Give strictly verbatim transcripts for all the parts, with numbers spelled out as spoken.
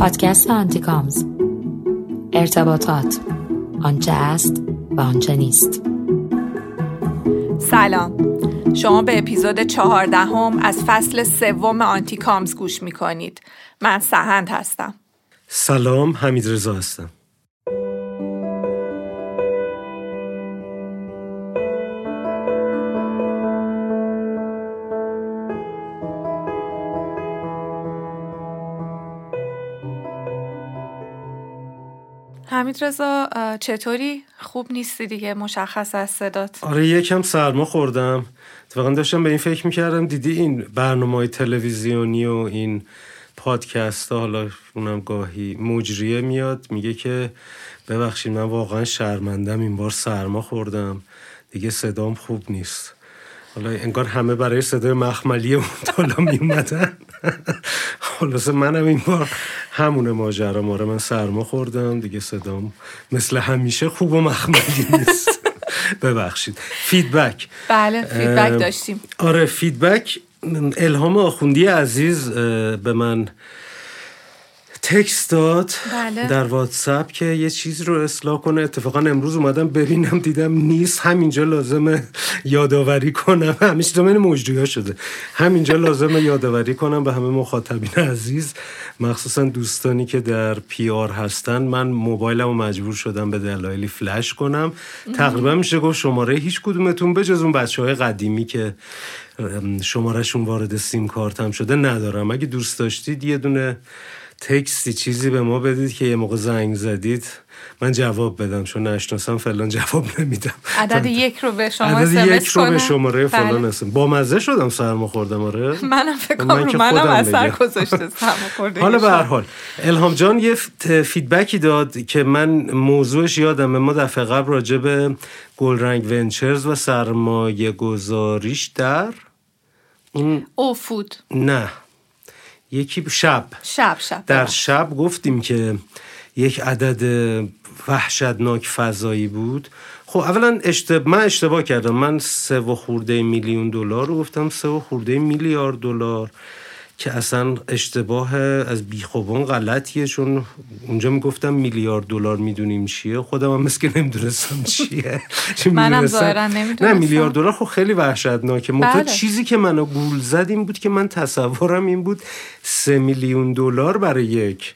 پادکست آنتیکامز، ارتباطات، آنچه است و آنچه نیست. سلام، شما به اپیزود چهاردهم از فصل سوم آنتیکامز گوش میکنید. من سهند هستم. سلام، حمید رضا هستم. حمید رضا چطوری؟ خوب نیستی دیگه، مشخص از صدات. آره یکم سرما خوردم. اتفاقا داشتم به این فکر میکردم، دیدی این برنامه‌های تلویزیونی و این پادکست ها، حالا اونم گاهی مجریه میاد میگه که ببخشید من واقعا شرمندم، این بار سرما خوردم، دیگه صدام خوب نیست. حالا انگار همه برای صدای مخملی اون بالا می اومدن. خلاصه منم این بار همونه ماجرا، ماره من سرما خوردم دیگه، صدام مثل همیشه خوب و مخملی نیست. ببخشید. فیدبک. بله فیدبک داشتیم. آره فیدبک. الهام آخوندی عزیز به من تکست داد بله. در واتساپ که یه چیز رو اصلاح کنه. اتفاقا امروز اومدم ببینم دیدم نیست، همینجا لازمه یادآوری کنم. همیشه دومین مجری‌ها شده، همینجا لازمه یادآوری کنم به همه مخاطبین عزیز، مخصوصا دوستانی که در پی آر هستن. من موبایلمو مجبور شدم به دلایلی فلش کنم. تقریبا میشه گفت شماره هیچ کدومتون به جز اون بچهای قدیمی که شمارهشون وارد سیم کارتم شده ندارم. اگه دوست داشتید یه دونه تکستی چیزی به ما بدید که یه موقع زنگ زدید من جواب بدم، چون نشناسم فلان جواب نمیدم. عدد یک رو به شما عدد یک رو به شماره بله. فلان اسم. با مزه شدم سرما خوردم. آره منم فکر کنم رو منم اثر گذاشته سرما خورده. حالا به هر حال الهام جان یه فیدبکی داد که من موضوعش یادمه، ما دفعه قبل راجع به گلرنگ ونچرز و سرمایه گذاریش در اون او فود نه یکی شب شب شب در شب گفتیم که یک عدد وحشتناک فضایی بود. خب اولا اشتباه من اشتباه کردم، من سه و خورده میلیون دلار رو گفتم، سه و خورده میلیارد دلار، که اصلا اشتباه از بیخوبان غلطیه، چون اونجا میگفتم میلیارد دلار میدونیم چیه، خودم هم مثل که نمیدونستم چیه. منم ظاهرا نمیدونستم. نه میلیارد دلار خب خیلی وحشتناکه. منتها چیزی که منو گول زد این بود که من تصورم این بود سه میلیون دلار برای یک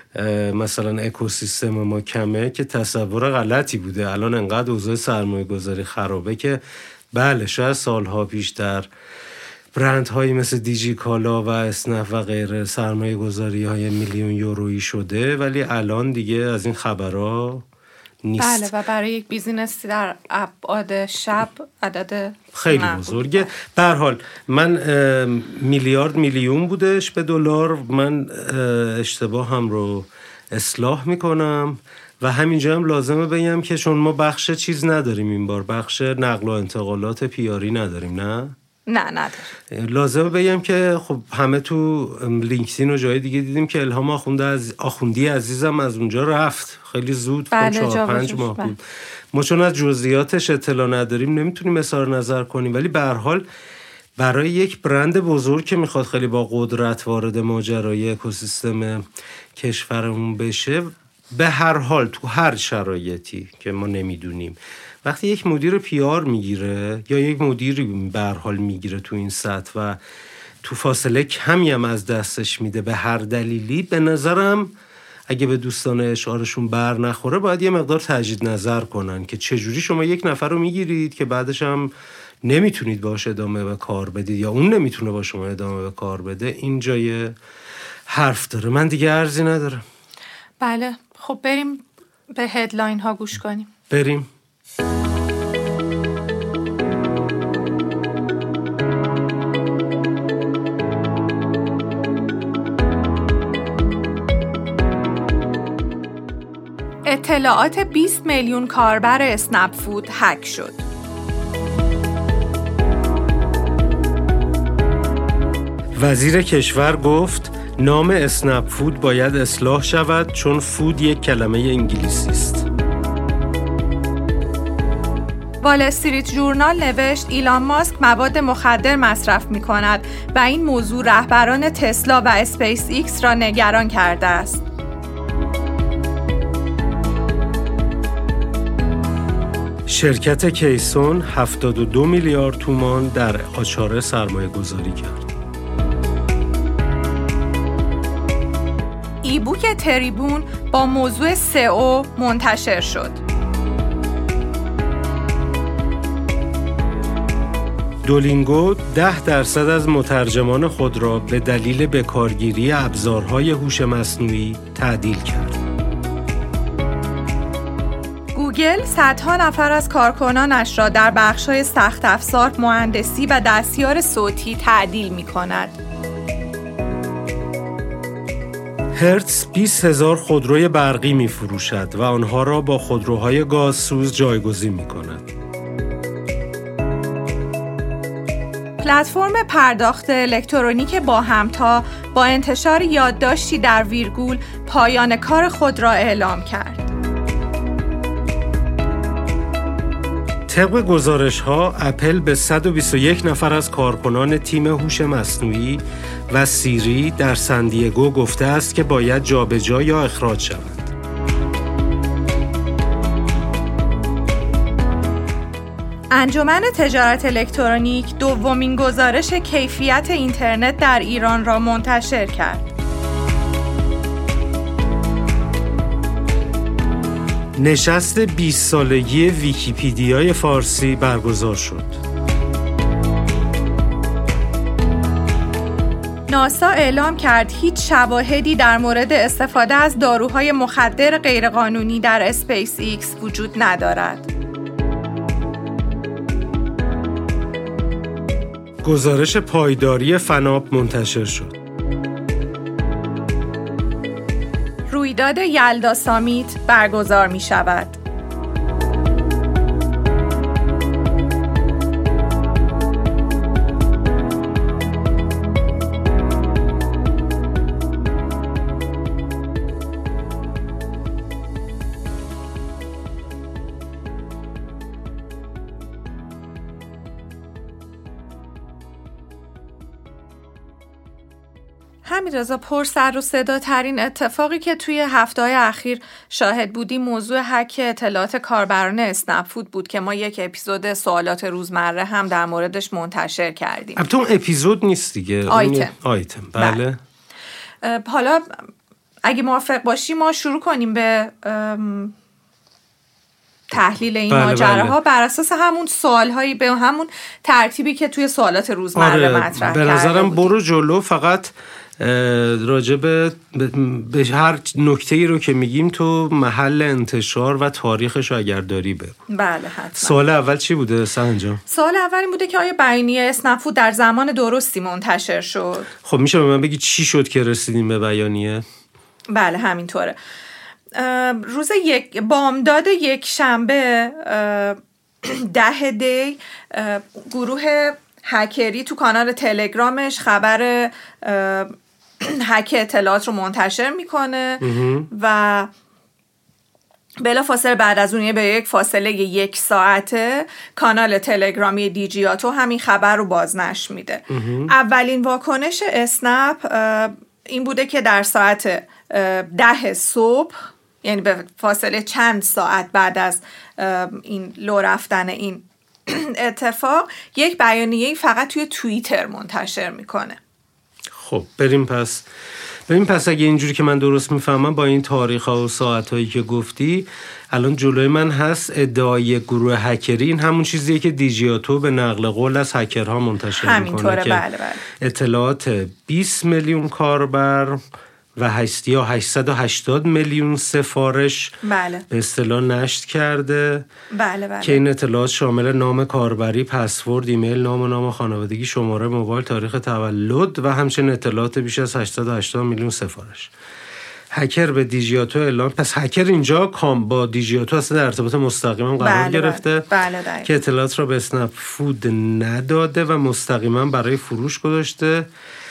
مثلا اکوسیستم ما کمه، که تصور غلطی بوده. الان انقدر اوضاع سرمایه گذاری خرابه که بله شاید سالها پیش در برندهایی مثل دیجی کالا و اسنپ و غیره سرمایه گذاری های میلیون یورویی شده، ولی الان دیگه از این خبرها نیست. بله و برای یک بیزینسی در ابعاد شب عدد خیلی بزرگه. به هر حال من میلیارد میلیون بودش به دلار، من اشتباه هم رو اصلاح میکنم و همینجا هم لازمه بگم که چون ما بخش چیز نداریم این بار، بخش نقل و انتقالات پیاری نداریم. نه نه نداریم. لازمه بگم که خب همه تو لینکدین و جای دیگه دیدیم که الهام آخونده از آخوندی عزیزم از اونجا رفت خیلی زود. بله چهار پنج ماه بود. ما چون از جزئیاتش اطلاع نداریم نمیتونیم اظهار نظر کنیم، ولی به هر حال برای یک برند بزرگ که میخواد خیلی با قدرت وارد ماجرای اکوسیستم کشورمون بشه، به هر حال تو هر شرایطی که ما نمیدونیم، وقتی یک مدیر پی آر میگیره یا یک مدیری به هر حال میگیره تو این سطح و تو فاصله کمی هم از دستش میده به هر دلیلی، به نظرم اگه به دوستان اشعارشون بر نخوره باید یه مقدار تجدید نظر کنن که چجوری شما یک نفر رو میگیرید که بعدش هم نمیتونید باش ادامه به کار بدید یا اون نمیتونه با شما ادامه به کار بده. این جای حرف داره. من دیگه عرضی ندارم. بله خب بریم به هدلاین ها گوش کنیم. بریم. اطلاعات بیست میلیون کاربر اسنپ فود هک شد. وزیر کشور گفت نام اسنپ فود باید اصلاح شود چون فود یک کلمه انگلیسی است. وال استریت ژورنال نوشت ایلان ماسک مواد مخدر مصرف می کند و این موضوع رهبران تسلا و اسپیس ایکس را نگران کرده است. شرکت کیسون هفتاد و دو میلیارد تومان در آچاره سرمایه گذاری کرد. ایبوک تریبون با موضوع سئو منتشر شد. دولینگو ده درصد از مترجمان خود را به دلیل بکارگیری ابزارهای هوش مصنوعی تعدیل کرد. گوگل صدها نفر از کارکنانش را در بخش‌های سخت افزار، مهندسی و دستیار صوتی تعدیل می‌کند. هرتز بیست هزار خودروی برقی می‌فروشد و آنها را با خودروهای گازسوز جایگزین می‌کند. پلتفرم پرداخت الکترونیک با همتا با انتشار یادداشتی در ویرگول پایان کار خود را اعلام کرد. طبق گزارش‌ها اپل به صد و بیست و یک نفر از کارکنان تیم هوش مصنوعی و سیری در سندیگو گفته است که باید جابجا یا اخراج شوند. انجمن تجارت الکترونیک دومین گزارش کیفیت اینترنت در ایران را منتشر کرد. نشست بیست سالگی ویکی‌پدیای فارسی برگزار شد. ناسا اعلام کرد هیچ شواهدی در مورد استفاده از داروهای مخدر غیرقانونی در اسپیس ایکس وجود ندارد. گزارش پایداری فناپ منتشر شد. رویداد یلدا سامیت برگزار می شود. حمیدرضا، پر سر و صدا ترین اتفاقی که توی هفته‌های اخیر شاهد بودیم موضوع هک اطلاعات کاربران اسنپ فود بود که ما یک اپیزود سوالات روزمره هم در موردش منتشر کردیم. البته اون اپیزود نیست دیگه، آیتم. آیتم بله. بله. حالا اگه موافق باشی ما شروع کنیم به تحلیل این بله ماجراها بله. بر اساس همون سوالهایی به همون ترتیبی که توی سوالات روزمره آره، مطرح به نظرم برو جلو، فقط راجع به به هر نکته‌ای رو که میگیم تو محل انتشار و تاریخش رو اگر داری بگو. بله حتما. سوال اول چی بوده سهن جان؟ سوال اول این بوده که آیا بیانیه اسنپ فود در زمان درستی منتشر شد؟ خب میشه به من بگی چی شد که رسیدیم به بیانیه؟ بله همینطوره. روز یک بامداد یک شنبه ده دی گروه هکری تو کانال تلگرامش خبر هک اطلاعات رو منتشر میکنه و بلافاصله بعد از اون به یک فاصله یک ساعته کانال تلگرامی دیجیاتو همین خبر رو بازنشر میده. اولین واکنش اسنپ این بوده که در ساعت ده صبح، یعنی به فاصله چند ساعت بعد از این لو رفتن این اتفاق، یک بیانیه فقط توی توییتر منتشر میکنه. خب بریم پس بریم پس اگه اینجوری که من درست میفهمم با این تاریخ ها و ساعت هایی که گفتی الان جلوی من هست ادعای گروه هکری، این همون چیزیه که دیجیاتو به نقل قول از هکرها منتشر میکنه. همینطوره، بله بله. اطلاعات بیست میلیون کاربر و هشتصد و هشتاد میلیون سفارش بله. به اصطلاح نشر کرده. بله بله. که این اطلاعات شامل نام کاربری، پسورد، ایمیل، نام و نام خانوادگی، شماره موبایل، تاریخ تولد و همچنین اطلاعات بیش از هشتصد و هشتاد میلیون سفارش. هکر به دیجیاتو اعلام، پس هکر اینجا کام با دیجیاتو اصلا در ارتباط مستقیما قرار بله گرفته. بله بله که اطلاعات را به اسنپ فود نداده و مستقیما برای فروش گذاشته.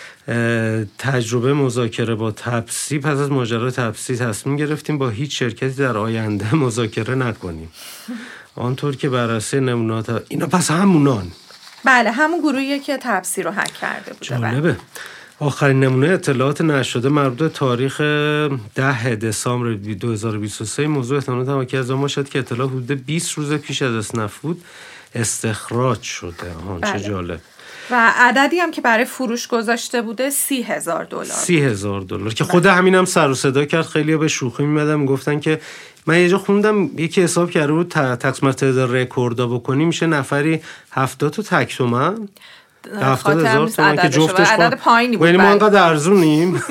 تجربه مذاکره با تپسی، پس از ماجرای تپسی تصمیم گرفتیم با هیچ شرکتی در آینده مذاکره نکنیم. آنطور که بررسی نمونات اینا پس همونان. بله همون گروهیه که تبصیر رو هک کرده بوده. جالبه. آخرین نمونه اطلاعات نشده مربوط به تاریخ ده دسامبر دو هزار و بیست و سه موضوع احتمالاً تماکی از ما شد که اطلاع حدود بیست روز پیش از اسنپ فود استخراج شده. آن چه جالب. و عددی هم که برای فروش گذاشته بوده سی هزار دلار. سی هزار دلار که خود همین هم سر و صدا کرد. خیلی ها به شوخی میمدن میگفتن که من یه جا خوندم یکی حساب کرده بود تقسیم تعداد رکوردا بکنی میشه نفری هفتاد تا تک تومن هفتاد هزار تومن که جفتش عدد پایینی بود. یعنی ما انقدر ارزونیم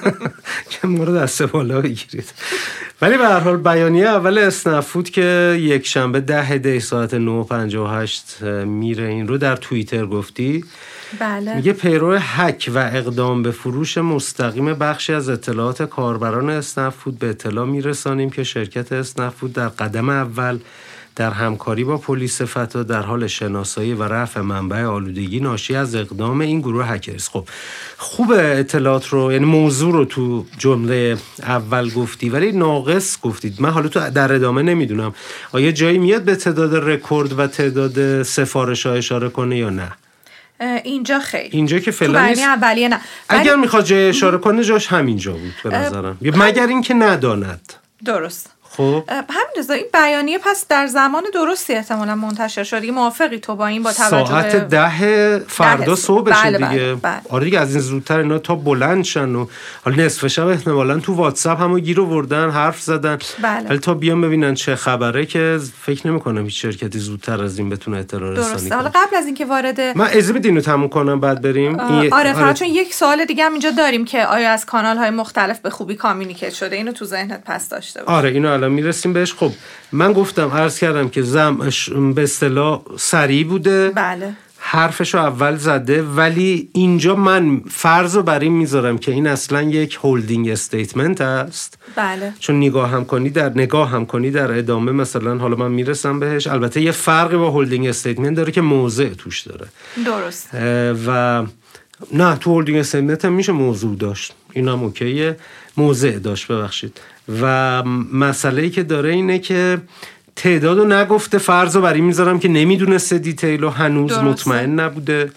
که ما رو دست بالا بگیرید. ولی به هر حال بیانیه اول اسنپ فود که یک شنبه ده دی ساعت نه و پنجاه و هشت میره این رو در توییتر گفتی. بله. میگه پیرو هک و اقدام به فروش مستقیم بخشی از اطلاعات کاربران اسنپ فود به اطلاع میرسانیم که شرکت اسنپ فود در قدم اول در همکاری با پلیس فتا در حال شناسایی و رفع منبع آلودگی ناشی از اقدام این گروه هکرز. خب خوب اطلاعات رو یعنی موضوع رو تو جمله اول گفتی ولی ناقص گفتید. من حالا تو در ادامه نمیدونم آیا جایی میاد به تعداد رکورد و تعداد سفارش ها اشاره کنه یا نه. اینجا خیلی اینجا که فعلا نیست. اولیه نه. اگر میخواد جای اشاره کنه جاش همینجا بود به نظرم. مگر اینکه نداند. درست. خب همین رضا این بیانیه پس در زمان درستی احتمالاً منتشر شد. دیگه موافقی تو با این با توجه ساعت ده فردا صبح بشه بله دیگه. بله بله. آره دیگه از این زودتر اینا تا بلند شن و حالا نصف شب احتمالاً تو واتساپ همو گیر آوردن حرف زدن. بله. ولی تا بیان ببینن چه خبره که فکر نمی‌کنم هیچ شرکتی زودتر از این بتونه اطلاع رسانی کنه. درسته. حالا قبل از اینکه وارد من اجازه بدین اینو تموم کنم بعد بریم. آره, آره فقط چون یک سوال دیگه هم اینجا داریم که آیا از کانال‌های مختلف به خوبی کامیونیکیت شده اینو تو ذهنت پس داشته باش. آره اینو الان میرسیم بهش. خب من گفتم عرض کردم که زم به اصطلاح سریع بوده. بله. حرفشو اول زده ولی اینجا من فرض رو بر این میذارم که این اصلا یک هولدینگ استیتمنت است. بله. چون نگاه هم کنی در نگاه هم کنی در ادامه مثلا حالا من میرسم بهش. البته یه فرقی با هولدینگ استیتمنت داره که موضع توش داره. درست. و نه تو هولدینگ استیتمنت هم میشه موضوع داشت. این هم اوکیه. موضع داشت ببخشید. و مسئله‌ای که داره اینه که تعدادو نگفته. فرض رو بر این میذارم که نمیدونسته دیتیل و هنوز درسته. مطمئن نبوده.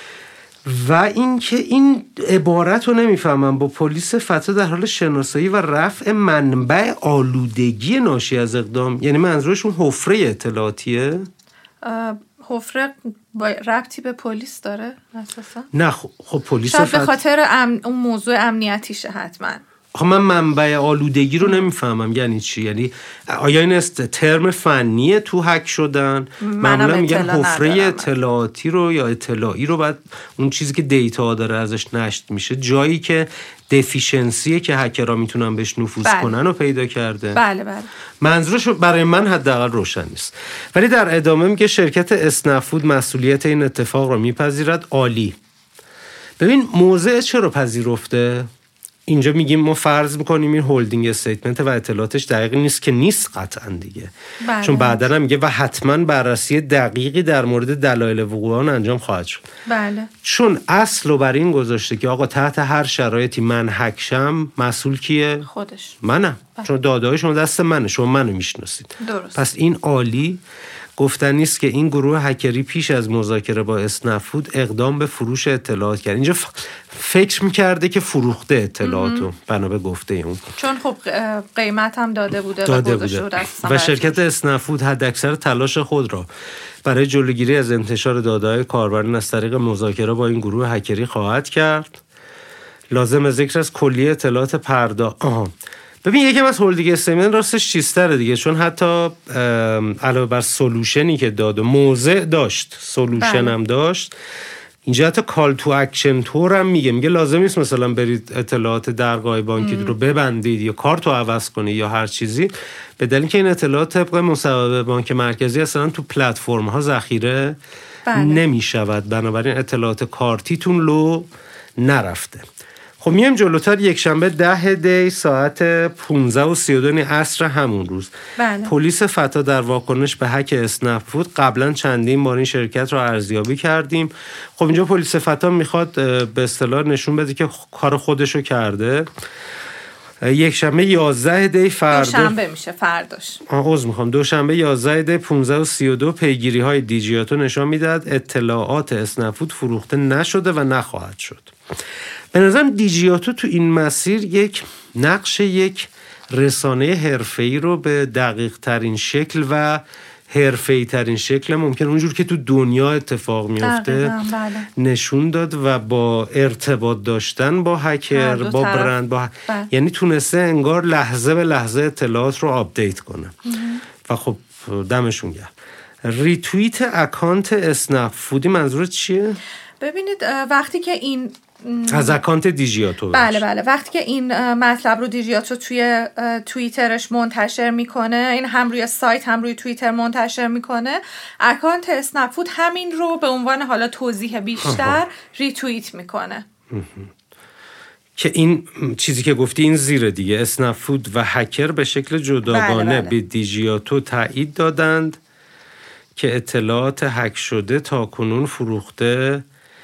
و اینکه این عبارت رو نمیفهمم با پلیس فتا در حال شناسایی و رفع منبع آلودگی ناشی از اقدام، یعنی منظورشون حفره اطلاعاتیه؟ حفره با ربطی به پلیس داره اساسا؟ نه خب پلیس شاید به خاطر امن... اون موضوع امنیتیشه حتما. خب من منبع آلودگی رو نمیفهمم یعنی چی؟ یعنی آیا این است ترم فنیه تو هک شدن؟ معمولا میگن حفره اطلاعاتی رو یا اطلاعی رو، بعد اون چیزی که دیتا داره ازش نشت میشه، جایی که دفیشنسیه که هکرها میتونن بهش نفوذ بله. کنن و پیدا کرده. بله بله. منظورش برای من حداقل روشن نیست. ولی در ادامه میگه شرکت اسنپ فود مسئولیت این اتفاق رو میپذیرد. عالی. ببین موضع چرا پذیرفته؟ اینجا میگیم ما فرض میکنیم این هولدینگ استیتمنت و اطلاعاتش دقیق نیست که نیست قطعا دیگه. بله. چون بعدا هم میگه و حتما بررسی دقیقی در مورد دلایل وقوع آن انجام خواهد شد. بله. چون اصل رو بر این گذاشته که آقا تحت هر شرایطی من هکشم مسئول کیه؟ خودش. منم. بله. چون داده‌های شما دست منه، شما منو میشناسید. درست. پس این عالی. گفتن نیست که این گروه هکری پیش از مذاکره با اسنپ فود اقدام به فروش اطلاعات کرد. اینجا فکر میکرده که فروخته اطلاعاتو بنا به گفته اون، چون خب قیمت هم داده بوده داده و گذاشته بوده. و شرکت اسنپ فود حد اکثر تلاش خود را برای جلوگیری از انتشار داده‌های کاربران از طریق مذاکره با این گروه هکری خواهد کرد. لازم ذکر از کلیه اطلاعات پرداخت. آها ببین یکم از هولدینگ استیتمنت راستش چیزتره دیگه، چون حتی علاوه بر سولوشنی که داد و موضع داشت، سولوشن بله. هم داشت. اینجا حتی کال تو اکشن تور هم میگه میگه لازم نیست مثلا برید اطلاعات درگاه بانکی رو ببندید یا کارت رو عوض کنید یا هر چیزی، به دلیل که این اطلاعات طبق مصوبه بانک مرکزی اصلا تو پلتفرم ها ذخیره بله. نمیشود، بنابراین اطلاعات کارتیتون لو نرفته. خب میایم جلوتر. یک شنبه ده دی ساعت پانزده و سی و دو عصر همون روز بله. پلیس فتا در واکنش به هک اسنپ فود قبلا چندین بار این شرکت رو ارزیابی کردیم. خب اینجا پلیس فتا میخواد به اصطلاح نشون بده که کار خودشو کرده یک شنبه یازده دی فردا دوشنبه میشه فرداش. آه عذر میخوام دوشنبه یازده دی پانزده و سی و دو پیگیری های دیجیاتو نشان میداد اطلاعات اسنپ فود فروخته نشده و نخواهد شد. به نظرم دیجیاتو تو این مسیر یک نقش یک رسانه حرفه‌ای رو به دقیق ترین شکل و حرفه‌ای ترین شکل ممکن اونجور که تو دنیا اتفاق میفته بله. نشون داد و با ارتباط داشتن با هکر با طرف. برند با بله. یعنی تونسته انگار لحظه به لحظه اطلاعات رو آپدیت کنه و خب دمشون گرم. ریتوییت اکانت اسنپ فودی منظورت چیه؟ ببینید وقتی که این از اکانت دیجیاتو بله بله وقتی که این مطلب رو دیجیاتو توی توییترش منتشر میکنه، این هم روی سایت هم روی توییتر منتشر میکنه، اکانت اسنپ فود همین رو به عنوان حالا توضیح بیشتر آها. ریتوییت میکنه که این چیزی که گفتی این زیر دیگه اسنپ فود و هکر به شکل جداگانه بله بله. به دیجیاتو تایید دادند که اطلاعات هک شده تا کنون فروخته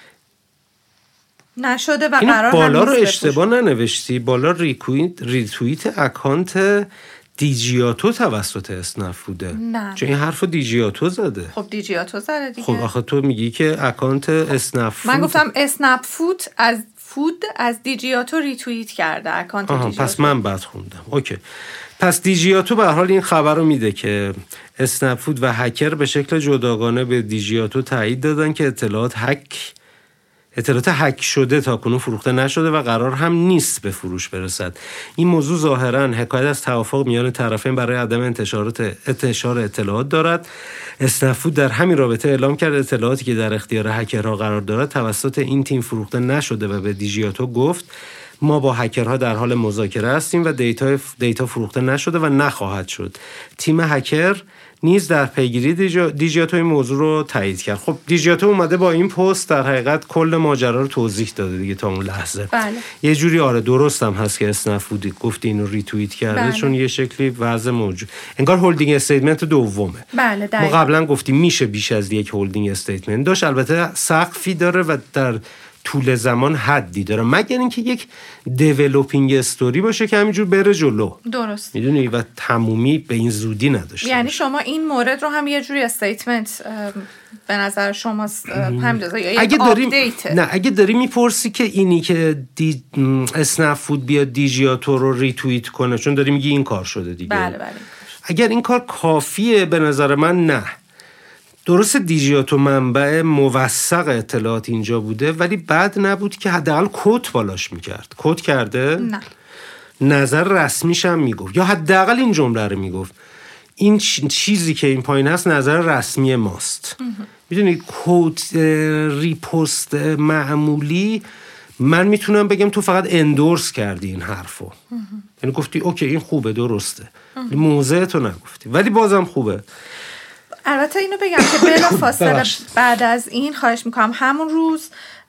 نشده و قرار هم بالا رو اشتباه ننوشتی، بالا ریکویت ریتوییت اکانت دیجیاتو توسط اسنپ فوده. نه چون این حرفو دیجیاتو زده. خب دیجیاتو زده دیگه. خب آخه تو میگی که اکانت اسنپ فود. من گفتم اسنپ فود از فود از دیجیاتو ریتوییت کرده اکانت آها دیجیاتو. پس من بد خوندم. اوکی. پس دیجیاتو به هر حال این خبر رو میده که اسنپ فود و هکر به شکل جداگانه به دیجیاتو تایید دادن که اطلاعات هک اطلاعات هک شده تا کنون فروخته نشده و قرار هم نیست به فروش برسد. این موضوع ظاهراً حکایت از توافق میان طرفین برای عدم انتشارات انتشار اطلاعات دارد. اسنپ فود در همین رابطه اعلام کرد اطلاعاتی که در اختیار هکرها قرار دارد توسط این تیم فروخته نشده و به دیجیاتو گفت ما با هکرها در حال مذاکره هستیم و دیتا دیتا فروخته نشده و نخواهد شد. تیم هکر نیز در پیگیری دیجیاتو این موضوع رو تایید کرد. خب دیجیاتو اومده با این پست در حقیقت کل ماجرا رو توضیح داده دیگه تا اون لحظه. بله. یه جوری آره درست هم هست که اسنپ فود گفت اینو ریتوییت کرده بله. چون یه شکلی وضع موجود انگار هولدینگ استیتمنت دومه. بله ما قبلا گفتیم میشه بیش از یک هولدینگ استیتمنت داشت، البته سقفی داره و در طول زمان حدی داره مگر اینکه یک دیولپینگ استوری باشه که همینجور بره جلو. درست. میدونی و تمومی به این زودی نداشته. یعنی باشه. شما این مورد رو هم یه جوری استیتمنت به نظر شما همین یا اگه داریم آپدیت. نه اگه داری میپرسی که اینی که دی... اسنپ فود بیاد دیجیاتو رو ریتوییت کنه چون داری میگی این کار شده دیگه. بله بله. اگر این کار کافیه به نظر من نه. درست دیجیاتو منبع موثق اطلاعات اینجا بوده ولی بد نبود که حداقل کد بالاش میکرد. کد کرده؟ نه. نظر رسمیش هم میگفت یا حداقل این جمله رو میگفت این چیزی که این پایین هست نظر رسمی ماست. میدونی کد ریپوست معمولی من میتونم بگم تو فقط اندورس کردی این حرفو. یعنی گفتی اوکی این خوبه درسته. موضع تو نگفتی ولی بازم خوبه. البته اینو بگم که بلا فاصله بعد از این خواهش میکنم همون روز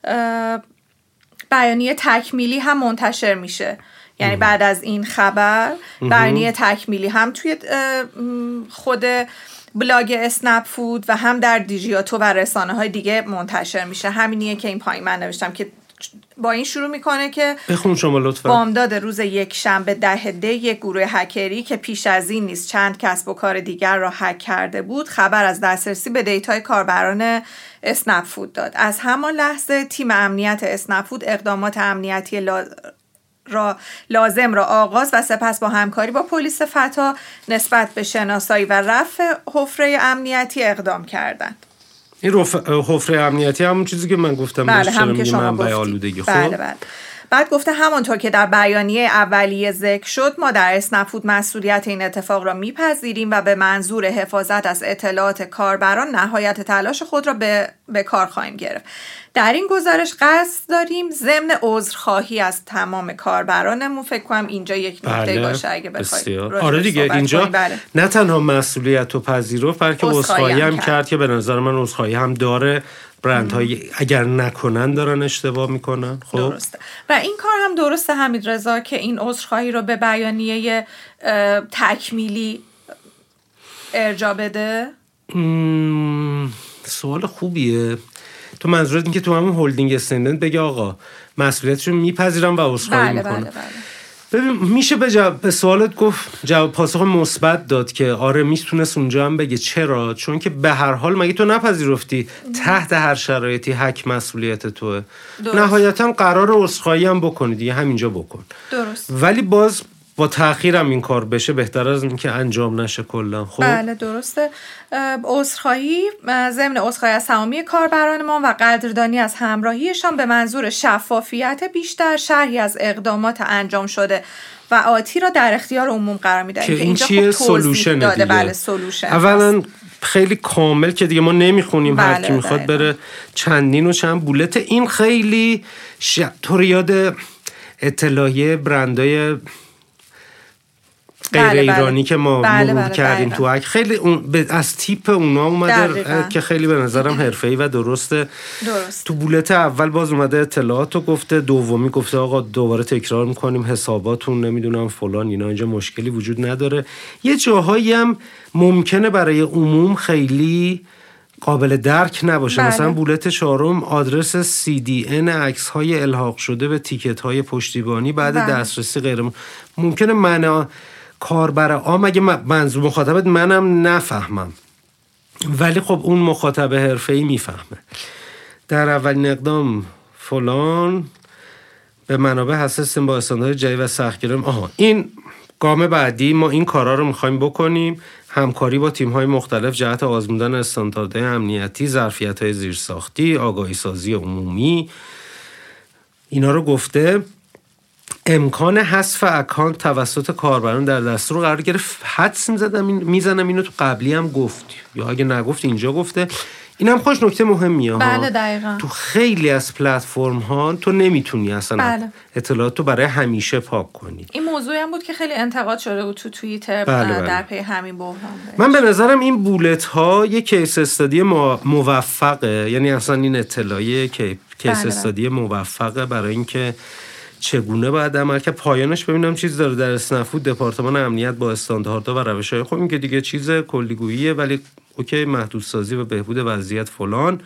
بیانیه تکمیلی هم منتشر میشه. یعنی بعد از این خبر بیانیه تکمیلی هم توی خود بلاگ اسنپ فود و هم در دیجیاتو و رسانه های دیگه منتشر میشه. همینیه که این پایین من نوشتم که با این شروع میکنه که بخون شما لطفا. بامداد روز یک شنبه ده دی یک گروه هکری که پیش از این نیز چند کسب و کار دیگر را هک کرده بود خبر از دسترسی به دیتای کاربران اسنپ فود داد. از همان لحظه تیم امنیت اسنپ فود اقدامات امنیتی لا... را لازم را آغاز و سپس با همکاری با پلیس فتا نسبت به شناسایی و رفع حفره امنیتی اقدام کردند. این حفره امنیتی همون چیزی که من گفتم. بله هم که شما گفتی. بله بله. بعد گفته همونطور که در بیانیه اولیه ذکر شد ما در اسنپ فود مسئولیت این اتفاق را میپذیریم و به منظور حفاظت از اطلاعات کاربران نهایت تلاش خود را به, به کار خواهیم گرفت. در این گزارش قصد داریم ضمن عذرخواهی از تمام کاربرانمون. فکر کنم اینجا یک نکته بله. باشه اگه بخواید. آره دیگه اینجا بله. نه تنها مسئولیت رو پذیرفت بلکه عذرخواهی هم کرد. کرد که به نظر من عذرخواهی هم داره. برندهای اگر نکنن دارن اشتباه میکنن. خب درسته و این کار هم درسته حمید رضا که این عذرخواهی رو به بیانیه تکمیلی ارجاع بده. سوال خوبیه. تو منظورت این که تو همون هولدینگ استیتمنت بگه آقا مسئولیتشو میپذیرم و عذرخواهی بله میکنم. بله بله. ببین میشه به, جواب به سوالت گفت جواب پاسخ مثبت داد که آره میتونست اونجا هم بگه. چرا؟ چون که به هر حال مگه تو نپذیرفتی تحت هر شرایطی حک مسئولیت توه. نهایتا قرار عذرخواهی هم بکنی دیگه، همینجا بکن. درست. ولی باز با تأخیرم این کار بشه بهتر از این که انجام نشه کلا. خب بله درسته. عذرخواهی ضمن عذرخواهی از تمامی کاربرانمان و قدردانی از همراهیشان به منظور شفافیت بیشتر، شرحی از اقدامات انجام شده و آتی را در اختیار عموم قرار میده. که این چیه؟ سولوشن دیگه. بله سولوشن. اولا خیلی کامل که دیگه ما نمیخونیم، بله هر کی میخواد دقیقا. بره چندین و چند بولت. این خیلی ش... تو یاد اطلاعیه برندای غیر بله ایرانی بله. که ما بله مرور بله کردیم دقیقا. تو هک خیلی اون از تیپ اونا اومده دقیقا. که خیلی به نظرم حرفه‌ای و درسته. درست. تو بولت اول باز اومده اطلاعاتو گفته، دومی گفته آقا دوباره تکرار میکنیم حساباتون نمیدونم فلان اینا، اینجا مشکلی وجود نداره. یه جاهایی هم ممکنه برای عموم خیلی قابل درک نباشه. بله. مثلا بولت چهارم آدرس سی دی ان عکس های الحاق شده به تیکت های پشتیبانی بعد بله. دسترسی غیر م... ممکنه من کاربر عام اگه منظور مخاطبت منم نفهمم، ولی خب اون مخاطب حرفه‌ای میفهمه. در اولین اقدام فلان به منابع حساسیم با استاندارد جدید و سختگیرم. آها این گام بعدی ما این کارا رو میخوایم بکنیم، همکاری با تیم‌های مختلف جهت آزمودن استانداردهای امنیتی، ظرفیت‌های زیرساختی، آگاهی سازی عمومی، اینا رو گفته. امکان حذف اکانت توسط کاربران در دستور قرار گرفت. حدس می‌زدم این میزنم اینو تو قبلی هم گفتی یا اگه نگفتی اینجا گفته. اینم خوش نکته مهمیه ها. بله دقیقاً. تو خیلی از پلتفرم ها تو نمیتونی اصلا بله. اطلاعاتو برای همیشه پاک کنی. این موضوعی هم بود که خیلی انتقاد شده بود تو توییتر. بله بله. در پی همین بحران. من به نظرم این بولت ها یک کیس استادی موفقه، یعنی اصلا این اطلاعیه که کیس بله استادی موفقه برای اینکه چگونه باید عمل کرد. پایانش ببینم چیز داره در اسنفود دپارتمان امنیت با استانداردها و روش‌های خوب. این که دیگه چیز کلیگوییه ولی اوکی، محدودسازی و بهبود وضعیت فلان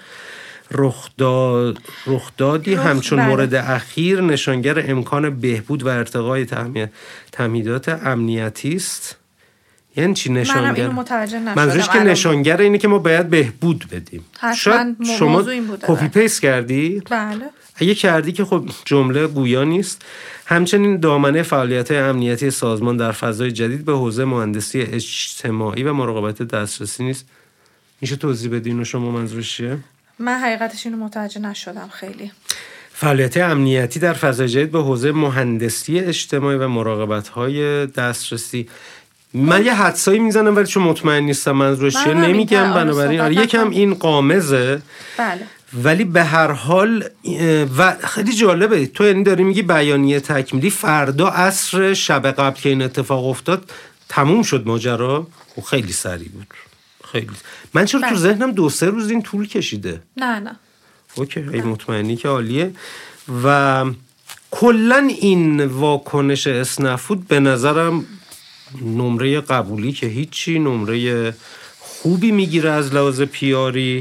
رخ داد رخدادی همچون بله. مورد اخیر نشانگر امکان بهبود و ارتقای تمهیدات امنیتی است. یعنی چی نشانگر؟ منم اینو متوجه نشدم. منظورش که نشانگر اینه که ما باید بهبود بدیم. شاید شما کپی پیست کردی؟ بله. اگه کردی که خب جمله گویا نیست. همچنین دامنه فعالیت‌های امنیتی سازمان در فضای جدید به حوزه مهندسی اجتماعی و مراقبت دسترسی نیست. میشه توضیح بدین اینو شما منظورش چیه؟ من حقیقتش اینو متوجه نشدم خیلی. فعالیت‌های امنیتی در فضای جدید به حوزه مهندسی اجتماعی و مراقبت‌های دسترسی. من یه حدسایی میزنم ولی چون مطمئن نیستم منظورش چیه نمیگم، بنابراین آره یکم این قامزه. بله. ولی به هر حال و خیلی جالبه تو یعنی داری میگی بیانیه تکمیلی فردا عصر شب قبل که این اتفاق افتاد تموم شد ماجرا و خیلی سریع بود. خیلی من چرا بله. تو ذهنم دو سه روز این طول کشیده. نه نه اوکی ای مطمئنی که عالیه. و کلا این واکنش اسنفود به نظرم نمره قبولی که هیچی، نمره خوبی میگیره از لحاظ پیاری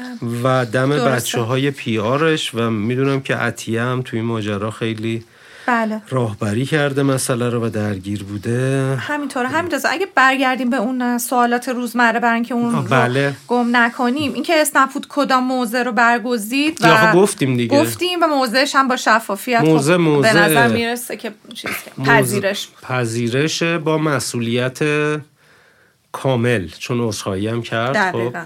و دم بچه های پیارش و میدونم که عطیه هم توی ماجرا خیلی بله. راهبری کرده مسئله رو و درگیر بوده. همینطوره. همین اگه برگردیم به اون سوالات روزمره برای اینکه اون بله. رو گم نکنیم، اینکه اسنفود کدام موضع رو برگزید و گفتیم دیگه گفتیم و موضعش هم با شفافیت موضع خب موضع به نظر میرسه که چیز پذیرش پذیرش با مسئولیت کامل چون عذرخواهی هم کرد. دقیقاً.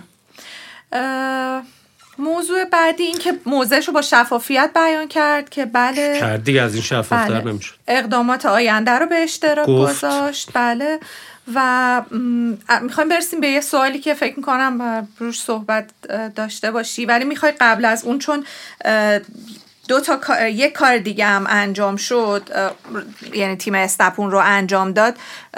خب موضوع بعدی این که موضعش رو با شفافیت بیان کرد که بله کرد دیگه، از این شفافتر بله. نمیشد. اقدامات آینده رو به اشتراک گفت. گذاشت. بله. و میخوایم برسیم به یه سوالی که فکر میکنم روش صحبت داشته باشی ولی میخوای قبل از اون چون دو تا یک کار دیگه هم انجام شد، یعنی تیم استپون رو انجام داد،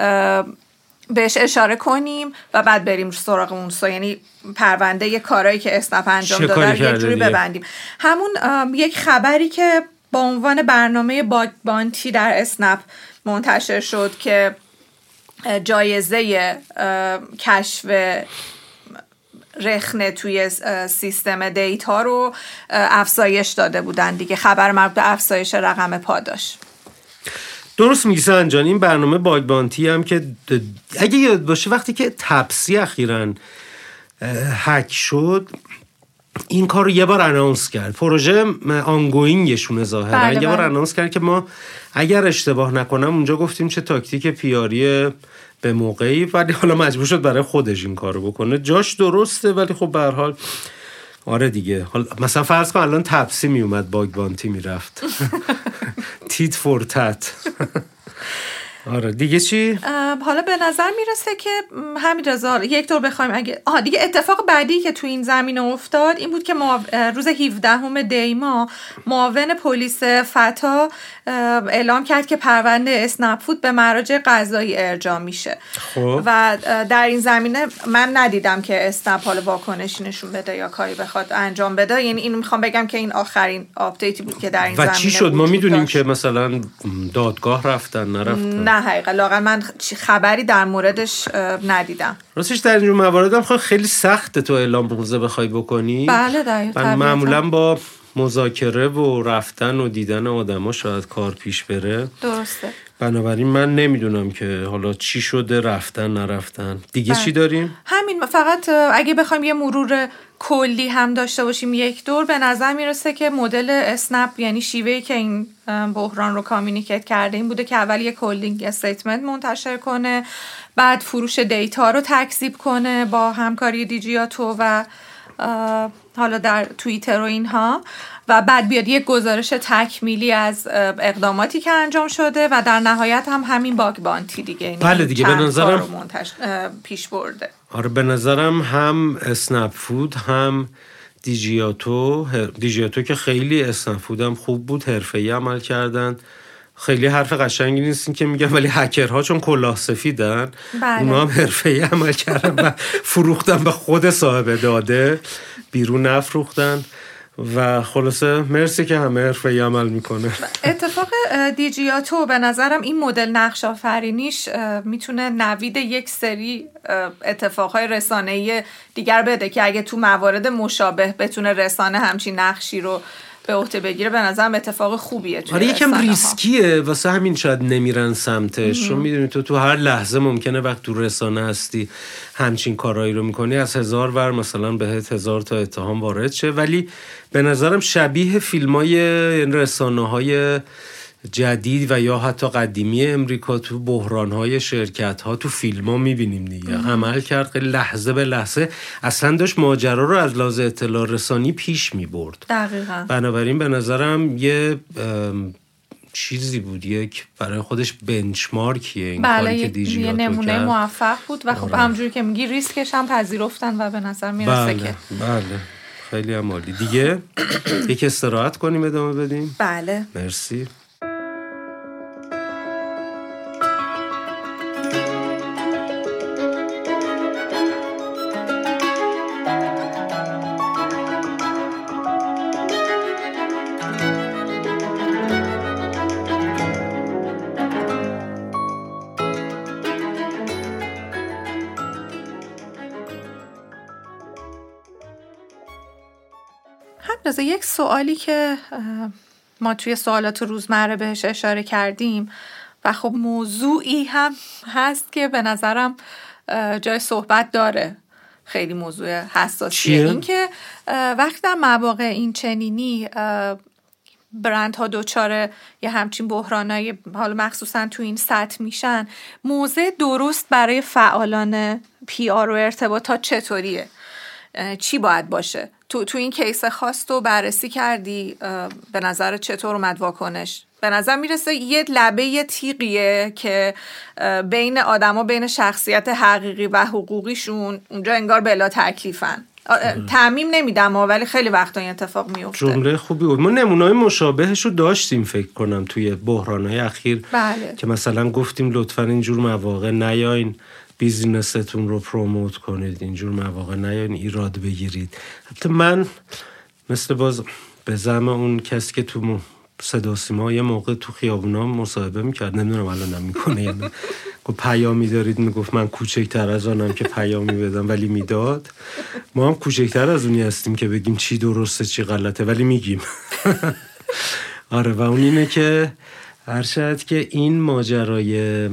بهش اشاره کنیم و بعد بریم سراغ اون سو، یعنی پرونده یه کارهایی که اسنپ انجام داده یه جوری ببندیم. همون یک خبری که با عنوان برنامه باگ بانتی در اسنپ منتشر شد که جایزه کشف رخنه توی سیستم دیتا رو افزایش داده بودن دیگه، خبر مربوط به افزایش رقم پاداش. درست میگی سهند جان. این برنامه باگ بانتی هم که اگه یاد باشه وقتی که تپسی اخیراً هک شد این کار رو یه بار اناونس کرد، پروژه آنگوینگشونه ظاهرا بله یه بار اناونس کرد که ما اگر اشتباه نکنم اونجا گفتیم چه تاکتیک پیاری به موقعی، ولی حالا مجبور شد برای خودش این کارو بکنه. جاش درسته ولی خب به هر حال آره دیگه. حالا مثلا فرض کن الان تپسی می اومد باگ بانتی میرفت تیت فور تت. آره دیگه چی؟ حالا به نظر میرسه که همین رضا یک طور بخوایم اگه آها دیگه اتفاق بعدی که تو این زمینه افتاد این بود که معاو... روز هفدهم دی ماه معاون پلیس فتا اعلام کرد که پرونده اسنپ فود به مراجع قضایی ارجاع میشه. خب. و در این زمینه من ندیدم که اسنپ حالا واکنشی نشون بده یا کاری بخواد انجام بده. یعنی اینو میخوام بگم که این آخرین آپدیتی بود که در این زمینه و چی شد؟ ما میدونیم که مثلا دادگاه رفتن نرفتن؟ نه حقیقا لااقل من خبری در موردش ندیدم. راستش در اینجور موارد هم خیلی سخته تو اعلام موضع بخوای بکنی. بله دقیقاً. معمولا با مذاکره و رفتن و دیدن آدما شاید کار پیش بره. درسته. بنابراین من نمیدونم که حالا چی شده رفتن نرفتن. دیگه بله. چی داریم؟ همین فقط اگه بخوایم یه مرور کلی هم داشته باشیم یک دور به نظر میرسه که مدل اسنپ یعنی شیوهی که این بحران رو کامیونیکیت کرده این بوده که اول یک هولدینگ استیتمنت منتشر کنه، بعد فروش دیتا رو تکذیب کنه با همکاری دیجیاتو و حالا در توییتر و اینها و بعد بیاد یک گزارش تکمیلی از اقداماتی که انجام شده و در نهایت هم همین باگ بانتی دیگه. بله دیگه به نظرم منتش... پیش برده. آره به نظرم هم اسنپ فود هم دیجیاتو دیجیاتو که خیلی اسنپ فود هم خوب بود، حرفه‌ای عمل کردن. خیلی حرف قشنگی نیستین که میگم ولی هکرها چون کلاه سفیدن بله. اونا هم حرفه‌ای عمل کردن و فروختن به خود صاحب داده، بیرون نفروختن و خلاصه مرسی که همه حرفه‌ای عمل میکنه. اتفاق دیجیاتو به نظرم این مدل نقش آفرینیش میتونه نوید یک سری اتفاقهای رسانه‌ای دیگر بده که اگه تو موارد مشابه بتونه رسانه همچین نقشی رو به عهده بگیره به نظرم اتفاق خوبیه. آره یکم ریسکیه واسه همین شاید نمیرن سمتش، چون میدونی تو تو هر لحظه ممکنه وقت تو رسانه هستی همچین کارهایی رو میکنی از هزار ور مثلا بهت هزار تا اتهام وارد شه. ولی به نظرم شبیه فیلمای رسانه‌های جدید و یا حتی قدیمی امریکا تو بحران‌های شرکت‌ها تو فیلم‌ها می‌بینیم دیگه. عمل کرد خیلی لحظه به لحظه اصلا داشت ماجرا رو از لحاظ اطلاع رسانی پیش می‌برد. دقیقاً. بنابراین به نظرم یه چیزی بود، یک برای خودش بنچمارکیه این بله کاری که دیجیاتو کرد. یه نمونه موفق بود و خب همونجوری که میگی ریسکش هم پذیرفتن و به نظر میرسه بله، که بله خیلی هم عالی. دیگه یک استراحت کنیم ادامه بدیم. بله مرسی. رضا یک سوالی که ما توی سوالات روزمره بهش اشاره کردیم و خب موضوعی هم هست که به نظرم جای صحبت داره، خیلی موضوع حساسیه، این که وقتی در مواقع این چنینی برندها دوچاره یه همچین بحرانای حالا مخصوصا تو این سطح میشن، موضع درست برای فعالان پی آر و ارتباطات چطوریه؟ چی باید باشه؟ تو تو این کیس خاص تو بررسی کردی، به نظر چطور اومد واکنش؟ به نظر میرسه یه لبه یه تیغیه که بین آدما بین شخصیت حقیقی و حقوقیشون اونجا انگار بلا تکلیفن. تعمیم نمیدم ولی خیلی وقتا این اتفاق میفته. جمله خوبی بود. ما نمونه‌های مشابهش رو داشتیم فکر کنم توی بحران‌های اخیر. بله. که مثلا گفتیم لطفاً اینجور مواقع نیاین بیزینستون رو پروموت کنید، اینجور مواقع نیاین ایراد بگیرید. حتی من مثل باز به زعم اون کسی که تو صدا سیما یه موقع تو خیابونا مصاحبه میکرد، نمیدونم الان هم میکنه یا نه، گفت پیامی دارید؟ میگفت من کوچکتر از آنم که پیامی بدم ولی میداد. ما هم کوچکتر از اونی هستیم که بگیم چی درسته چی غلطه ولی میگیم. آره و اون اینه که هر شاید که این ماجرای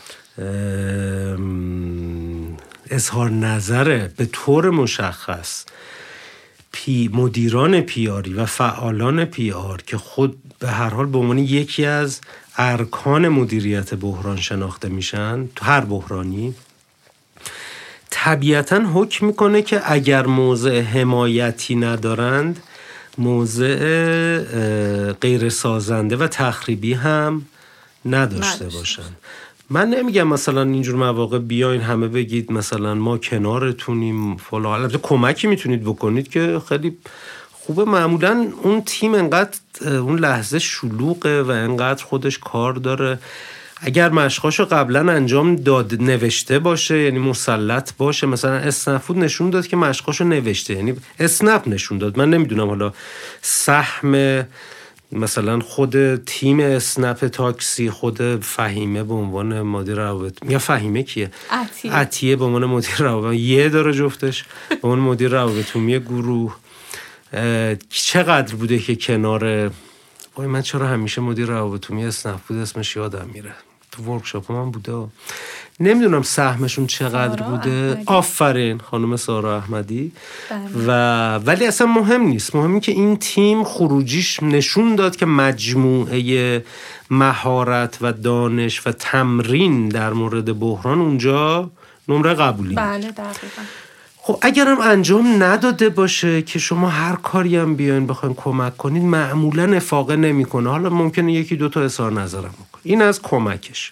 اظهار نظره به طور مشخص پی مدیران پیاری و فعالان پیار که خود به هر حال به عنوان یکی از ارکان مدیریت بحران شناخته میشن تو هر بحرانی، طبیعتاً حکم میکنه که اگر موضع حمایتی ندارند موضع غیر سازنده و تخریبی هم نداشته باشن. من نمیگم مثلا اینجور مواقع بیاین همه بگید مثلا ما کنارتونیم فلان، البته کمکی میتونید بکنید که خیلی خوبه. معمولا اون تیم انقدر اون لحظه شلوغه و انقدر خودش کار داره، اگر مشقاشو قبلا انجام داد نوشته باشه، یعنی مسلط باشه. مثلا اسنپفود نشون داد که مشقاشو نوشته، یعنی اسنپ نشون داد. من نمیدونم حالا سهم مثلا خود تیم اسنپ تاکسی، خود فهیمه به عنوان مدیر روابط، یا فهیمه کیه؟ عطیه عطیه به عنوان مدیر روابط، یه داره جفتش به عنوان مدیر روابط عمومی گروه، چقدر بوده که کنار وای من چرا همیشه مدیر روابط عمومی اسنپفود اسمش یادم میره، تو ورکشاپ من بوده، نمیدونم سهمشون چقدر بوده. احمدی. آفرین خانم سارا احمدی. و ولی اصلا مهم نیست، مهم این که این تیم خروجیش نشون داد که مجموعه مهارت و دانش و تمرین در مورد بحران اونجا نمره قبولی. بله دقیقاً. خب اگرم انجام نداده باشه که شما هر کاری هم بیاین بخواین کمک کنید معمولا افاقه نمیکنه. حالا ممکنه یکی دو تا اظهار نظرم بکنه، این از کمکش.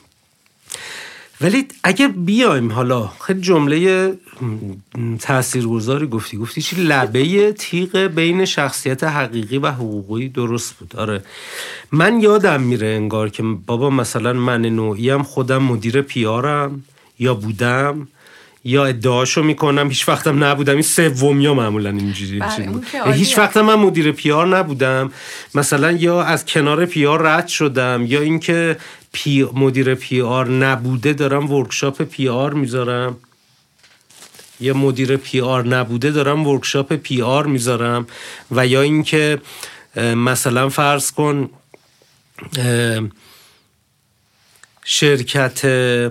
ولی اگه بیایم حالا خیلی جمله تاثیرگذاری گفتی گفتی چی لبه تیغ بین شخصیت حقیقی و حقوقی درست بود. آره من یادم میره انگار که بابا مثلا من نوعیم خودم مدیر پیارم یا بودم یا ادعاشو میکنم، هیچ وقتم نبودم. این سومیا معمولا اینجوری بود، هیچ وقتم من مدیر پیار نبودم مثلا، یا از کنار پیار رد شدم، یا اینکه پی مدیر پیار نبوده دارم ورکشاپ پیار میذارم، یا مدیر پیار نبوده دارم ورکشاپ پیار میذارم، و یا اینکه مثلا فرض کن شرکت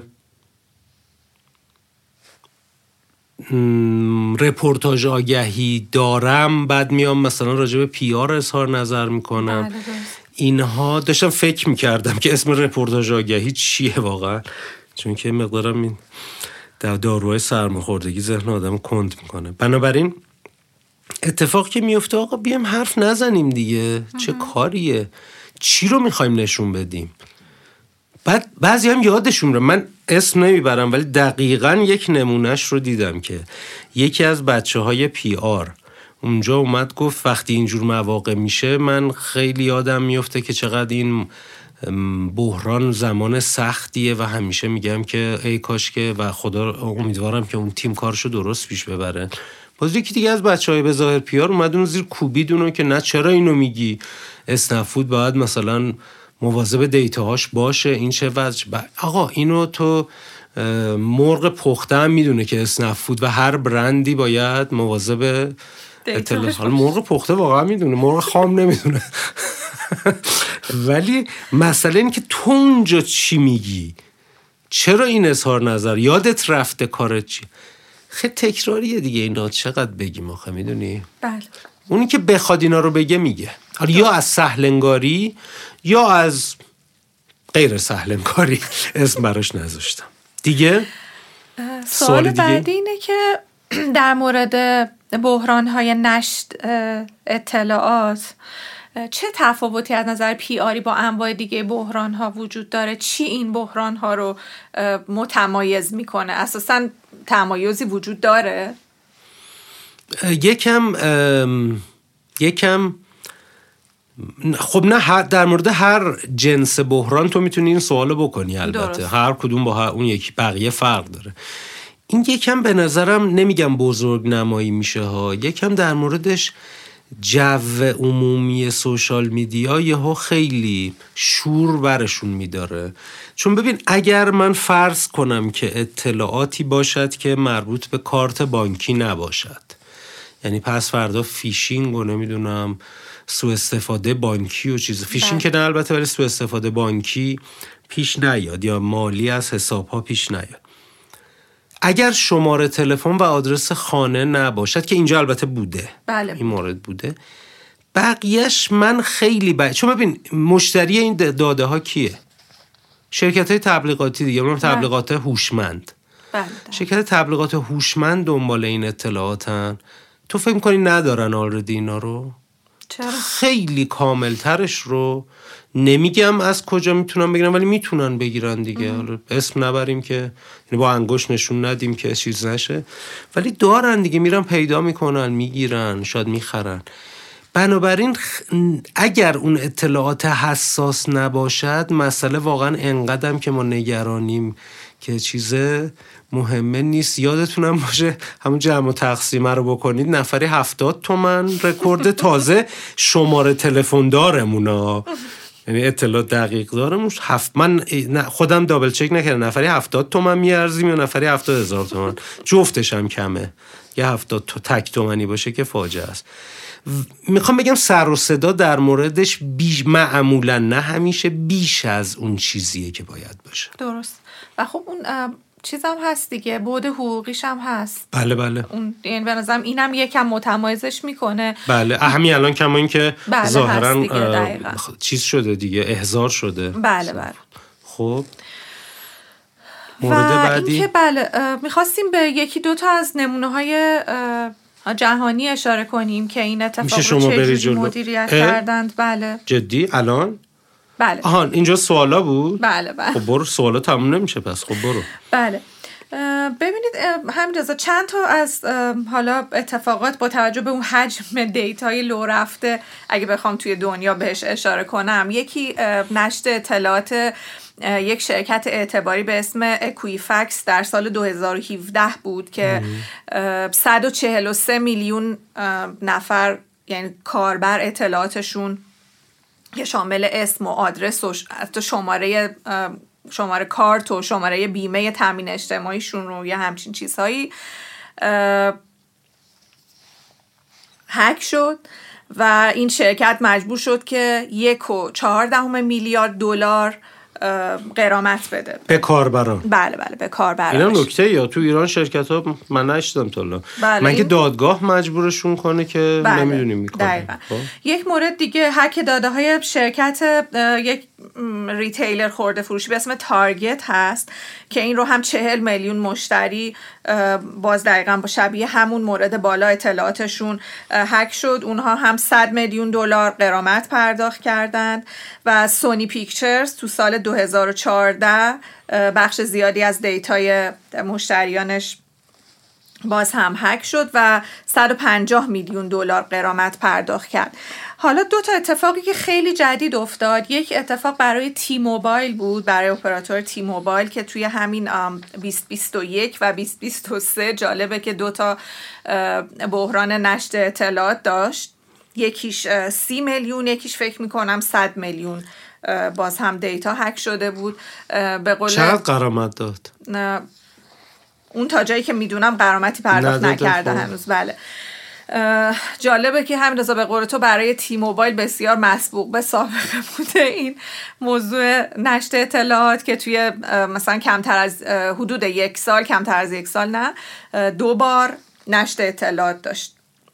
رپورتاج آگهی دارم بعد میام مثلا راجع به پی آر اظهار نظر میکنم. اینها داشتم فکر میکردم که اسم رپورتاج آگهی چیه واقعا، چون که مقدارم این داروهای سرماخوردگی ذهن آدم کند میکنه. بنابراین اتفاق که میفته آقا بیام حرف نزنیم دیگه، چه کاریه، چی رو میخوایم نشون بدیم. بعد بعضی هم یادشون رو، من اسم نمیبرم ولی دقیقاً یک نمونهش رو دیدم که یکی از بچه های پی آر اونجا اومد گفت وقتی اینجور مواقع میشه من خیلی یادم میفته که چقدر این بحران زمان سختیه و همیشه میگم که ای کاش که، و خدا امیدوارم که اون تیم کارشو درست پیش ببره. باز یکی دیگه از بچهای به ظاهر پی آر اومد اون زیر کوبیدونو که نه چرا اینو میگی، اسنپفود باید مثلا مواظب دیتاهاش باشه، این چه وضع. آقا اینو تو مرغ پخته هم میدونه که اسنپفود و هر برندی باید مواظب اطلاعات. مرغ پخته واقعا میدونه، مرغ خام نمیدونه. ولی مسئله این که تو اونجا چی میگی، چرا این اظهار نظر، یادت رفته کارت چی. خیلی تکراریه دیگه اینا، چقدر بگیم آخه میدونی. بله اونی که بخواد اینا رو بگه میگه، یا از سهلنگاری یا از غیر سهلنگاری، اسم براش نذاشتم دیگه. سوال بعدی اینه که در مورد بحران‌های نشت اطلاعات چه تفاوتی از نظر پی آری با انواع دیگه بحران‌ها وجود داره؟ چی این بحران‌ها رو متمایز میکنه؟ اساساً تمایزی وجود داره؟ یکم یکم خب نه، هر در مورد هر جنس بحران تو میتونی این سوالو بکنی البته درست. هر کدوم با هر اون یکی بقیه فرق داره. این یکم به نظرم نمیگم بزرگ نمایی میشه ها، یکم در موردش جو عمومی سوشال میدیا یهو خیلی شور برشون میداره. چون ببین اگر من فرض کنم که اطلاعاتی باشد که مربوط به کارت بانکی نباشد یعنی پس فردا فیشینگ و نمیدونم سوء استفاده بانکی و چیز فیشینگ که نه البته، ولی سوء استفاده بانکی پیش نیاد یا مالی از حساب ها پیش نیاد. اگر شماره تلفن و آدرس خانه نباشد که اینجا البته بوده، بله این مورد بوده، بقیهش من خیلی بد. چون ببین مشتری این داده ها کیه؟ شرکت های تبلیغاتی دیگه، اونم تبلیغات هوشمند. بله. شرکت تبلیغات هوشمند دنبال این اطلاعاتن. تو فکر می‌کنی ندارن آلردی اینا رو؟ چرا؟ خیلی کاملترش رو نمیگم از کجا میتونن بگیرن، ولی میتونن بگیرن دیگه. حالا اسم نبریم که یعنی با انگشت نشون ندیم که چیز نشه، ولی دارن دیگه، میرن پیدا میکنن، میگیرن، شاید میخرن. بنابراین اگر اون اطلاعات حساس نباشد، مسئله واقعا انقدرم که ما نگرانیم که چیزه مهمه نیست. یادتونم باشه همون جمع و تقسیمه رو بکنید، نفری هفتاد تومن رکورد تازه شماره تلفن دارمونا، یعنی اطلاعات دقیق دارم. هفت من خودم دابل چک نکردم نفری هفتاد تومن میارزیم یا نفری هفتاد هزار تومن، جفتش هم کمه. یه هفتاد تو تک تومنی باشه که فاجعه است. میخوام بگم سر و صدا در موردش بیش، معمولا نه همیشه، بیش از اون چیزیه که باید باشه. درست. و خب اون چیزم هست دیگه، بعد حقوقیش هم هست. بله بله. اون این به نظرم اینم یکم متمایزش میکنه. بله همین الان کما این که بله ظاهرا چیز شده دیگه، احضار شده. بله بله. خب مورد و بعدی اینکه بله میخواستیم به یکی دو تا از نمونه های جهانی اشاره کنیم که این اتفاق رو چجوری مدیریت کردند. بله جدی الان بله. آها اینجا سوالا بود. بله بله. خب برو، سوالا تموم نمیشه پس. خب برو. بله ببینید همینجا چند تا از حالا اتفاقات با توجه به اون حجم دیتای لو رفته اگه بخوام توی دنیا بهش اشاره کنم. یکی نشر اطلاعات یک شرکت اعتباری به اسم اکویفکس در سال دو هزار و هفده بود که صد و چهل و سه میلیون نفر یعنی کاربر اطلاعاتشون که شامل اسم و آدرس و شماره شماره کارت و شماره بیمه تامین اجتماعیشون رو یا همچین چیزهایی هک شد و این شرکت مجبور شد که یک و چهار دهم میلیارد دلار غرامت بده به کاربران. بله بله به کاربران. اینا نکته یا تو ایران شرکت ها من نشدم تا الان. بله من که دادگاه مجبورشون کنه که بله نمیدونیم میکنه. یک مورد دیگه هک داده های شرکت یک ریتیلر خورده فروشی به اسم تارگت هست که این رو هم چهل میلیون مشتری باز دقیقاً با شبیه همون مورد بالا اطلاعاتشون هک شد. اونها هم صد میلیون دلار غرامت پرداخت کردند و سونی پیکچرز تو سال دو هزار و چهارده بخش زیادی از دیتای مشتریانش باز هم هک شد و صد و پنجاه میلیون دلار غرامت پرداخت کرد. حالا دو تا اتفاقی که خیلی جدید افتاد، یک اتفاق برای تی موبایل بود، برای اپراتور تی موبایل که توی همین بیست بیست و یک و بیست بیست و سه جالبه که دو تا بحران نشر اطلاعات داشت. یکیش سی میلیون، یکیش فکر میکنم صد میلیون باز هم دیتا هک شده بود. به قول چقدر غرامت داد؟ اون تا جایی که میدونم غرامتی پرداخت نکرده هنوز. بله جالبه که همین رضا به قول تو برای تی موبایل بسیار مسبوق به سابقه بوده این موضوع نشر اطلاعات که توی مثلا کمتر از حدود یک سال کمتر از یک سال نه دو بار نشر اطلاعات داشت.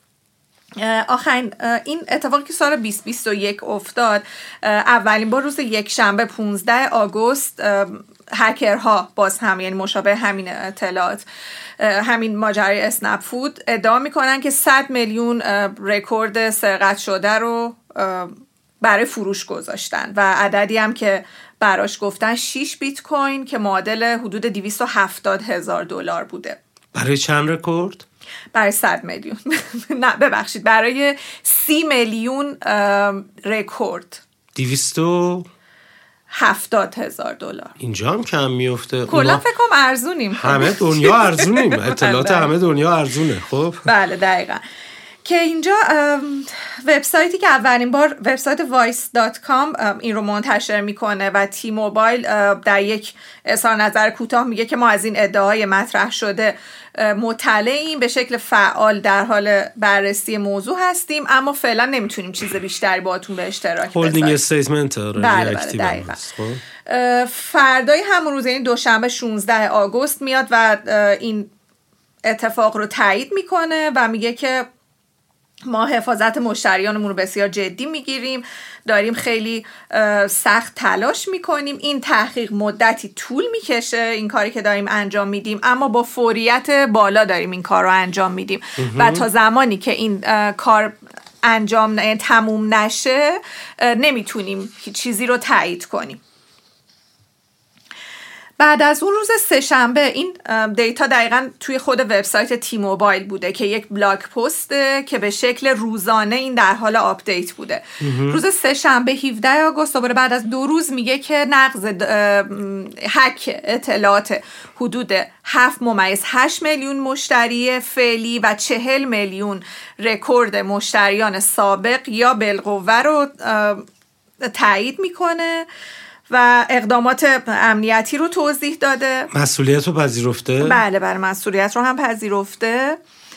آخرین این اتفاقی که سال بیست بیست و یک افتاد، اولین بار روز یک شنبه پانزده آگوست هکرها باز هم یعنی مشابه همین اطلاعات همین ماجرای اسنپ فود ادعا میکنن که صد میلیون رکورد سرقت شده رو برای فروش گذاشتن و عددی هم که براش گفتن شش بیت کوین که معادل حدود دویست و هفتاد هزار دلار بوده. برای چند رکورد؟ برای صد میلیون نه ببخشید برای سی میلیون رکورد دویست و هفتاد هزار دلار. اینجا هم کم میفته. کلا فکر کنم ارزونیم، همه دنیا ارزونیم، اطلاعات همه دنیا ارزونه. خب بله دقیقا. که اینجا وبسایتی که اولین بار وبسایت وایس دات کام این رو منتشر میکنه و تی موبایل در یک اظهار نظر کوتاه میگه که ما از این ادعاهای مطرح شده مطلعیم، به شکل فعال در حال بررسی موضوع هستیم، اما فعلا نمیتونیم چیز بیشتری باهاتون به اشتراک بذاریم. هولدینگ استیتمنت. بله بله دقیقاً. فردای همون روز، این دوشنبه شانزده آگوست میاد و این اتفاق رو تایید میکنه و میگه که ما حفاظت مشتریانمون رو بسیار جدی میگیریم، داریم خیلی سخت تلاش میکنیم. این تحقیق مدتی طول میکشه، این کاری که داریم انجام میدیم، اما با فوریت بالا داریم این کار رو انجام میدیم و تا زمانی که این کار انجام نه تموم نشه نمیتونیم چیزی رو تایید کنیم. بعد از اون روز سه‌شنبه، این دیتا دقیقاً توی خود وبسایت تی موبایل بوده که یک بلاگ پسته که به شکل روزانه این در حال آپدیت بوده. روز سه‌شنبه هفدهم آگوست دوباره بعد از دو روز میگه که نقض هک اطلاعات حدود هفت ممیز هشت میلیون مشتری فعلی و چهل میلیون رکورد مشتریان سابق یا بالقوه رو تایید میکنه و اقدامات امنیتی رو توضیح داده. مسئولیت رو پذیرفته؟ بله بله مسئولیت رو هم پذیرفته.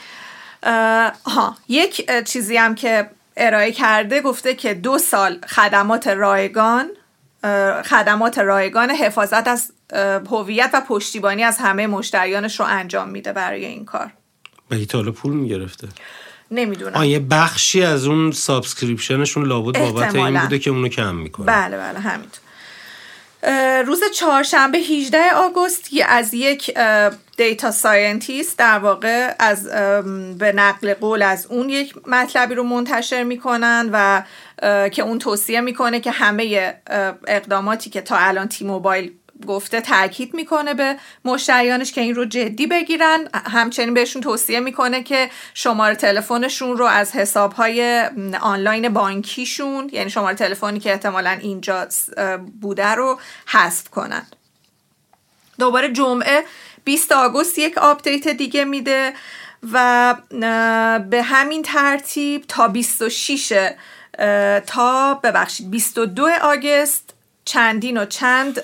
ها یک چیزی هم که ارائه کرده، گفته که دو سال خدمات رایگان خدمات رایگان حفاظت از هویت و پشتیبانی از همه مشتریانش رو انجام میده برای این کار. به ایتالیا پول میگرفته؟ نمیدونم. آه یه بخشی از اون سابسکریپشنشون لابد بابت این بوده که اونو کم میکنه. بله بله همینطور. روز چهارشنبه هجدهم آگوست از یک دیتا ساینتیست در واقع از به نقل قول از اون یک مطلبی رو منتشر میکنن و که اون توصیه میکنه که همه اقداماتی که تا الان تی موبایل گفته تاکید میکنه به مشتریانش که این رو جدی بگیرن. همچنین بهشون توصیه میکنه که شماره تلفنشون رو از حسابهای آنلاین بانکیشون، یعنی شماره تلفنی که احتمالاً اینجا بوده، رو حذف کنن. دوباره جمعه بیستم آگوست یک آپدیت دیگه میده و به همین ترتیب تا بیست و شش تا ببخشید بیست و دوم آگوست چندین و چند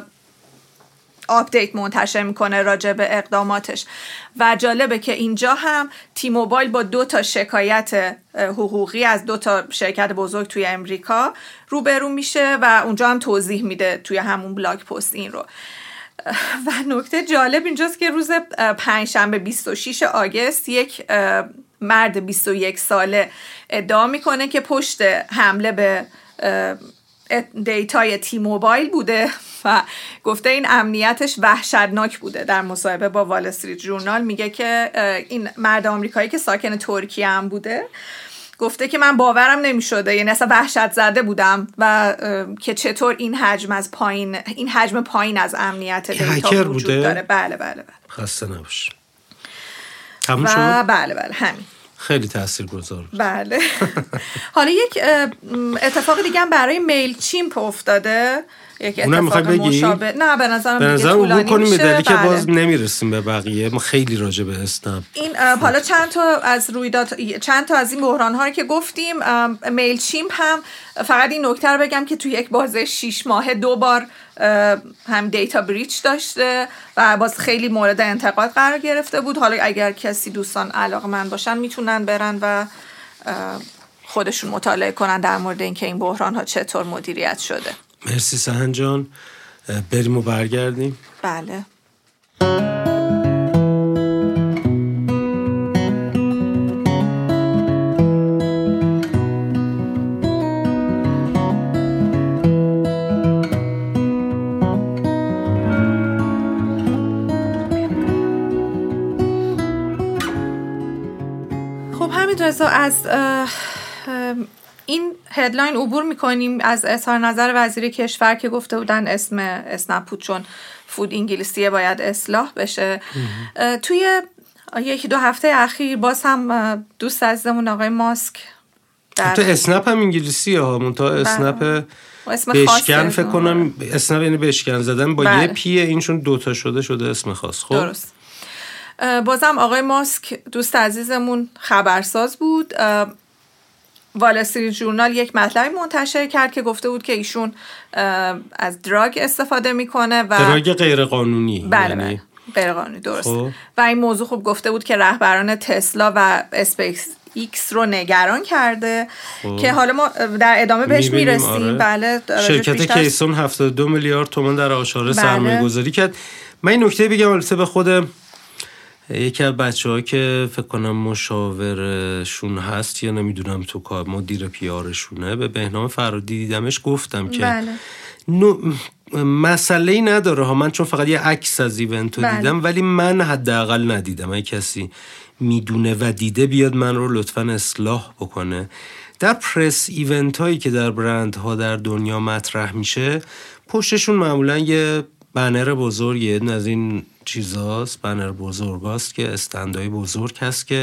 آپدیت منتشر میکنه راجع به اقداماتش و جالبه که اینجا هم تی موبایل با دو تا شکایت حقوقی از دو تا شرکت بزرگ توی امریکا روبرو میشه و اونجا هم توضیح میده توی همون بلاگ پست این رو. و نکته جالب اینجاست که روز پنجشنبه بیست و شش آگوست یک مرد بیست و یک ساله ادعا میکنه که پشت حمله به دیتای تی موبایل بوده و گفته این امنیتش وحشتناک بوده. در مصاحبه با وال استریت ژورنال میگه که این مرد آمریکایی که ساکن ترکیه هم بوده گفته که من باورم نمیشده، یعنی اصلا وحشت زده بودم و که چطور این حجم از پایین این حجم پایین از امنیت دیتا وجود بوده. داره. بله بله بله. خسته نباش. تموم شد؟ بله بله همین. خیلی تاثیرگذار بود. بله. حالا یک اتفاق دیگه هم برای میل چیمپ افتاده. یک اتفاق مشابه. نه به نظرم به نظرم عبور کنیم به دلیلی که باز نمیرسیم به بقیه. ما خیلی راجع به اسنپ این حالا چند تا از رویداد چند تا از این بحران ها رو که گفتیم، میل چیمپ هم فقط این نکته رو بگم که توی یک بازه شش ماهه دو بار هم دیتا بریچ داشته و باز خیلی مورد انتقاد قرار گرفته بود. حالا اگر کسی دوستان علاقه‌مند باشن میتونن برن و خودشون مطالعه کنن در مورد اینکه این بحران ها چطور مدیریت شده. مرسی سهن جان. بریم و برگردیم. بله. خب همینطور از این هدلاین عبور میکنیم از اظهار نظر وزیر کشور که گفته بودن اسم اسنپ چون فود انگلیسیه باید اصلاح بشه. توی یکی دو هفته اخیر باز هم دوست عزیزمون آقای ماسک در تو اسنپ هم انگلیسیه ها، منتها اسنپ بشکن فکر کنم اسنپ یعنی بشکن زدن با بله. یه پیه اینشون دوتا شده شده اسم خاص. خب درست. بازم آقای ماسک دوست عزیزمون خبرساز بود. وال استریت ژورنال یک مطلبی منتشر کرد که گفته بود که ایشون از دراگ استفاده میکنه و دراگ غیر قانونی. بله بله غیر قانونی درست. خب. و این موضوع خب گفته بود که رهبران تسلا و اسپیس ایکس رو نگران کرده. خب. که حالا ما در ادامه بهش میرسیم. آره. بله شرکت کیسون هفتاد و دو میلیارد تومان در آشاره بله. سرمایه گذاری کرد. من این نکته بگم البته به خود یکی از بچه‌ها که فکر کنم مشاورشون هست یا نمیدونم تو کار مدیر پیارشونه، به بهنام فرادی دیدمش، گفتم که بله. نو مسئله‌ای نداره ها، من چون فقط یه عکس از ایونتو بله. دیدم، ولی من حداقل ندیدم. اگه کسی میدونه و دیده بیاد من رو لطفاً اصلاح بکنه. در پرس ایونت هایی که در برندها در دنیا مطرح میشه، پشتشون معمولاً یه بنر بزرگ، یه از این چیزاست، بنر بزرگاست که استندای بزرگ هست که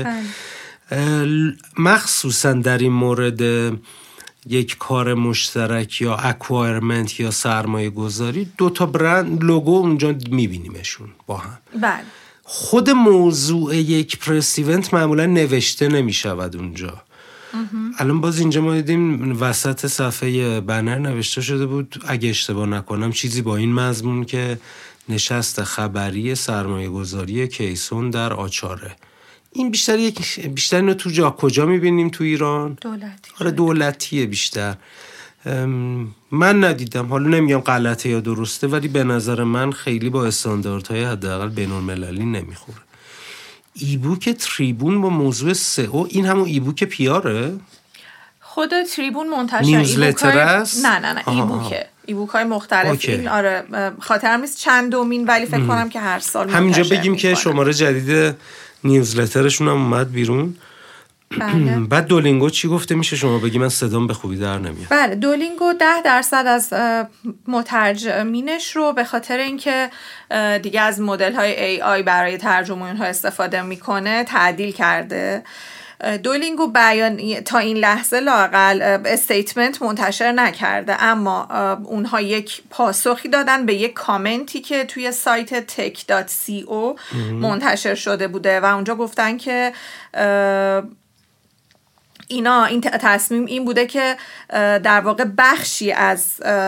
مخصوصا در این مورد یک کار مشترک یا اکوایرمنت یا سرمایه گذاری، دو تا برند لوگو اونجا میبینیمشون با هم. بله. خود موضوع یک پرس ایونت معمولا نوشته نمیشود اونجا. الان باز اینجا ما دیدیم وسط صفحه بنر نوشته شده بود، اگه اشتباه نکنم چیزی با این مضمون که نشست خبری سرمایه گذاری کیسون در آچاره. این بیشتر یک بیشتر اینو تو جا کجا میبینیم؟ تو ایران دولتی. آره دولتیه بیشتر. من ندیدم، حالا نمیگم غلطه یا درسته، ولی به نظر من خیلی با استانداردهای حداقل بین‌المللی نمیخوره. ایبوک تریبون با موضوع سئو، این همون ایبوک پیاره؟ خود تریبون منتشر نیوزلتر است؟ نه نه نه ایبوکه، ایبوک های مختلف. اوکی. این آره خاطرم نیست چند دومین، ولی فکر ام. کنم که هر سال همینجا بگیم میکنه. که شماره جدید نیوزلترشون هم اومد بیرون. بله. بعد دولینگو چی گفته میشه؟ شما بگی، من صدام به خوبی در نمیاد. بله دولینگو ده درصد از مترجمینش رو به خاطر اینکه دیگه از مدل های ای آی برای ترجمه اونها استفاده میکنه تعدیل کرده. دولینگو بیان تا این لحظه لااقل استیتمنت منتشر نکرده، اما اونها یک پاسخی دادن به یک کامنتی که توی سایت تک دات سی او منتشر شده بوده و اونجا گفتن که اینا این تصمیم این بوده که در واقع بخشی از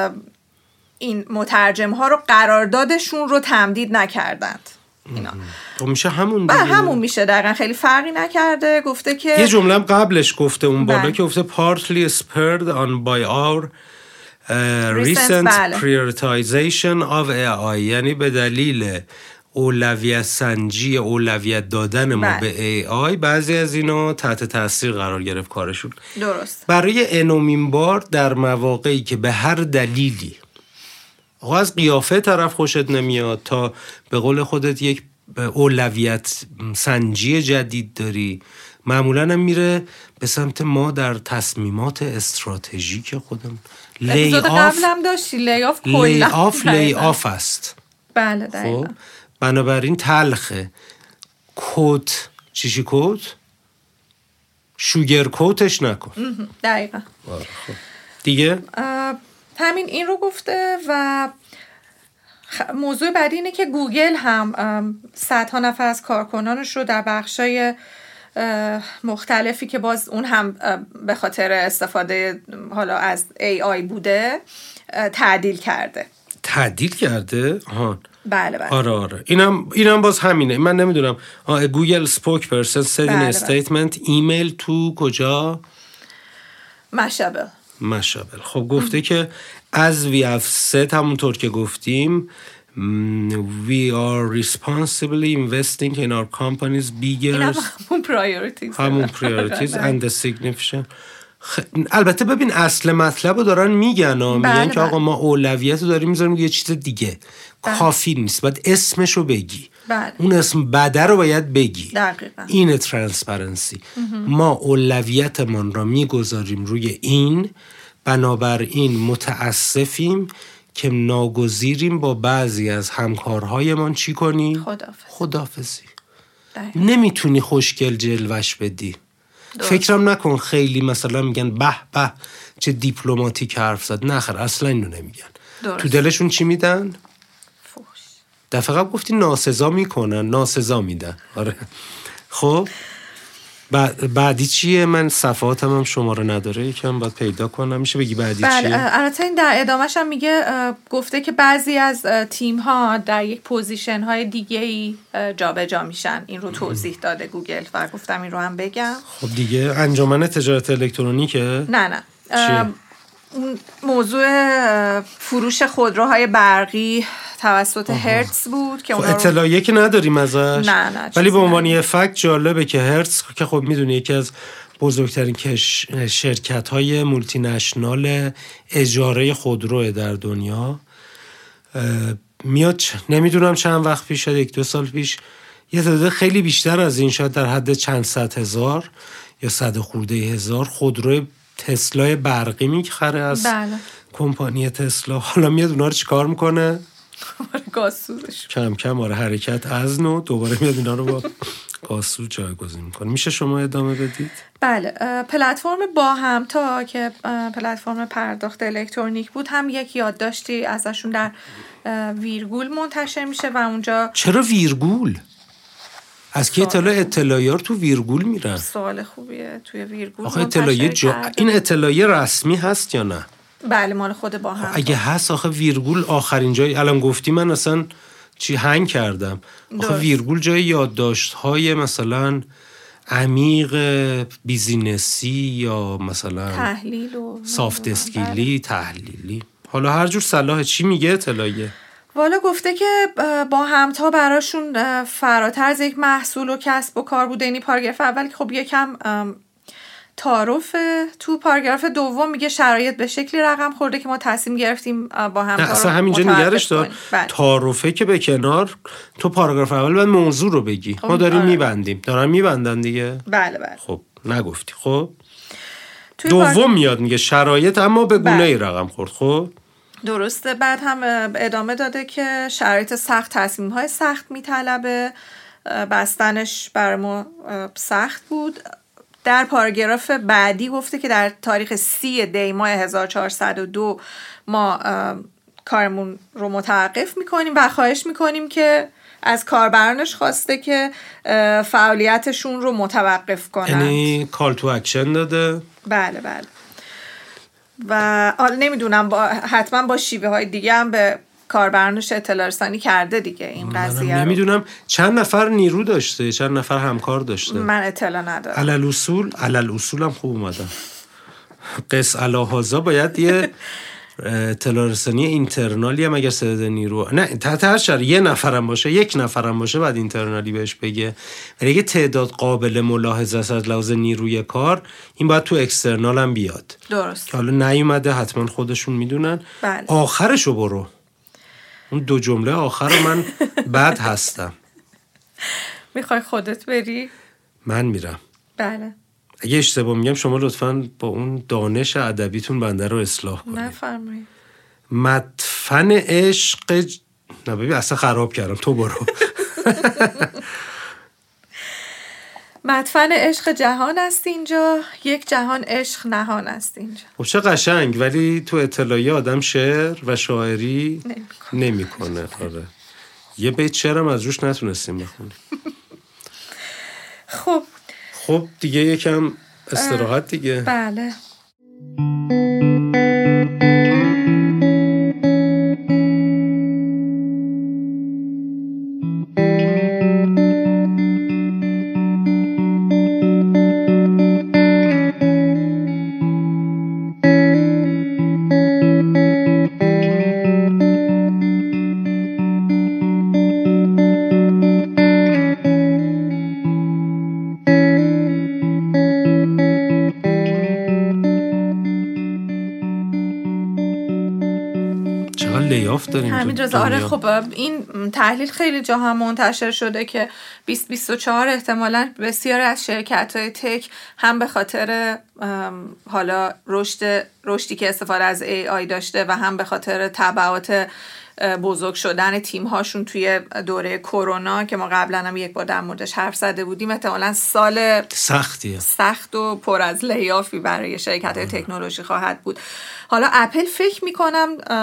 این مترجم ها رو قراردادشون رو تمدید نکردند. اینا تو میشه همون دیگه. همون میشه دقیقا، خیلی فرقی نکرده. گفته که یه جمله هم قبلش گفته اون بالا که گفته partly spurred on by our uh, recent بله. prioritization of ای آی، یعنی به دلیل اولویت سنجی، اولویت دادن ما بله. به ای آی، بعضی از اینا تحت تاثیر قرار گرفت کارشون. درست. برای انومین بار در مواقعی که به هر دلیلی آقا از قیافه طرف خوشت نمیاد، تا به قول خودت یک اولویت سنجی جدید داری، معمولا هم میره به سمت ما در تصمیمات استراتژیک خودم. لی آف قبلم داشتی لی آف کلا لی آف لی آف است. بله دقیقا. خب بنابراین تلخه. کوت چیشی کوت شوگر کوتش نکن. دقیقا. خب دیگه همین این رو گفته. و موضوع بعدی اینه که گوگل هم صدها نفر از کارکنانش رو در بخشای مختلفی که باز اون هم به خاطر استفاده حالا از ای آی بوده تعدیل کرده. تعدیل کرده؟ آها. بله بله. آره آره. اینم اینم باز همینه. من نمیدونم. آه گوگل سپوک پرسن said in a statement ایمیل تو کجا؟ مشابل. مشابل. خب گفته که as we have said، همونطور که گفتیم we are responsibly investing in our company's bigger همون priorities همون priorities and the significant. خ... البته ببین اصل مطلب رو دارن میگن ها، میگن بله که آقا ما اولویت رو داریم میذاریم یه چیز دیگه. بله. کافی نیست، باید اسمش رو بگی. بله. اون اسم بده رو باید بگی. دقیقا. این ترانسپرنسی. ما اولویتمون رو میگذاریم روی این، بنابراین متاسفیم که ناگزیریم با بعضی از همکارهایمان چی کنی؟ خداحافظی. خداحافظی. نمیتونی خوشگل جلوش بدی. درست. فکرم نکن خیلی مثلا میگن به به چه دیپلماتیک حرف زد. نه خیر، اصلا اینو نمیگن. درست. تو دلشون چی میدن؟ فوش. دفعه قبل گفتی ناسزا میکنن، ناسزا میدن. آره. خب بعد بعدی چیه؟ من صفحاتم هم شماره نداره، یکم باید پیدا کنم. میشه بگی بعدی بله، چیه؟ البته این در ادامهش هم میگه گفته که بعضی از تیم ها در یک پوزیشن های دیگه ای جابجا میشن. این رو توضیح داده گوگل و گفتم این رو هم بگم. خب دیگه انجمن تجارت الکترونیکه؟ نه نه چیه؟ موضوع فروش خودروهای برقی توسط هرتز بود که خب اونا اطلاعیه که نداریم ازش. نه نه ولی به عنوان یه فکت جالبه که هرتز که خب میدونی یکی از بزرگترین کش... شرکت های مولتی نشنال اجاره خودروه در دنیا، میاد نمیدونم چند وقت پیش، شاید یک دو سال پیش، یه تعداد خیلی بیشتر از این، شاید در حد چند صد هزار یا صد خورده هزار خودرو تسلا برقی میخره از بله. کمپانی تسلا. حالا میاد اونا رو چیکار میکنه؟ گازسوزش کم کم آره حرکت از نو دوباره میاد اینا رو با گازسوز جایگزین میکنه. میشه شما ادامه بدید؟ بله، پلتفرم با همتا که پلتفرم پرداخت الکترونیک بود هم یک یادداشتی ازشون در ویرگول منتشر میشه و اونجا. چرا ویرگول؟ از کی اطلاع اطلاعیار تو ویرگول میرن؟ سوال خوبیه. توی ویرگول آخه اطلاعیه جا... این اطلاعیه رسمی هست یا نه؟ بله مال خود با هم. اگه هست آخه ویرگول آخرین جای الان گفتی من اصلا چی هنگ کردم. آخه ویرگول جای یادداشت های مثلا عمیق بیزینسی یا مثلا تحلیل و سافت اسکیلی تحلیلی، حالا هر جور صلاح. چی میگه اطلاعیه؟ والا گفته که با همتا براشون فراتر از یک محصول و کسب و کار بوده. اینی پاراگراف اول که خب یکم تعارف، تو پاراگراف دوم میگه شرایط به شکلی رقم خورده که ما تصمیم گرفتیم با هم نه اصلا همینجا نگرش دار. تعارفه که به کنار، تو پاراگراف اول باید موضوع رو بگی. خب ما داریم آره. میبندیم، دارن میبندن دیگه. بله بله. خب نگفتی. خب دوم پاراگراف... میاد میگه شرایط اما به گونه ای رقم خورد. خب درسته. بعد هم ادامه داده که شرایط سخت تصمیم های سخت میطلبه، بستنش بر ما سخت بود. در پاراگراف بعدی گفته که در تاریخ سی دی ماه هزار و چهارصد و دو ما کارمون رو متوقف میکنیم و خواهش میکنیم که از کاربرانش خواسته که فعالیتشون رو متوقف کنند. یعنی کال تو اکشن داده؟ بله بله. و حالا نمیدونم با حتما با شیوه های دیگه هم به کاربرانش اطلاع رسانی کرده دیگه این قضیه. نمیدونم چند نفر نیرو داشته، چند نفر همکار داشته. من اطلاع ندارم. علل اصول علل اصول هم خوب اومدن. قص علاهازا باید یه اطلاع رسانی اینترنالی هم اگر سدد نیرو نه تحت هر شرط یه نفرم باشه، یک نفرم باشه بعد اینترنالی بهش بگه. ولی اگه تعداد قابل ملاحظه است از لحاظ نیروی کار، این باید تو اکسترنال هم بیاد. درست. که حالا نیومده حتما خودشون میدونن. بله. آخرشو برو. اون دو جمله آخر رو من بد هستم. میخوای خودت بری؟ من میرم. بله. اگه اشتباه میگم شما لطفاً با اون دانش ادبیتون بنده رو اصلاح کنید. نفرمایید. مدفن عشق ج... نه ببین اصلا خراب کردم، تو برو. مدفن عشق جهان است اینجا، یک جهان عشق نهان است اینجا. خب چه قشنگ. ولی تو اطلاعی آدم شعر و شاعری نمی کنه. آره یه بیت شعرم از روش نتونستیم بخونیم. خب خب دیگه یکم استراحت دیگه. بله. همین رضا. آره خب این تحلیل خیلی جا هم منتشر شده که بیست بیست و چهار احتمالاً بسیاری از شرکت‌های تک هم به خاطر حالا رشد رشدی که استفاده از ای آی داشته و هم به خاطر تبعات بزرگ شدن تیم‌هاشون توی دوره کرونا که ما قبلا هم یک بار در موردش حرف زده بودیم، احتمالاً سال سختیه، سخت و پر از لیافی برای شرکت‌های تکنولوژی خواهد بود. حالا اپل فکر می‌کنم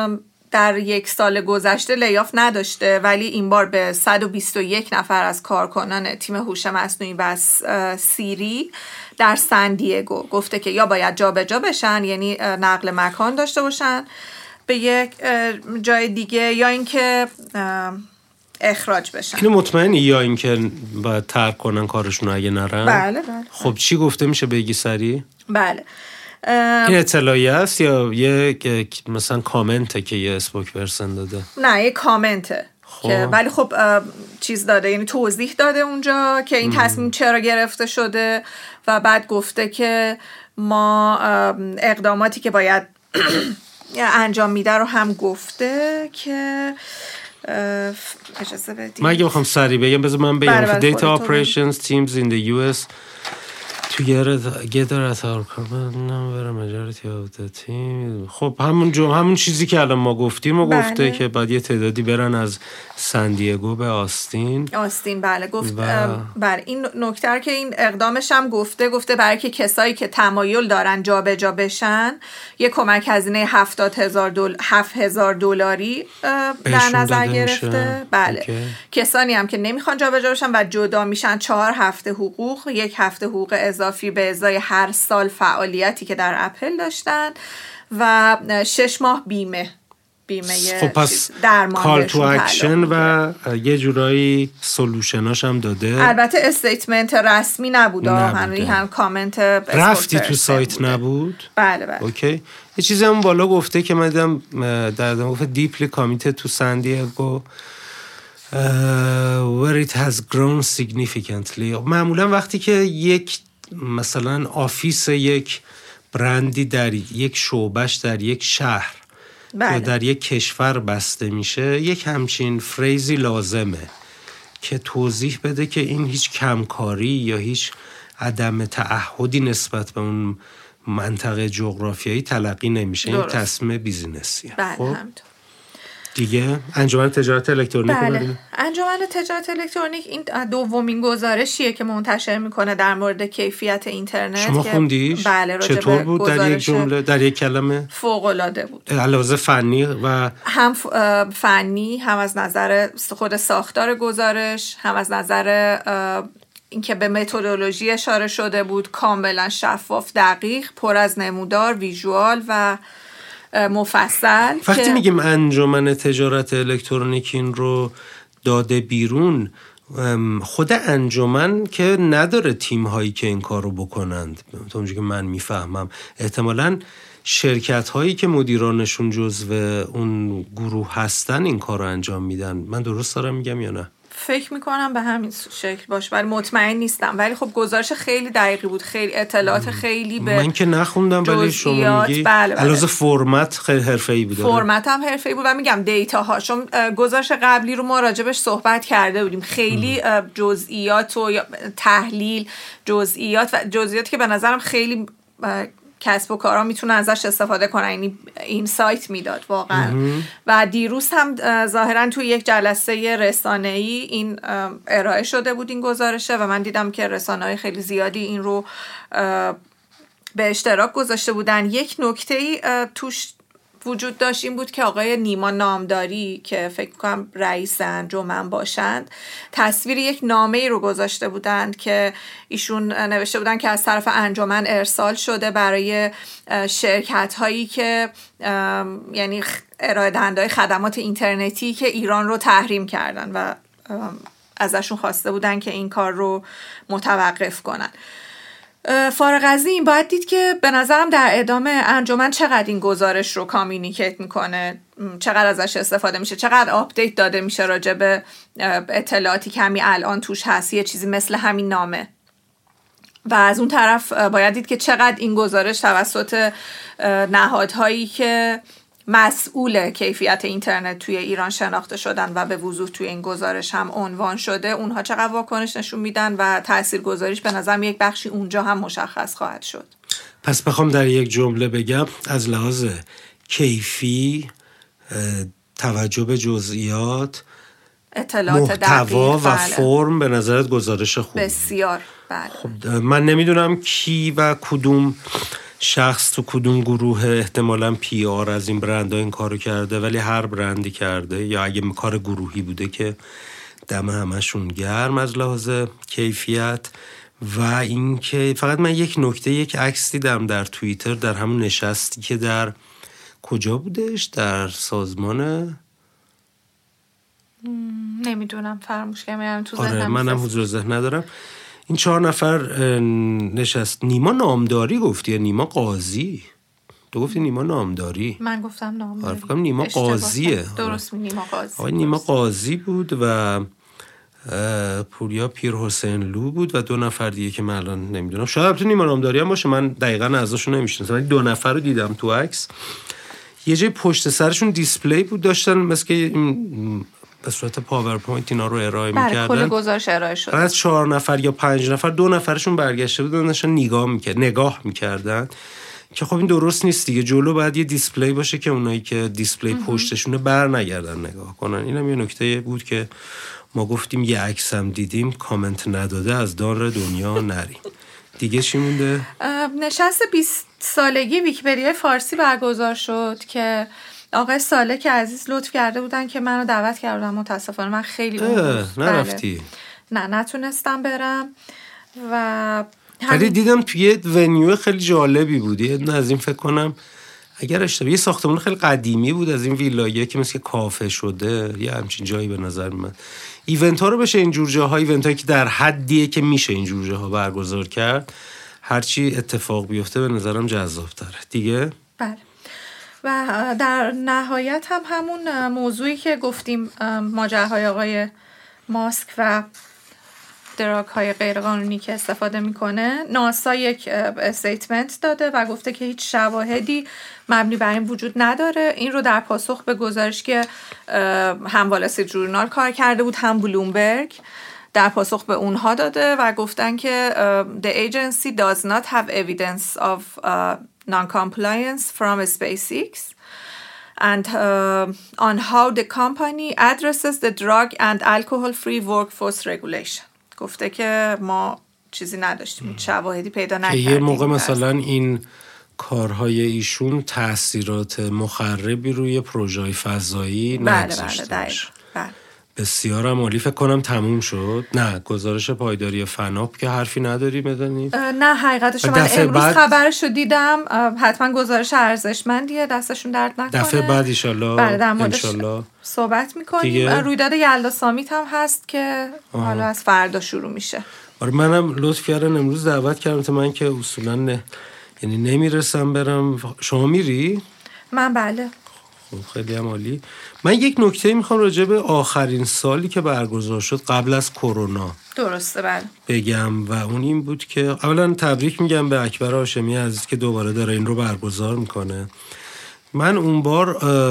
در یک سال گذشته لیاف نداشته، ولی این بار به صد و بیست و یک نفر از کارکنان تیم هوش مصنوعی و سیری در سن دیگو گفته که یا باید جابجا بشن، یعنی نقل مکان داشته باشن به یک جای دیگه، یا اینکه اخراج بشن. اینو مطمئنی یا اینکه باید ترک کنن کارشون اگه نرن؟ بله بله. خب چی گفته میشه بگی سریع؟ بله. این اطلاعی است یا یه مثلا کامنته که یه اسپوک پرسن داده؟ نه یه کامنته خب. که ولی خب چیز داده، یعنی توضیح داده اونجا که این تصمیم چرا گرفته شده و بعد گفته که ما اقداماتی که باید انجام میده رو هم گفته که اجازه بدید. من اگه بخوام سریع بگم بذار من بگم. Data operations teams in the U S together at our number majority of the team. خب همون جو همون چیزی که الان ما گفتیم و گفته بله. که بعد یه تعدادی برن از سن دیگو به آستین. آستین بله گفت و... بله این نکته که این اقدامش هم گفته گفته برای که کسایی که تمایل دارن جابجا بشن یه کمک هزینه هفتاد هزار دلار هفت هزار دلاری در نظر گرفته. بله اوکی. کسانی هم که نمیخوان جابجا بشن و جدا میشن چهار هفته حقوق، یک هفته حقوق اضافی به ازای هر سال فعالیتی که در اپل داشتن و شش ماه بیمه بیمه خب پس کال تو اکشن و یه جورایی سولوشناش هم داده. البته استیتمنت رسمی نبود، هنوز هم کامنت رفتی تو سایت بوده. نبود؟ بله بله اوکی. یه چیزی هم بالا گفته که من دیدم در ادامه گفته دیپلی کامیتد تو سن دیگو where it has grown significantly. معمولا وقتی که یک مثلا آفیس یک برندی در یک شعبش در یک شهر بله. یا در یک کشور بسته میشه، یک همچین فریزی لازمه که توضیح بده که این هیچ کمکاری یا هیچ عدم تعهدی نسبت به اون منطقه جغرافیایی تلقی نمیشه. این تصمیم بیزینسیه. بله خب؟ دیگه انجمن تجارت الکترونیک بله. انجمن تجارت الکترونیک این دومین گزارشیه که منتشر میکنه در مورد کیفیت اینترنت. شما خوندیش؟ بله. چطور بود در یک جمله، در یک کلمه؟ فوق العاده بود. علاوه فنی و هم فنی، هم از نظر خود ساختار گزارش، هم از نظر اینکه به متدولوژی اشاره شده بود، کاملا شفاف، دقیق، پر از نمودار، ویژوال و مفصل. وقتی که میگیم انجمن تجارت الکترونیک این رو داده بیرون، خود انجمن که نداره تیم هایی که این کار رو بکنند، تا اونجایی که من میفهمم احتمالاً شرکت هایی که مدیرانشون جزو اون گروه هستن این کار رو انجام میدن. من درست دارم میگم یا نه؟ فکر میکنم به همین شکل باشه، ولی مطمئن نیستم. ولی خب گزارش خیلی دقیقی بود، خیلی اطلاعات خیلی به من که نخوندم ولی شما میگی علاوه فرمت خیلی حرفه‌ای بود. فرمت هم حرفه‌ای بود و میگم دیتا ها، چون گزارش قبلی رو ما راجبش صحبت کرده بودیم، خیلی ام. جزئیات و تحلیل جزئیات و جزئیاتی که به نظرم خیلی کسب و کارها میتونه ازش استفاده کنن، یعنی این سایت میداد واقعا. و دیروز هم ظاهرا توی یک جلسه رسانه‌ای این ارائه شده بود این گزارشه و من دیدم که رسانه‌های خیلی زیادی این رو به اشتراک گذاشته بودن. یک نکته‌ای توش وجود داشت این بود که آقای نیما نامداری که فکر کنم رئیس انجمن باشند، تصویر یک نامه‌ای رو گذاشته بودند که ایشون نوشته بودن که از طرف انجمن ارسال شده برای شرکت هایی که یعنی ارائه دهنده خدمات اینترنتی که ایران رو تحریم کردن و ازشون خواسته بودن که این کار رو متوقف کنن. فارغ از این باید دید که به نظرم در ادامه انجمن چقدر این گزارش رو کامیونیکیت میکنه، چقدر ازش استفاده میشه، چقدر آپدیت داده میشه راجع به اطلاعاتی که همین الان توش هست، یه چیزی مثل همین نامه. و از اون طرف باید دید که چقدر این گزارش توسط نهادهایی که مسئول کیفیت اینترنت توی ایران شناخته شدن و به وضوح توی این گزارش هم عنوان شده، اونها چقدر واکنش نشون میدن و تاثیرگذاریش به نظرم یک بخشی اونجا هم مشخص خواهد شد. پس بخوام در یک جمله بگم، از لحاظ کیفی، توجه به جزئیات، اطلاعات محتوا و بله. فرم به نظرت گزارش خوب؟ بسیار. بله. خب من نمیدونم کی و کدوم شخص تو کدوم گروه احتمالاً پی آر از این برندها این کارو کرده، ولی هر برندی کرده، یا اگه کار گروهی بوده که دم همشون گرم از لحاظ کیفیت. و اینکه فقط من یک نکته، یک عکس دیدم در توییتر در همون نشستی که در کجا بودش، در سازمان نمیدونم فراموش کردم تو آره ذهنم، منم حضور ذهن ندارم. این چهار نفر نشست. نیما نامداری گفتی یا نیما قاضی؟ تو گفتی نیما نامداری. من گفتم نامداری. آره فکرم نیما قاضیه. درست می نیما قاضی. آقای نیما قاضی بود و پوریا پیر حسین لو بود و دو نفر دیگه که من الان نمیدونم، شاید البته نیما نامداری هم باشه، من دقیقاً ازشون نمیشناسم، ولی دو نفر رو دیدم تو عکس. یه جای پشت سرشون دیسپلی بود، داشتن مثل که به صورت پاورپوینت اینا رو ارائه می‌کردن. بله کل گزارش ارائه شد. از چهار نفر یا پنج نفر دو نفرشون برگشته بودن داشتن نگاه می‌کرد نگاه می‌کردن که خب این درست نیست دیگه. جلو باید یه دیسپلی باشه که اونایی که دیسپلی پشتشونه بر نگردن نگاه کنن. اینم یه نکته بود که ما گفتیم یه عکس هم دیدیم کامنت نداده از دار دنیا نریم. دیگه چی مونده؟ نشست بیست سالگی ویکی‌پدیا فارسی برگزار شد که آقای ساله که عزیز لطف کرده بودن که منو دعوت کردن. متاسفانه من خیلی اون نرفتی؟ بله. نه نتونستم برم و ولی دیدم توی ونیو خیلی جالبی بود. یه از این فکر کنم اگر اشتباه یه ساختمان خیلی قدیمی بود از این ویلاییه که مثل کافه شده، یه همچین جایی به نظر میاد. ایونت ها رو بشه اینجور جاها، ایونت هایی که در حدیه که میشه اینجور جاها برگزار کرد، هرچی اتفاق بیفته به نظرم جذاب تره دیگه. بله. و در نهایت هم همون موضوعی که گفتیم، ماجراهای آقای ماسک و دراگ های غیرقانونی که استفاده میکنه، ناسا یک استیتمنت داده و گفته که هیچ شواهدی مبنی بر این وجود نداره. این رو در پاسخ به گزارش که هم وال استریت جورنال کار کرده بود هم بلومبرگ در پاسخ به اونها داده و گفتن که the agency does not have evidence of uh, non-compliance from SpaceX and uh, on how the company addresses the drug and alcohol-free workforce regulation. گفته که ما چیزی نداشتیم، شواهدی پیدا نکردیم. یه موقع مثلا این کارهای ایشون تأثیرات مخربی روی پروژه‌های فضایی نگذاشته بله بله بله. بسیار عالی. فکر کنم تموم شد. نه گزارش پایداری فناپ که حرفی نداری بدنی؟ نه حقیقتش من امروز بعد... خبرشو دیدم. حتما گزارش ارزشمندیه، دستشون درد نکنه. دفعه بعد ایشالله بله در موردش صحبت میکنیم. رویداد یلدا سامیت هم هست که آه. حالا از فردا شروع میشه. آره منم لطف کردن امروز دعوت کردم تا من که اصولا نه... یعنی نمیرسم برم. شما میری؟ من بله. خب خیلی هم عالی. من یک نکته میخوام راجع به آخرین سالی که برگزار شد قبل از کرونا درسته بله بگم و اون این بود که اولا تبریک میگم به اکبر هاشمی عزیز که دوباره داره این رو برگزار میکنه. من اون بار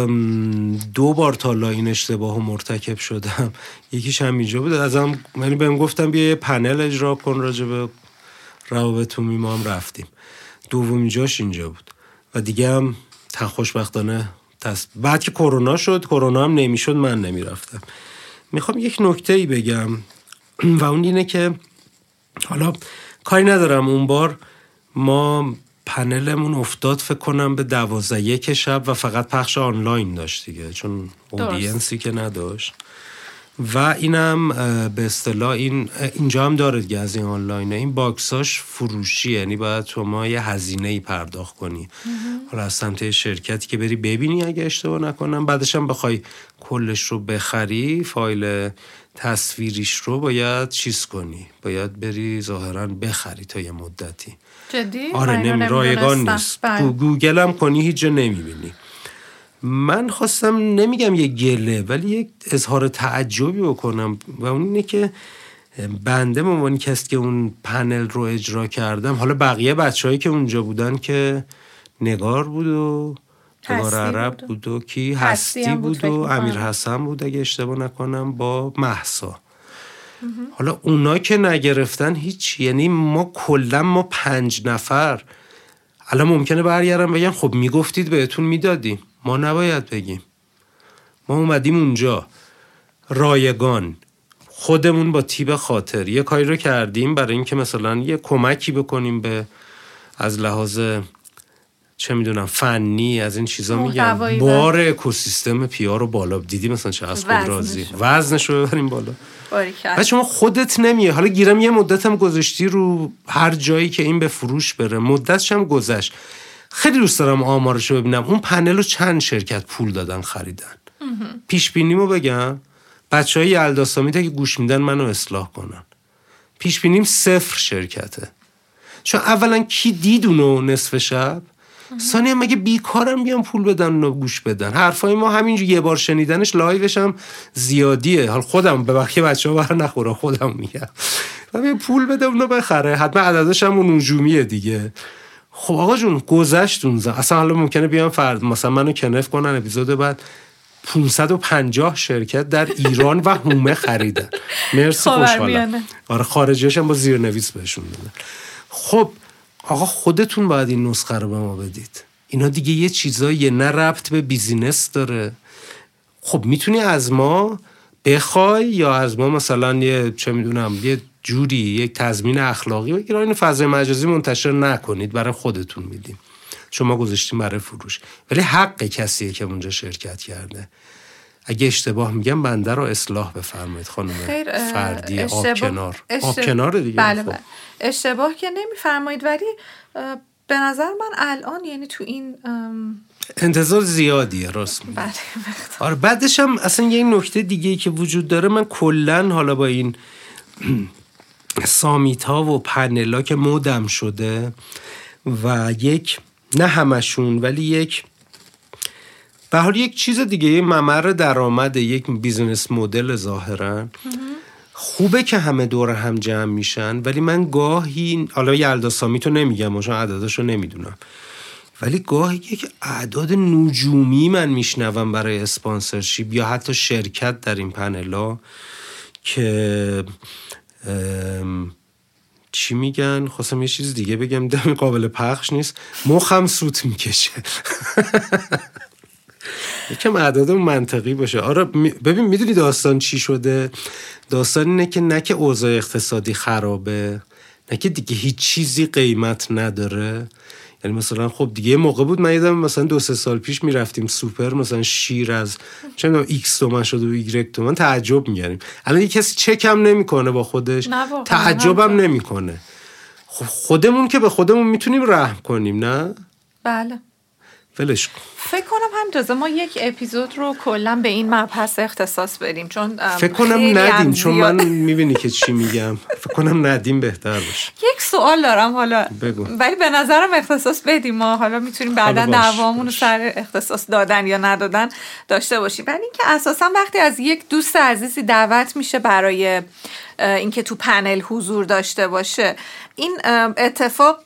دو بار تا این اشتباه مرتکب شدم. یکیش همینجا بود، ازم یعنی بهم گفتم بیا یه پنل اجرا کن راجع به روابط عمومی، ما هم رفتیم. دومین جاش اینجا بود و دیگه هم خوشبختانه تست. بعد که کرونا شد، کرونا هم نمیشد، من نمیرفتم. میخوام یک نکته ای بگم و اون اینه که حالا کاری ندارم اون بار ما پنلمون افتاد فکر کنم به دوازده یک شب و فقط پخش آنلاین داشت دیگه، چون اودینسی که نداشت و اینم به اصطلاح این اینجا هم داره دیگه از این آنلاینه. این باکساش فروشی، یعنی باید شما یه هزینه‌ای پرداخت کنی حالا از سمت شرکتی که بری ببینی اگه اشتباه نکنم، بعدش هم بخوای کلش رو بخری فایل تصویریش رو باید چیز کنی، باید بری ظاهرا بخری تا یه مدتی. جدی؟ آره نمی رایگان نیست. گوگل هم کنی هیچ جا نمیبینی. من خواستم نمیگم یه گله ولی یک اظهار تعجبی بکنم و اون اینه که بنده به عنوان کسی که اون پنل رو اجرا کردم، حالا بقیه بچه‌هایی که اونجا بودن که نگار بود و نگار عرب بود. بود و کی هستی, هستی بود, بود و امیر حسن بود اگه اشتباه نکنم با مهسا. حالا اونا که نگرفتن هیچ، یعنی ما کلا ما پنج نفر الان ممکنه برگردم بگم خب میگفتید بهتون میدادیم، ما نباید بگیم. ما اومدیم اونجا رایگان خودمون با تیب خاطر یه کاری رو کردیم برای اینکه مثلا یه کمکی بکنیم به از لحاظ چه میدونم فنی از این چیزا میگم، بار اکوسیستم پی آر رو بالا دیدی مثلا چه از خود راضی وزنش رو ببریم بالا. بعد شما خودت نمیه، حالا گیرم یه مدتم گذاشتی رو هر جایی که این به فروش بره، مدتش هم گذشت. خیلی دوست دارم آمارشو ببینم اون پنل رو چند شرکت پول دادن خریدن. پیش بینیمو بگم، بچهای یلدا سامیت که گوش میدن منو اصلاح کنن، پیش بینیم صفر شرکته. چون اولا کی دید اونو نصف شب، ثانیا مگه بیکارم بیام پول بدن و گوش بدن. حرفای ما همینجور یه بار شنیدنش لایوش هم زیادیه. حال خودم به بقیه بچه‌ها بر نخوره، خودم میگم من پول بده اونو بخره، حتما عددش هم اون نجومیه دیگه. خب آقا جون گذشت اون زن. اصلا حالا ممکنه بیان فرد مثلا منو کنف کنن اپیزود بعد پانصد و پنجاه شرکت در ایران و هومه خریدن. مرسی خوشحالم. آره خارجیش هم با زیرنویس بهشون دادن. خب آقا خودتون باید این نسخه رو به ما بدید. اینا دیگه یه چیزایی نه ربط به بیزینس داره. خب میتونی از ما بخوای یا از ما مثلا یه چه میدونم یه جوری یک تضمین اخلاقی بگیر، اینو فضای مجازی منتشر نکنید، برای خودتون میدیم، شما گذاشتین برای فروش، ولی حق کسیه که اونجا شرکت کرده. اگه اشتباه میگم بنده رو اصلاح بفرمایید خانم فردی. آب کنار آب کنار دیگه. بله بله اشتباه که نمیفرمایید، ولی به نظر من الان یعنی تو این انتظار زیادیه راست میگی. بله. آره بعدش هم اصلا یه نکته دیگه‌ای که وجود داره، من کلن حالا با این سامیت ها و پنل ها که مودم شده و یک نه همشون ولی یک به حال یک چیز دیگه، یه ممر درآمد، یک بیزنس مدل ظاهرا خوبه که همه دور هم جمع میشن. ولی من گاهی حالا یلدا سامیت رو نمیگم چون عدداشو نمیدونم، ولی گاهی یک اعداد نجومی من میشنوم برای اسپانسرشیپ یا حتی شرکت در این پنلا که چی میگن، خواستم یه چیز دیگه بگم دم قابل پخش نیست، مخم سوت میکشه. یکم اعدادم منطقی باشه. آره ببین میدونی داستان چی شده؟ داستان اینه که نه که اوضاع اقتصادی خرابه، نه که دیگه هیچ چیزی قیمت نداره. یعنی مثلا خب دیگه یه موقع بود من یادم مثلا دو سه سال پیش میرفتیم سوپر، مثلا شیر از چه میدونم ایکس تومن شده و ایگرگ تومن، تعجب میگردیم. الان یه کسی چکم نمیکنه با خودش، تعجبم نمیکنه. خب خودمون که به خودمون میتونیم رحم کنیم، نه؟ بله. ولش کن. فکر کنم همینطوره ما یک اپیزود رو کلا به این مبحث اختصاص بدیم، چون فکر کنم ندیم، چون من میبینی که چی میگم، فکر کنم ندیم بهتر باشه. یک سوال دارم حالا بگو. ولی به نظرم اختصاص بدیم، ما حالا میتونیم بعدا دعوامون رو سر اختصاص دادن یا ندادن داشته باشیم. ولی اینکه اساسا وقتی از یک دوست عزیزی دعوت میشه برای اینکه تو پنل حضور داشته باشه، این اتفاق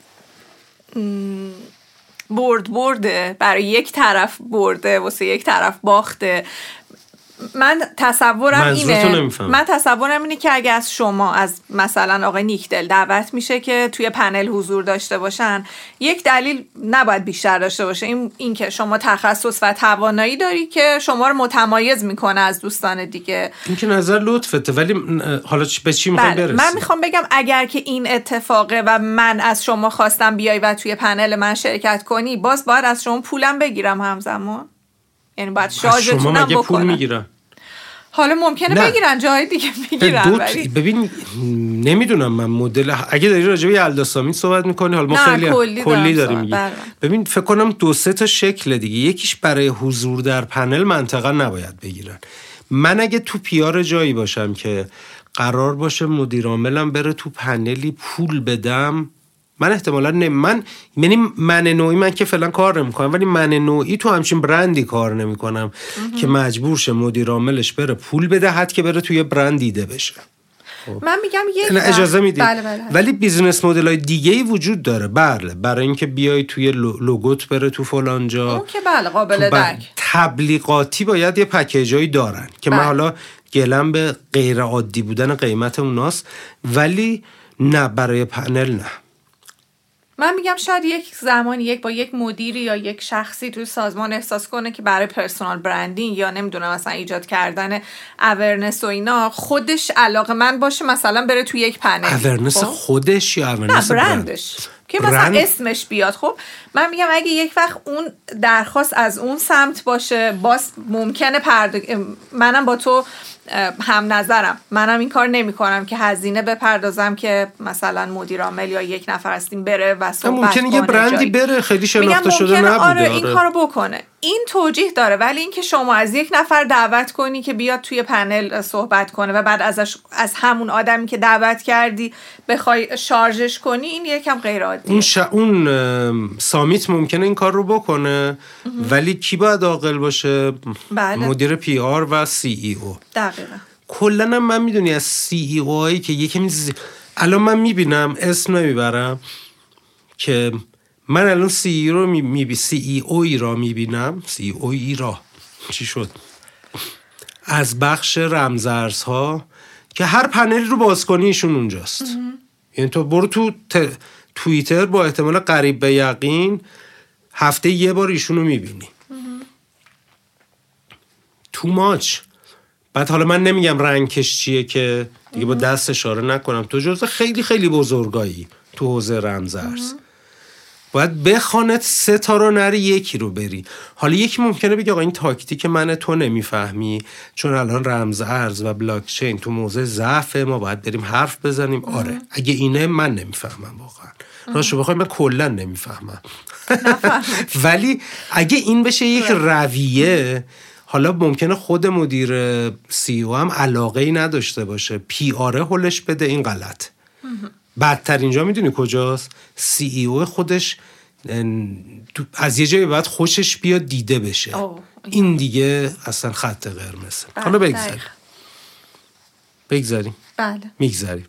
برد برده، برای یک طرف برده واسه یک طرف باخته. من تصورم اینه من تصورم اینه که اگه از شما از مثلا آقای نیکدل دعوت میشه که توی پنل حضور داشته باشن، یک دلیل نباید بیشتر داشته باشه، این اینکه شما تخصص و توانایی داری که شما رو متمایز میکنه از دوستان دیگه. این که نظر لطفته، ولی حالا به چی میخوای برسی؟ من میخوام بگم اگر که این اتفاقه و من از شما خواستم بیای و توی پنل من شرکت کنی، باز باید از شما پولم بگیرم همزمان؟ یعنی باید شارژتونم بکنم. پول میگیرن؟ حالا ممکنه نه. بگیرن جای دیگه میگیرن. ولی ببین نمیدونم من مدل، اگه داری راجع به یلدا سامیت صحبت میکنی، حالا ما خیلی کلی, کلی داریم میگیم. ببین فکر کنم دو سه تا شکل دیگه، یکیش برای حضور در پنل منطقا نباید بگیرن. من اگه تو پیار جایی باشم که قرار باشه مدیر عاملم بره تو پنلی پول بدم، من احتمالاً نه من یعنی من نوعی من که فعلا کار نمی‌کنم، ولی من نوعی تو همچین برندی کار نمی‌کنم که مجبور شه مدیر عاملش بره پول بده حد که بره توی برند دیده بشه. خب. من میگم یک اجازه میدید. بله بله. ولی بیزینس مدل‌های دیگه‌ای وجود داره. بله برای اینکه بیای توی لوگوت بره تو فلان جا، اون که بله قابل درک. تبلیغاتی باید یه پکیجایی دارن که بله. من حالا گلم به غیر عادی بودن قیمت اوناست، ولی نه برای پنل نه. من میگم شاید یک زمانی یک با یک مدیری یا یک شخصی توی سازمان احساس کنه که برای پرسونال برندینگ یا نمیدونم مثلا ایجاد کردن اورنس و اینا خودش علاقه من باشه، مثلا بره توی یک پنل. اورنس خودش یا اورنس برندش؟ که مثلا اسمش بیاد. خب من میگم اگه یک وقت اون درخواست از اون سمت باشه، باز ممکنه پرد... منم با تو هم نظرم، منم این کار نمی کنم که هزینه بپردازم که مثلا مدیر عامل یا یک نفر هستیم بره و صحبت کنه. ممکنه یه برندی بره خیلی شناخته شده نبوده. آره این کارو بکنه، این توجیه داره. ولی اینکه شما از یک نفر دعوت کنی که بیاد توی پنل صحبت کنه و بعد ازش از همون آدمی که دعوت کردی بخوای شارژش کنی، این یکم غیر عادیه. اون ش... اون سامیت ممکنه این کار رو بکنه ولی کی باید عاقل باشه؟ بله. مدیر پی آر و سی ای او. دقیقاً. کلن من میدونی از سی ای او هایی که یکی میز... الان من میبینم، اسم نمیبرم، که من الان سی ای رو میبینم، سی ای اوی را میبینم، سی ای اوی را چی شد از بخش رمزارزها که هر پنلی رو باز کنی ایشون اونجاست. یعنی تو برو تو ت... توییتر با احتمال قریب به یقین هفته یه بار ایشون رو میبینی. تو ماچ. بعد حالا من نمیگم رنگش چیه که دیگه با دست اشاره نکنم، تو جزو خیلی خیلی بزرگایی تو حوزه رمزارز، باید بخوانت سه تا رو نری یکی رو بری. حالا یکی ممکنه بگه آقا این تاکتیک من تو نمیفهمی چون الان رمزارز و بلاک چین تو موضع ضعف ما، باید بریم حرف بزنیم. آره اگه اینه من نمیفهمم واقعا، راستش بخوای من کلا نمیفهمم. ولی اگه این بشه یک رویه، حالا ممکنه خود مدیر سی او هم علاقه ای نداشته باشه، پی آره هولش بده، این غلط. بدتر اینجا میدونی کجاست؟ سی ای او خودش از یه جایی بعد خوشش بیاد دیده بشه. این دیگه اصلا خط قرمزه. حالا بگذاریم بگذاریم بله میگذاریم.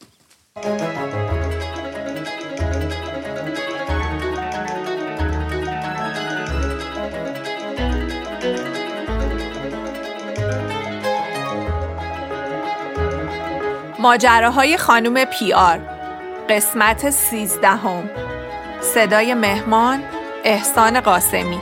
ماجراهای خانم پی آر، قسمت سیزدهم. صدای مهمان احسان قاسمی.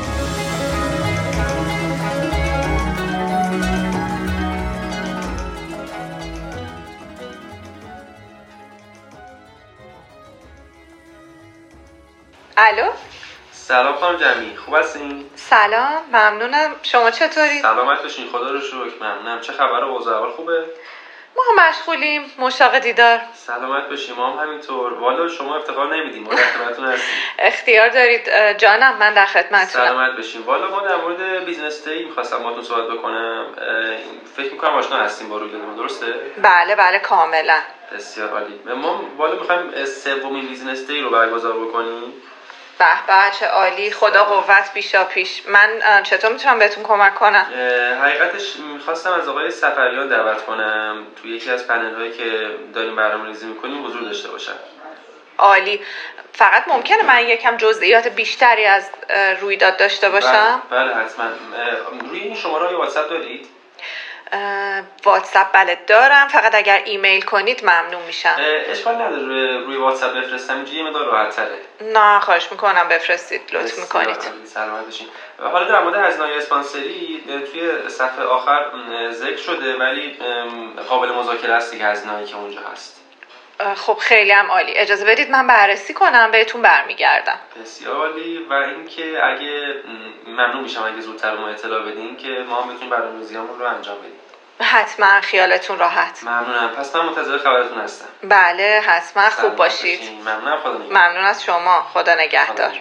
الو. سلام خانم جمیل، خوب هستین؟ سلام، ممنونم. شما چطوری؟ سلامت باشین، خدا رو شکر، ممنونم. چه خبره؟ اوضاع احوال خوبه؟ ما هم مشغولیم، مشتاق دیدار. سلامت باشیم، ما هم همینطور. والا شما افتخار نمیدیم، ما در خدمتتون هستیم. اختیار دارید جانم، من در خدمتتونم. سلامت باشیم. والا ما در مورد بیزنس دی می‌خواستم باهاتون صحبت بکنم. فکر می‌کنم آشنا هستیم با رویدادمون، درسته؟ بله بله کاملا. بسیار عالی. ما والا می‌خوایم سومین بیزنس دی رو برگزار بکنیم. به به چه عالی، خدا قوت بیشا پیش. من چطور میتونم بهتون کمک کنم؟ حقیقتش میخواستم از آقای سفریان دعوت کنم توی یکی از پنل هایی که داریم برنامه‌ریزی میکنیم حضور داشته باشم. عالی. فقط ممکنه من یکم جزئیات بیشتری از رویداد داشته باشم؟ بله, بله حتما. روی این شماره های واتساپ دارید؟ واتساپ بله دارم، فقط اگر ایمیل کنید ممنون میشم. اشکال نداره روی واتساپ بفرستم، اینجوری یه مقدار راحت تره. نه خواهش میکنم بفرستید، لطف میکنید. سلامت باشین. حالا در مورد هزینه‌های اسپانسری توی صفحه آخر ذکر شده ولی قابل مذاکره است دیگه هزینه‌ای که اونجا هست. خب خیلی هم عالی، اجازه بدید من بررسی کنم بهتون برمیگردم. بسیار عالی. و اینکه اگه ممنون میشم اگه زودتر ما اطلاع بدین که ما هم بتونیم برنامه‌ریزیامون رو انجام بدیم. حتما، خیالتون راحت. ممنونم. پس من منتظر خبرتون هستم. بله حتما، خوب باشید. ممنونم. خدا نگهدار. ممنون از شما، خدا نگهدار.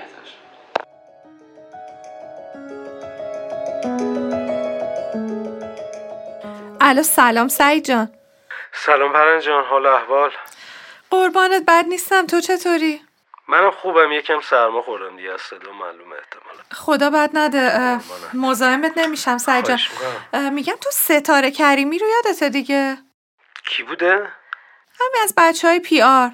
الو سلام سعید جان. سلام پرن جان، حال احوال؟ قربانت، بد نیستم، تو چطوری؟ منم خوبم، یکم سرما خوردم دیگه، از صدا معلومه احتمالا. خدا بد نده، مزاحمت نمیشم سعید جان. میگم تو ستاره کریمی رو یادته دیگه؟ کی بوده؟ همین از بچه های پی آر.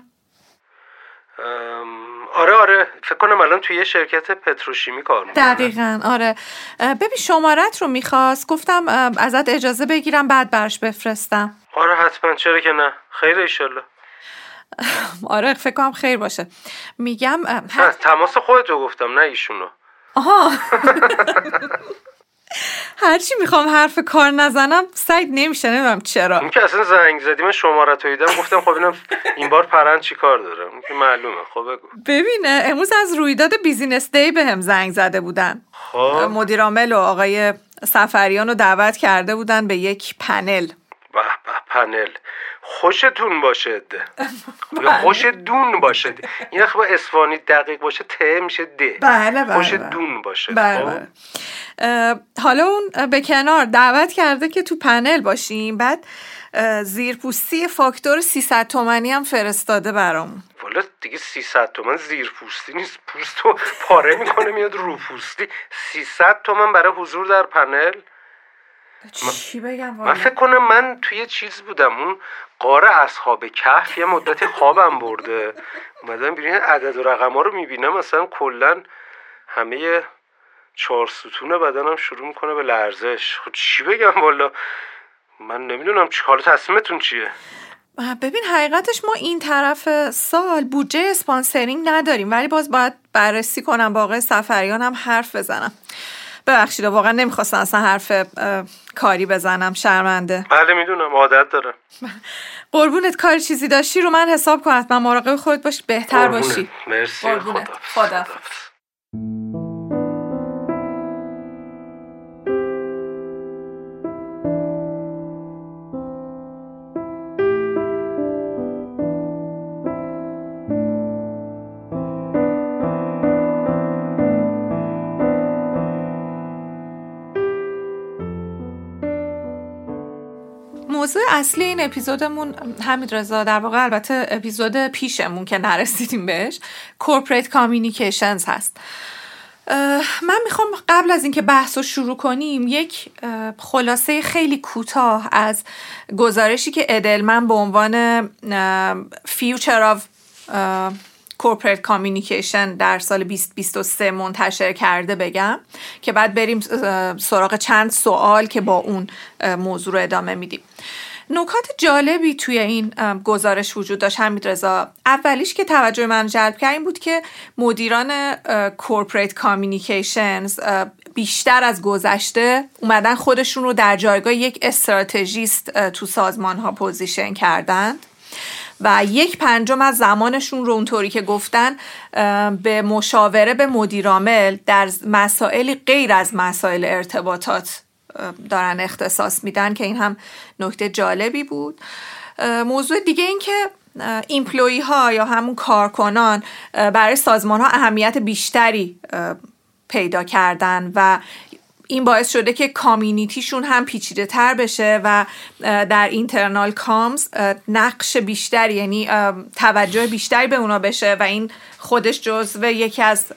آره آره، فکر کنم الان توی یه شرکت پتروشیمی کار میکنه. دقیقاً آره. ببین شمارت رو میخواست، گفتم ازت اجازه بگیرم بعد برش بفرستم. آره حتما، چرا که نه، خیر ایشالله. آره فکر کنم خیر باشه. میگم نه تماس خودتو گفتم، نه ایشونو. آها. هرچی میخوام حرف کار نزنم سعید نمیشه، نمیدونم چرا. این که اصلا زنگ زدی من شماره‌تو دیدم گفتم خب اینم این بار پرند چی کار داره، این که معلومه. خب بگو. ببینه امروز از رویداد بیزینس دی بهم زنگ زده بودن. خب مدیر عامل و آقای سفریان رو دعوت کرده بودن به یک پنل. به به پنل. خوشتون باشه ده یا خوش دون باشه ده. این خب اصفهانی دقیق باشه ته میشه ده. بله بله. خوش دون باشه. بله بله. حالا اون به کنار دعوت کرده که تو پنل باشیم، بعد زیرپوستی فاکتور سیصد تومانی هم فرستاده برامون. والا دیگه سیصد تومن زیرپوستی نیست، پوستو پاره میکنه میاد رو پوستی. سیصد تومن برای حضور در پنل. چی بگم والا؟ من فکر کنم من توی چیز بودم، اون غار اصحاب کهف یه مدت خوابم برده، اومدم بیرون عدد و رقم ها رو میبینم، مثلا کلن همه چهار ستون بدنم شروع میکنه به لرزش. خود چی بگم والا، من نمیدونم چی. حالا تصمیمتون چیه؟ ببین حقیقتش ما این طرف سال بودجه اسپانسرینگ نداریم، ولی باز باید بررسی کنم، با آقای سفریان هم حرف بزنم. ببخشید واقعا نمیخواستم اصلا حرف کاری بزنم، شرمنده. بله میدونم، عادت دارم. قربونت، کار چیزی داشتی رو من حساب کن، حتما مراقب خودت باش، بهتر قربونت. باشی. مرسی. قربونت. خدا خدا. موضوع اصلی این اپیزودمون حمیدرضا، در واقع البته اپیزود پیشمون که نرسیدیم بهش، corporate communications هست. من میخوام قبل از اینکه بحث رو شروع کنیم یک خلاصه خیلی کوتاه از گزارشی که ادلمن به عنوان Future of Corporate Communication در سال بیست بیست و سه منتشر کرده بگم که بعد بریم سراغ چند سوال که با اون موضوع رو ادامه میدیم. نکات جالبی توی این گزارش وجود داشت حمیدرضا. اولیش که توجه من جلب کرد این بود که مدیران Corporate Communications بیشتر از گذشته اومدن خودشون رو در جایگاه یک استراتژیست تو سازمان ها پوزیشن کردند و یک پنجم از زمانشون رو اونطوری که گفتن به مشاوره به مدیرعامل در مسائلی غیر از مسائل ارتباطات دارن اختصاص میدن که این هم نکته جالبی بود. موضوع دیگه این که ایمپلوی ها یا همون کارکنان برای سازمان ها اهمیت بیشتری پیدا کردن و این باعث شده که کامیونیتیشون هم پیچیده تر بشه و در اینترنال کامز نقش بیشتری، یعنی توجه بیشتری به اونا بشه و این خودش جزو یکی از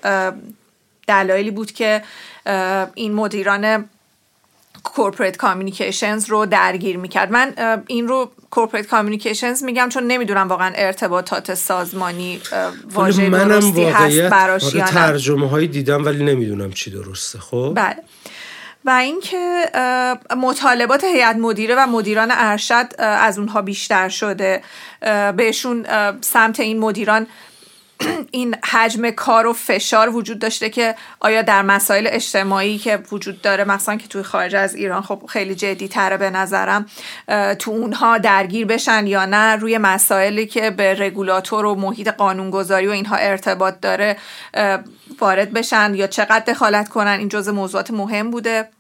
دلایلی بود که این مدیران corporate communications رو درگیر میکرد. من این رو corporate communications میگم چون نمیدونم واقعا ارتباطات سازمانی واژه درستی هست براش یا نه. ترجمه هایی دیدم ولی نمیدونم چی درسته. خب بله. و اینکه مطالبات هیئت مدیره و مدیران ارشد از اونها بیشتر شده، بهشون سمت این مدیران این حجم کار و فشار وجود داشته که آیا در مسائل اجتماعی که وجود داره مثلا که توی خارج از ایران خب خیلی جدی تره به نظرم، تو اونها درگیر بشن یا نه، روی مسائلی که به رگولاتور و محیط قانونگذاری و اینها ارتباط داره وارد بشن یا چقدر دخالت کنن. این جزء موضوعات مهم بوده.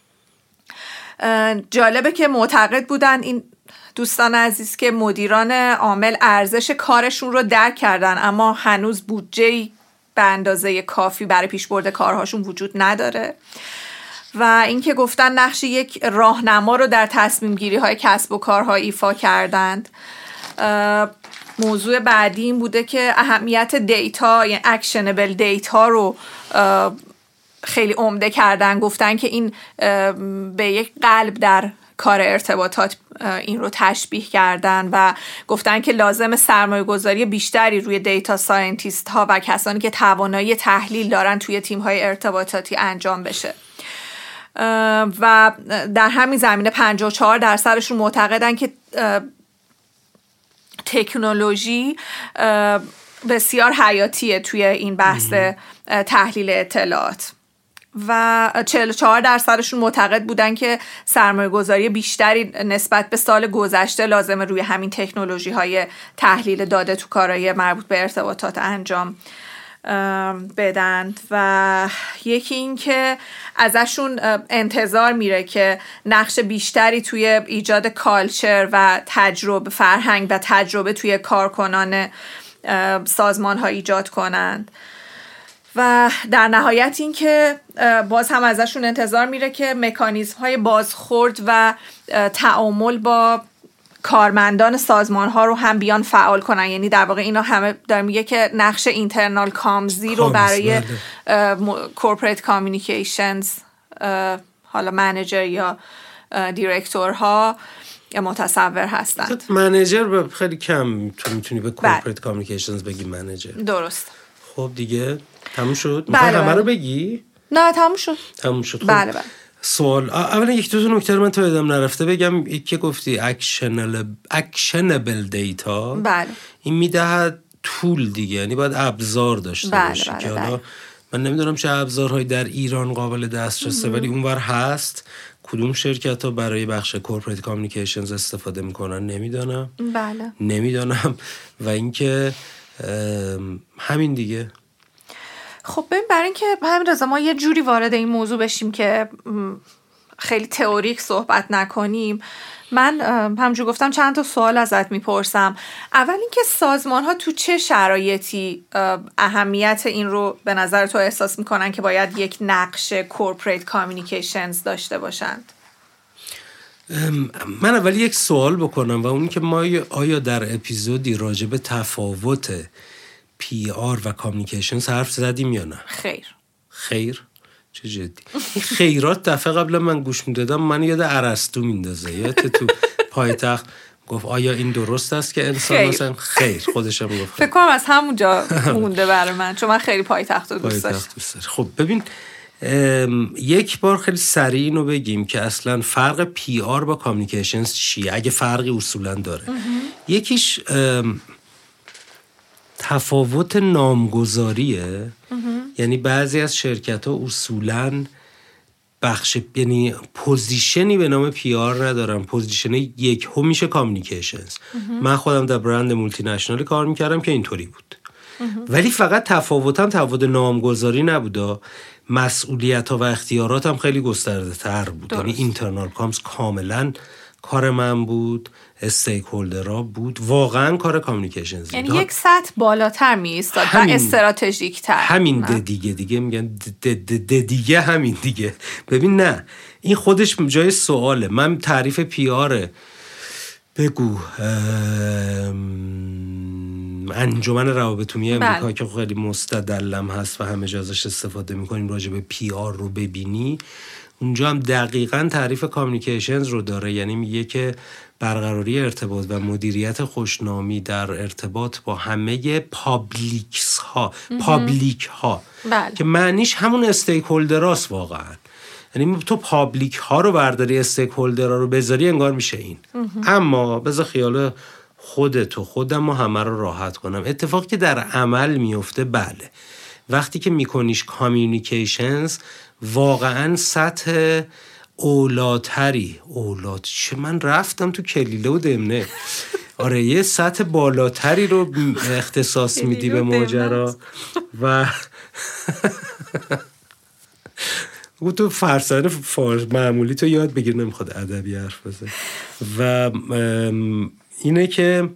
جالبه که معتقد بودن این دوستان عزیز که مدیران عامل ارزش کارشون رو درک کردن اما هنوز بودجه‌ای به اندازه کافی برای پیشبرد کارهاشون وجود نداره و اینکه گفتن نقش یک راهنما رو در تصمیم گیری های کسب و کارها ایفا کردند. موضوع بعدی این بوده که اهمیت دیتا، یعنی اکشنبل دیتا رو خیلی عمده کردن. گفتن که این به یک قلب در کار ارتباطات این رو تشبیه کردن و گفتن که لازم سرمایه گذاری بیشتری روی دیتا ساینتیست ها و کسانی که توانایی تحلیل دارن توی تیم های ارتباطاتی انجام بشه و در همین زمینه پنجاه و چهار درصدشون معتقدن که تکنولوژی بسیار حیاتیه توی این بحث تحلیل اطلاعات و چهل و چهار درصدشون معتقد بودن که سرمایه گذاری بیشتری نسبت به سال گذشته لازمه روی همین تکنولوژی های تحلیل داده تو کارهای مربوط به ارتباطات انجام بدن. و یکی این که ازشون انتظار میره که نقش بیشتری توی ایجاد کالچر و تجربه فرهنگ و تجربه توی کارکنان سازمان ها ایجاد کنند. و در نهایت این که باز هم ازشون انتظار میره که مکانیزم های بازخورد و تعامل با کارمندان سازمان ها رو هم بیان فعال کنن. یعنی در واقع اینا همه داره میگه که نقش اینترنال کامزی رو برای کورپوریت کامیونیکیشنز حالا منیجر یا دیرکتور ها متصور هستند. منیجر خیلی کم تو میتونی به کورپوریت کامیونیکیشنز بگی منیجر. درست. خب دیگه تموم شد. بله همه بله. رو بگی؟ نه تموم شد. تموم شد. خب. بله بله. سوال اولا یک دو تا نکته رو من تو یادم نرفته بگم. یک که گفتی اکشنبل دیتا. بله. این میدهد طول دیگه، یعنی باید ابزار داشته بله باشی بله که بله. حالا من نمیدونم چه ابزارهایی در ایران قابل دسترسه ولی اونور هست. کدوم شرکت ها برای بخش کورپوریت کامیونیکیشنز استفاده میکنن نمیدونم. بله. نمیدونم. و اینکه همین دیگه. خب ببین برای اینکه همین رضا ما یه جوری وارد این موضوع بشیم که خیلی تئوریک صحبت نکنیم، من همونجور گفتم چند تا سوال ازت میپرسم. اول اینکه سازمان ها تو چه شرایطی اهمیت این رو به نظر تو احساس میکنن که باید یک نقش کورپوریت کامیونیکیشنز داشته باشند؟ من اول یک سوال بکنم و اون که ما آیا در اپیزودی راجع به تفاوت پی آر و کامیونیکیشنز حرف زدیم یا نه؟ خیر. خیر؟ چه جدی؟ این خیرات دفعه قبل من گوش میدادم من یاد ارسطو میندازه. یادت تو پایتخت گفت آیا این درست است که انسان خیر. مثلا خیر خودشم گفت. فکر کنم از همونجا مونده برای من چون من خیلی پایتخت رو دوست داشتم. خب ببین یک بار خیلی سریع اینو بگیم که اصلا فرق پی آر با کامیونیکیشنز چیه اگه فرقی اصولا داره. یکیش تفاوت نامگذاریه. یعنی بعضی از شرکت ها اصولاً بخش یعنی پوزیشنی به نام پی آر ندارن. پوزیشن یک هم میشه کامیونیکیشنز. من خودم در برند مولتی نشنال کار میکردم که اینطوری بود. ولی فقط تفاوتم تفاوت نامگذاری نبوده، مسئولیت ها و اختیارات هم خیلی گسترده تر بود. یعنی اینترنال کامز کاملا کار من بود، استیک هولدرها بود، واقعا کار کامیونیکیشنز. یعنی یک سطح بالاتر می ایستاد و استراتژیک تر. همین ده دیگه دیگه میگن ده ده دیگه همین دیگه. ببین نه این خودش جای سواله. من تعریف پی آر بگو انجمن روابط عمومی امریکا که خیلی مستدلم هست و همه جا ازش استفاده میکنیم راجع به پی آر رو ببینی، اونجا هم دقیقاً تعریف کامیونیکیشنز رو داره. یعنی میگه که برقراری ارتباط و مدیریت خوشنامی در ارتباط با همه پابلیکس ها پابلیک ها بله. که معنیش همون استیک هولدراست واقعاً. یعنی تو پابلیک ها رو برداری استیک هولدرها رو بذاری انگار میشه این. اما بذار خیال خودت و خودم و همه رو راحت کنم. اتفاقی که در عمل میفته بله وقتی که میکنیش کامیونیکیشنز واقعا سطح اولاتری اولاد چه من رفتم تو کلیله و دمنه آره یه سطح بالاتری رو اختصاص میدی به ماجرا و او تو فرسانه فارس معمولی تو یاد بگیر نمیخواد ادبی حرف بزن و اینه که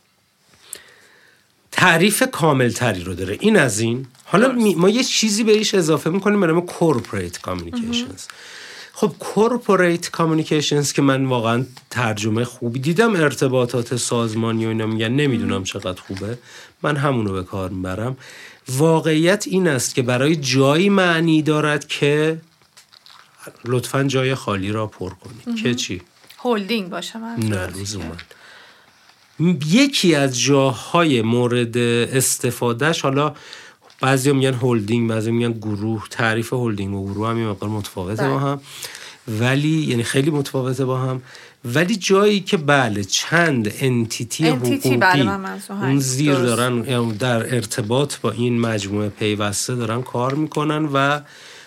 تعریف کامل تری رو داره. این از این. حالا ما یه چیزی بهش اضافه میکنیم به نام کورپوریت کامیونیکیشنز. خب کورپوریت کامیونیکیشنز که من واقعا ترجمه خوبی دیدم ارتباطات سازمانی و اینا میگن نمیدونم چقدر خوبه، من همونو به کار میبرم. واقعیت این است که برای جایی معنی دارد که لطفاً جای خالی را پر کنی. که چی؟ هولدینگ باشه. من نه لزوما. یکی از جاهای مورد استفادهش حالا بعضی میگن هولدینگ بعضی میگن گروه. تعریف هولدینگ و گروه هم یه مقدار متفاوته با هم ولی یعنی خیلی متفاوته با هم ولی جایی که بله چند انتیتی حقوقی اون زیر درست. دارن در ارتباط با این مجموعه پیوسته دارن کار میکنن و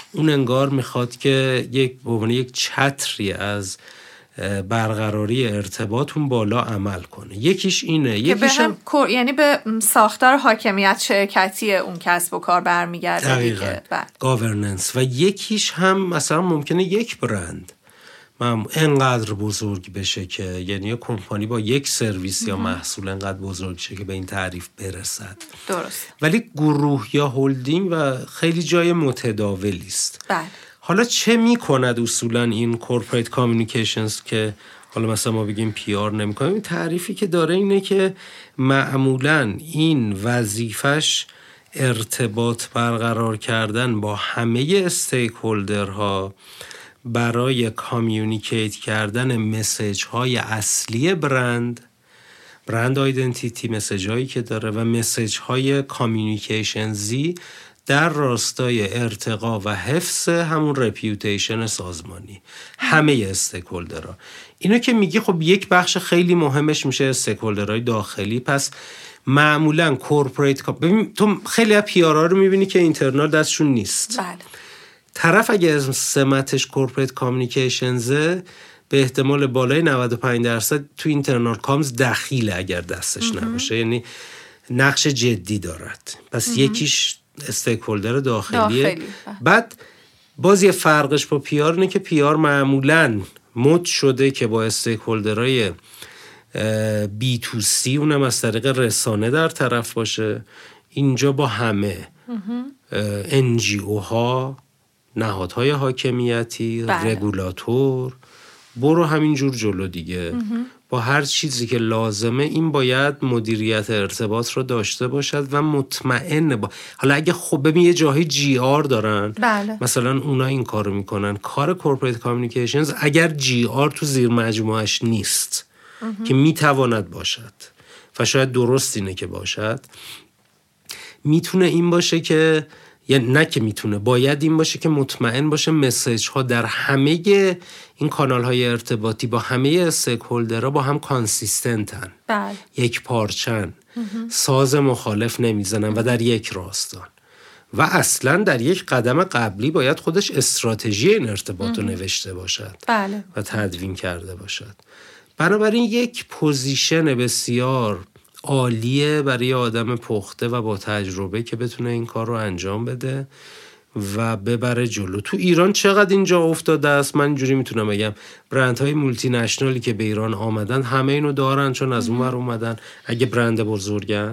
اون انگار میخواد که یک به عنوان یک چتری از برقراری ارتباط اون بالا عمل کنه. یکیش اینه، یکیش هم... هم... یعنی به ساختار حاکمیت شرکتی اون کسب و کار برمیگرده دیگه. گاورننس. و یکیش هم مثلا ممکنه یک برند من انقدر بزرگ بشه که یعنی یه کمپانی با یک سرویس یا محصول انقدر بزرگ شه که به این تعریف برسد. درست. ولی گروه یا هولدینگ و خیلی جای متداولی است. بله. حالا چه میکند اصولا این کورپوریت کامیونیکیشنز که حالا مثلا ما بگیم پی آر نمیکنیم؟ این تعریفی که داره اینه که معمولا این وظیفش ارتباط برقرار کردن با همه استیک هولدرها برای کامیونیکیت کردن مسیج های اصلی برند، برند آیدنتیتی، مسیج هایی که داره و مسیج های کامیونیکیشنزی در راستای ارتقا و حفظ همون رپیوتیشن سازمانی همه استیک‌هولدرها. اینو که میگی خب یک بخش خیلی مهمش میشه استیک‌هولدرهای داخلی. پس معمولا کورپوریت، ببین تو خیلی از پی آر ها رو میبینی که اینترنال دستشون نیست. بله. طرف اگه از سمتش کورپوریت کامیونیکیشنزه به احتمال بالای نود و پنج درصد تو اینترنال کامز دخیله اگر دستش نباشه، یعنی نقش جدی دارد. پس امه. یکیش استیک‌هولدر داخلیه. داخلی. بعد باز یه فرقش با پی آر اینه که پی آر معمولاً مد شده که با استیک‌هولدرهای بی تو سی اونم از طریق رسانه در طرف باشه. اینجا با همه ان جی او ها، نهادهای حاکمیتی، بله. رگولاتور، برو همینجور جلو دیگه. با هر چیزی که لازمه این باید مدیریت ارتباط رو داشته باشد و مطمئن با. حالا اگه خب ببین یه جاهای جی آر دارن، بله. مثلا اونا این کارو میکنن. کار کورپوریت کامیونیکیشنز اگر جی آر تو زیر مجموعش نیست امه. که میتواند باشد و شاید درست اینه که باشد، میتونه این باشه که یا نه که میتونه، باید این باشه که مطمئن باشه مسیج ها در همه این کانال های ارتباطی با همه استیک هولدرها با هم کانسیستنتن. بله. یک پارچن، ساز مخالف نمیزنن و در یک راستان. و اصلا در یک قدم قبلی باید خودش استراتژی این ارتباط رو نوشته باشد. بله. و تدوین کرده باشد. بنابراین یک پوزیشن بسیار عالیه برای آدم پخته و با تجربه که بتونه این کار رو انجام بده و ببره جلو. تو ایران چقدر اینجا افتاده است؟ من اینجوری میتونم بگم برندهای مولتی نشنالی که به ایران آمدن همه اینو دارن، چون از اون ور اومدن اگه برند بزرگن.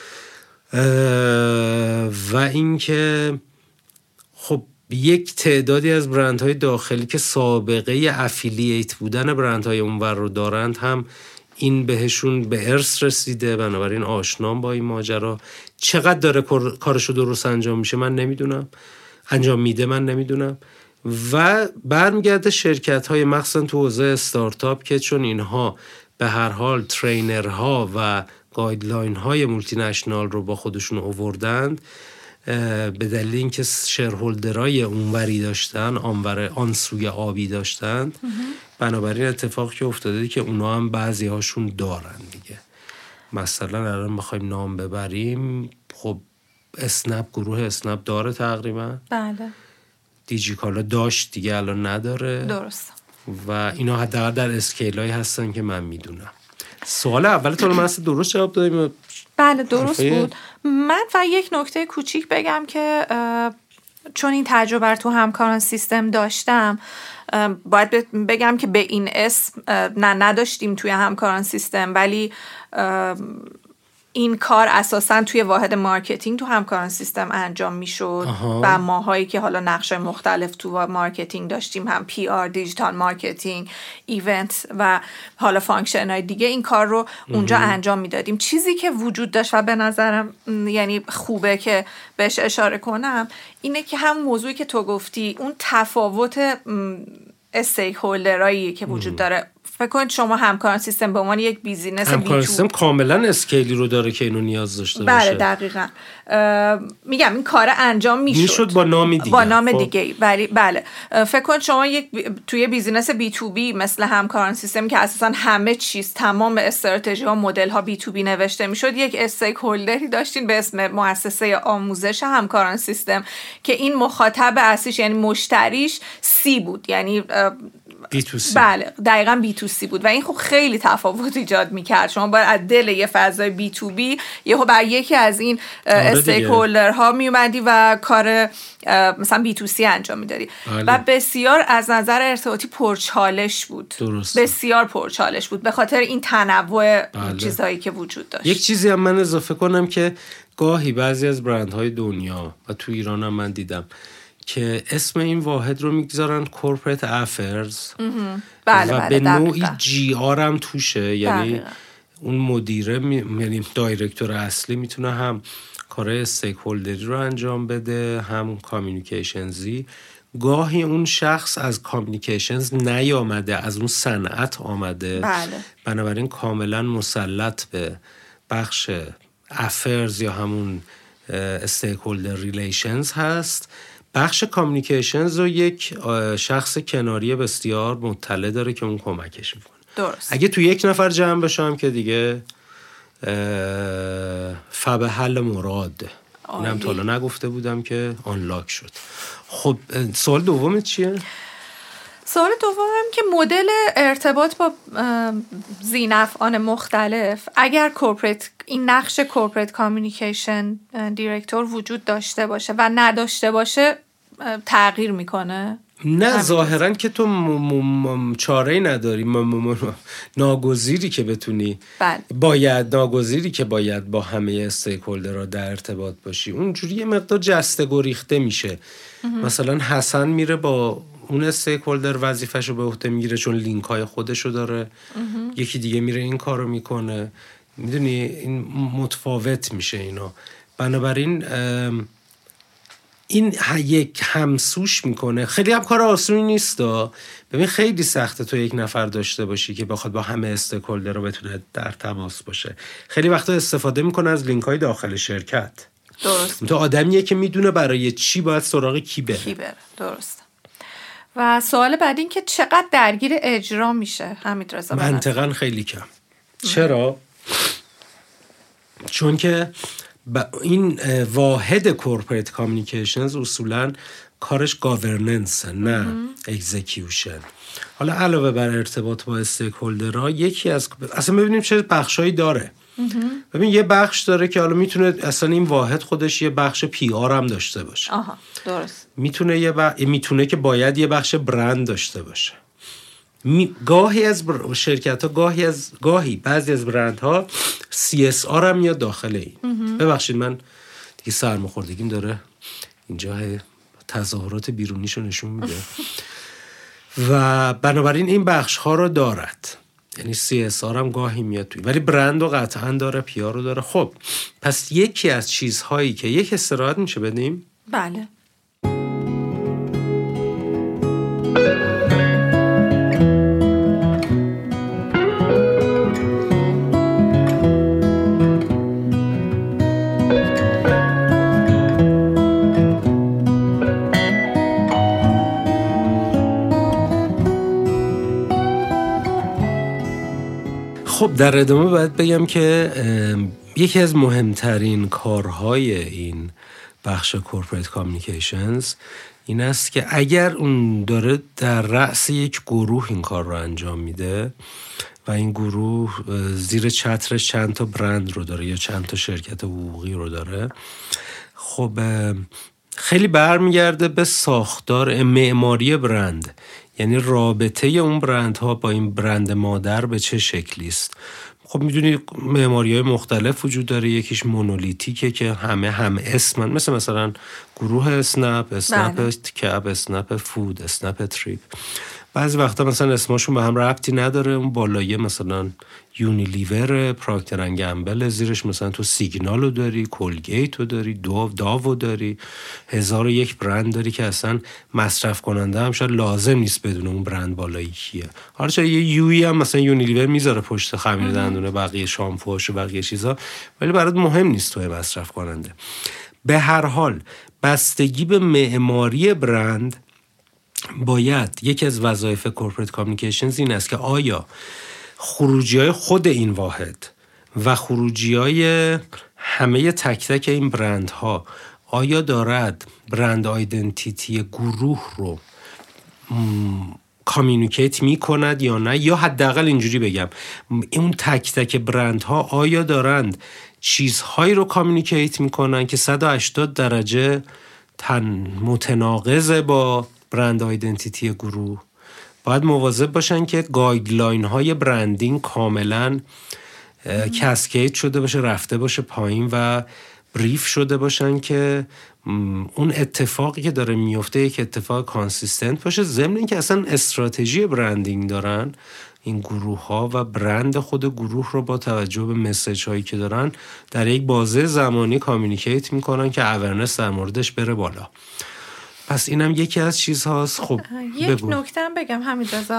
و اینکه خب یک تعدادی از برندهای داخلی که سابقه افیلییت بودن برندهای اونور رو دارند هم این بهشون به ارث رسیده، بنابراین آشنام با این ماجرا. چقدر داره کارشو درست انجام میشه من نمیدونم، انجام میده من نمیدونم. و برمیگرده شرکت های مخصوصا تو حوزه استارتاپ که چون اینها به هر حال ترینرها و گایدلاین های مولتی نشنال رو با خودشون آوردند، به دلیل اینکه شیرهولدرای اونوری داشتن، آنور آن سوی آبی داشتند، بنابراین اتفاق که افتاده که اونا هم بعضی هاشون دارن دیگه. مثلا الان بخوایم نام ببریم، خب اسنپ، گروه اسنپ داره تقریبا. بله. دیجیکالا داشت دیگه الان نداره. درست. و اینا حداقل در اسکیلایی هستن که من میدونم. سوال اول تو من درست جواب دادیم؟ بله درست بود. من و یک نکته کوچیک بگم که چون این تجربه رو تو همکاران سیستم داشتم، باید بگم که به این اسم نه نداشتیم توی همکاران سیستم، ولی این کار اساساً توی واحد مارکتینگ تو همکاران سیستم انجام میشد و ماهایی که حالا نقشه مختلف تو مارکتینگ داشتیم، هم پی آر، دیجیتال مارکتینگ، ایونت و حالا فانکشن های دیگه، این کار رو اونجا انجام میدادیم. چیزی که وجود داشت و به نظرم یعنی خوبه که بهش اشاره کنم اینه که هم موضوعی که تو گفتی، اون تفاوت استیک هولدرایی که وجود داره فکر کنید شما همکاران سیستم به عنوان یک بیزینس همکاران سیستم کاملا اسکیلی رو داره که اینو نیاز داشته باشه. بله دقیقاً. میگم این کار انجام میشد میشد با نام دیگه با نام خب. دیگه ولی بله فکر کنید شما یک بی... توی بیزینس بی تو بی مثل همکاران سیستم که اساساً همه چیز تمام استراتژی ها مدل ها بی تو بی نوشته میشد، یک استیک هولدری داشتین به اسم مؤسسه آموزش همکاران سیستم که این مخاطب اصلیش یعنی مشتریش سی بود، یعنی بی تو سی. بله دقیقاً بی تو سی بود و این خب خیلی تفاوت ایجاد میکرد. شما باید از دل یه فضای بی تو بی یهو بر یکی از این استیک هولدرها میومدی و کار مثلا بی تو سی انجام میدادی و بسیار از نظر ارتباطی پرچالش بود. درست. بسیار پرچالش بود به خاطر این تنوع بله. چیزهایی که وجود داشت. یک چیزی هم من اضافه کنم که گاهی بعضی از برندهای دنیا و تو ایران هم من دیدم که اسم این واحد رو میگذارن corporate affairs بله و بله به نوعی جی آر هم توشه، یعنی دقیقا. اون مدیره می... یعنی دایرکتور اصلی میتونه هم کارهای استیک هولدری رو انجام بده هم کامیونیکیشنزی. گاهی اون شخص از کامیونیکیشنز نیامده، از اون صنعت آمده، بله. بنابراین کاملا مسلط به بخش افرز یا همون استیک هولدر ریلیشنز هست. بخش کامیونیکیشنز رو یک شخص کناری بسیار مطلع داره که اون کمکش میکنه. درست. اگه تو یک نفر جمع بشم که دیگه فبه حل مراد. اینم تا حالا نگفته بودم که آنلاک شد. خب سوال دومت چیه؟ سوال دومم که مدل ارتباط با ذی‌نفعان مختلف اگر کورپریت این نقش کورپریت کامیونیکیشن دیرکتور وجود داشته باشه و نداشته باشه تغییر میکنه؟ نه ظاهرا که تو م- م- چاره‌ای نداری، م- م- م- ناگزیری که بتونی بله. باید ناگزیری که باید با همه استیک هولدرها در ارتباط باشی. اونجوری یه مقدار جسته گریخته میشه. مثلا حسن میره با اون استیک هولدر وظیفه‌شو به عهده میگیره چون لینک های خودشو داره، یکی دیگه میره این کارو میکنه، میدونی این متفاوت میشه اینا. بنابراین این یک همسوش میکنه. خیلی هم کار آسونی نیست دا. ببین خیلی سخته تو یک نفر داشته باشی که بخواد با همه استیک هولدر رو بتونه در تماس باشه. خیلی وقتا استفاده میکنه از لینک های داخل شرکت. درست. تو آدمیه که میدونه برای چی باید سراغ کی بره. کی بره. درست. و سوال بعد این که چقدر درگیر اجرا میشه حمیدرضا؟ منطقاً خیلی کم. چرا؟ چون که این واحد کورپریت کامیونیکیشنز اصولاً کارش گاورننس نه اکزیکیوشن. حالا علاوه بر ارتباط با استیک هولدرها یکی از اصلا ببینیم چه بخشایی داره. ببین یه بخش داره که حالا میتونه اصلا این واحد خودش یه بخش پی آر هم داشته باشه. آها درست. میتونه یه ب... میتونه که باید یه بخش برند داشته باشه. می... گاهی از بر... شرکت ها گاهی از گاهی بعضی از برندها سی اس آر هم میاد داخل این. ببخشید من دیگه سرماخوردگیم داره اینجا تظاهرات بیرونیشو نشون میده. و بنابراین این بخش ها رو دارد، یعنی سی اس آر هم گاهی میاد توی، ولی برند رو قطعا داره، پی آر رو داره. خب پس یکی از چیزهایی که یک استراحت میشه بدیم. بله. خب در ادامه باید بگم که یکی از مهمترین کارهای این بخش کورپریت کامیونیکیشنز این است که اگر اون داره در رأس یک گروه این کار رو انجام میده و این گروه زیر چترش چند تا برند رو داره یا چند تا شرکت حقوقی رو داره، خب خیلی برمیگرده به ساختار معماری برند، یعنی رابطه اون برندها با این برند مادر به چه شکلی است. خب میدونی معماری‌های مختلف وجود داره، یکیش مونولیتیکه که همه هم اسمن، مثل مثلا گروه اسنپ، اسنپ کپ، اسنپ فود، اسنپ تریپ. بعضی وقتا مثلا اسمشون به هم ربطی نداره، اون بالایه مثلا یونیلیور، پراکتر اند گمبل، زیرش مثلا تو سیگنالو داری، کولگیتو داری، داو داوو داری، هزار و یک برند داری که اصلا مصرف کننده هم شاید لازم نیست بدون اون برند بالایی کیه. حالا چرا یه یویی هم مثلا یونیلیور میذاره پشت خمیر دندونه بقیه شامپوش و بقیه چیزا، ولی برات مهم نیست توی مصرف کننده. به هر حال بستگی به معماری برند باید یکی از وظایف کورپوریت کامیونیکیشنز این است که آیا خروجی‌های خود این واحد و خروجی‌های همه تک تک این برندها آیا دارد برند آیدنتیتی گروه رو کامیونیکیت می کند یا نه، یا حداقل اینجوری بگم اون تک تک برندها آیا دارند چیزهایی رو کامیونیکیت می کنن که صد و هشتاد درجه تن متناقض با برند آیدنتیتی گروه. باید مواظب باشن که گایدلاین های برندینگ کاملا کاسکید شده باشه، رفته باشه پایین و بریف شده باشن که اون اتفاقی که داره میفته یک اتفاق کانسیستنت باشه، ضمن اینکه اصلا استراتژی برندینگ دارن این گروه ها و برند خود گروه رو با توجه به مسیج هایی که دارن در یک بازه زمانی کامیونیکیت میکنن که اورنس در موردش بره بالا. پس اینم یکی از چیزهاست. خب یک نکته هم بگم همین رضا،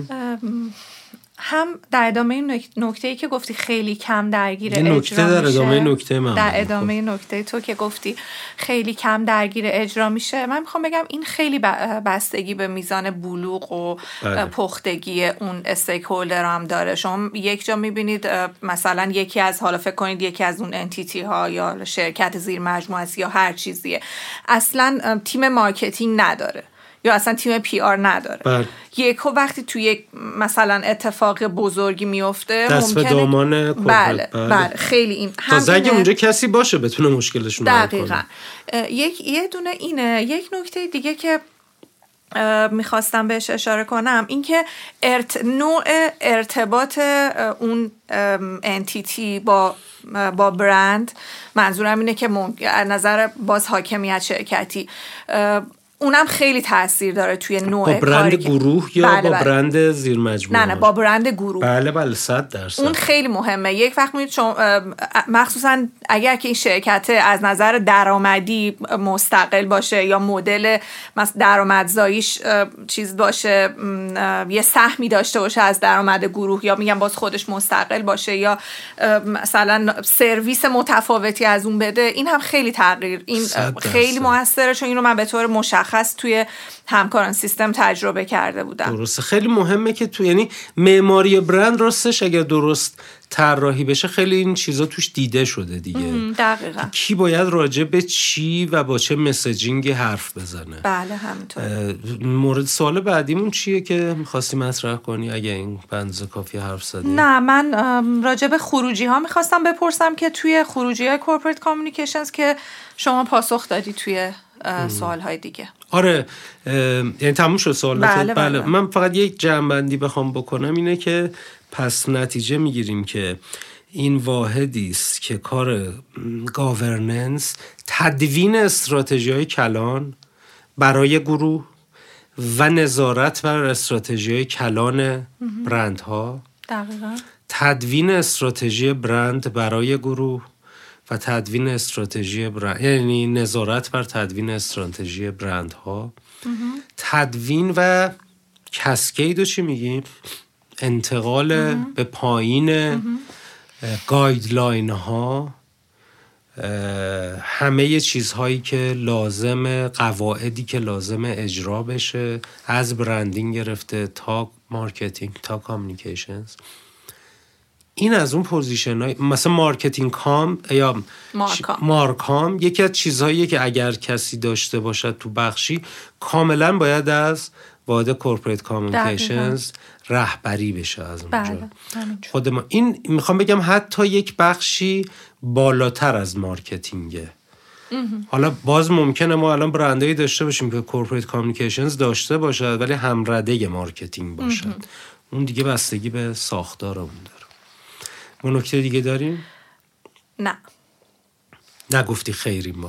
هم در ادامه این نکته‌ای که گفتی خیلی کم درگیر اجرا میشه، نکته در ادامه نکته من در ادامه نکته تو که گفتی خیلی کم درگیر اجرا میشه، من میخوام بگم این خیلی بستگی به میزان بلوغ و بله. پختگی اون استیک هولدر هم داره. شما یک جا میبینید مثلا یکی از حالا فکر کنید یکی از اون انتیتی ها یا شرکت زیر مجموعه است یا هر چیزیه اصلا تیم مارکتینگ نداره یا اصلا تیم پی آر نداره. بله. یکو وقتی توی یک مثلا اتفاق بزرگی میفته دست ممکنه به دامان بله, بله بله خیلی این تازه اگه اونجا کسی باشه بتونه مشکلشون رو حل کنه. دقیقاً. یک یه دونه اینه. یک نکته دیگه که میخواستم بهش اشاره کنم این که ارت... نوع ارتباط اون انتیتی با با برند، منظورم اینه که ممکن از نظر باز حاکمیت شرکتی اونم خیلی تاثیر داره توی نوع کاری. با برند گروه یا بله با بله. برند زیر مجموعه؟ نه نه با برند گروه. بله بله صد درصد. اون خیلی مهمه. یک وقت میگید شما مخصوصا اگر که این شرکت از نظر درآمدی مستقل باشه یا مدل درآمدزاییش چیز باشه، یه سهمی داشته باشه از درآمد گروه، یا میگم باز خودش مستقل باشه یا مثلا سرویس متفاوتی از اون بده، این هم خیلی تغییر این خیلی موثره، چون اینو من به طور مشخص خاص توی همکاران سیستم تجربه کرده بودم. درسته. خیلی مهمه که تو یعنی معماری برند راستش اگر درست طراحی بشه خیلی این چیزا توش دیده شده دیگه. دقیقاً. کی باید راجع به چی و با چه مسیجینگی حرف بزنه. بله همینطور. مورد سوال بعدیمون چیه که می‌خواستی مطرح کنی اگه این بنز کافی حرف زدی؟ نه من راجع به خروجی ها می‌خواستم بپرسم که توی خروجی های کورپوریت کامیونیکیشنز که شما پاسخ دادی توی سوال‌های دیگه. آره یعنی تموم شد سوالات. بله, بله. بله. من فقط یک جمع‌بندی بخوام بکنم اینه که پس نتیجه میگیریم که این واحدی است که کار گاورننس، تدوین استراتژی‌های کلان برای گروه و نظارت بر استراتژی‌های کلان برندها، دقیقاً تدوین استراتژی برند برای گروه و تدوین استراتژی برند، یعنی نظارت بر تدوین استراتژی برندها، تدوین و کسکید و چی میگیم؟ انتقال اه. به پایین گایدلاین ها، همه چیزهایی که لازمه، قواعدی که لازمه اجرا بشه، از برندینگ گرفته تا مارکتینگ تا کامیونیکیشنز. این از اون پوزیشن های مثلا مارکتینگ کام یا مارکام. مارکام یکی از چیزهایی که اگر کسی داشته باشد تو بخشی کاملا باید از واحد کورپوریت کامیونیکیشنز رهبری بشه از اونجا. بله. خود ما این میخوام بگم حتی یک بخشی بالاتر از مارکتینگه. حالا باز ممکنه ما الان برندایی داشته باشیم که کورپوریت کامیونیکیشنز داشته باشد ولی همرده مارکتینگ باشد. اون دیگه بستگی به ساختار اون داره. ما نکته دیگه داریم؟ نه. نگفتی خیری ما.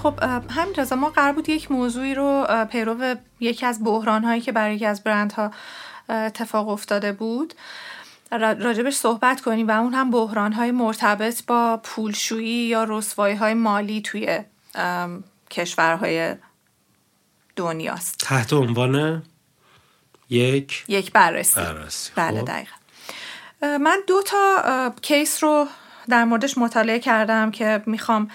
خب همین رضا، ما قرار بود یک موضوعی رو پیرو یکی از بحران‌هایی که برای یکی از برندها اتفاق افتاده بود راجبش صحبت کنیم و اون هم بحران‌های مرتبط با پولشویی یا رسوایی‌های مالی توی کشورهای دنیاست. تحت عنوان یک یک بررسی. بررسی. بله دقیقا. من دو تا کیس رو در موردش مطالعه کردم که میخوام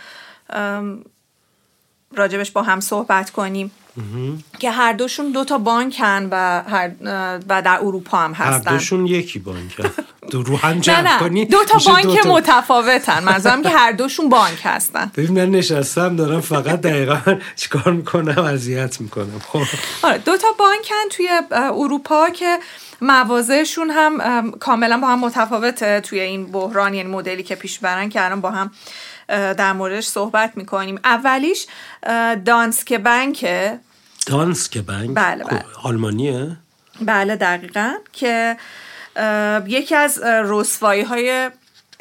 راجبش با هم صحبت کنیم که هر دوشون دو تا بانکن و هر و در اروپا هم هستن. هر دوشون یکی بانکن. دو رو هم جمع کنی دو تا بانک دو تا... متفاوتن. منظورم که هر دوشون بانک هستن. ببین من نشستم دارم فقط دقیقاً چیکار میکنم، اذیت میکنم. خب آره دو تا بانکن توی اروپا که موازهشون هم کاملا با هم متفاوته توی این بحران، یعنی مدلی که پیش برن که الان با هم در موردش صحبت میکنیم. اولیش دانسکه بانکه. دانسکه بانک؟ بله بله. آلمانیه؟ بله دقیقاً، که یکی از رسوایی های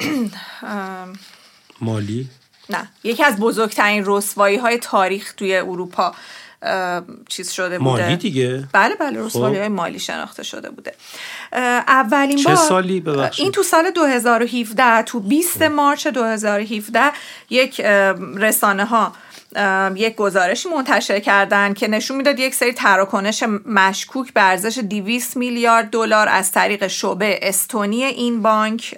مالی؟ نه، یکی از بزرگترین رسوایی های تاریخ توی اروپا چیز شده بوده. مالی دیگه؟ بله بله، رسوایی های مالی شناخته شده بوده. اولین چه بار سالی ببخشید؟ این تو سال دو هزار و هفده، تو بیست مارچ دو هزار و هفده یک رسانه ها یک گزارشی منتشر کردن که نشون میداد یک سری تراکنش مشکوک به ارزش دویست میلیارد دلار از طریق شعبه استونی این بانک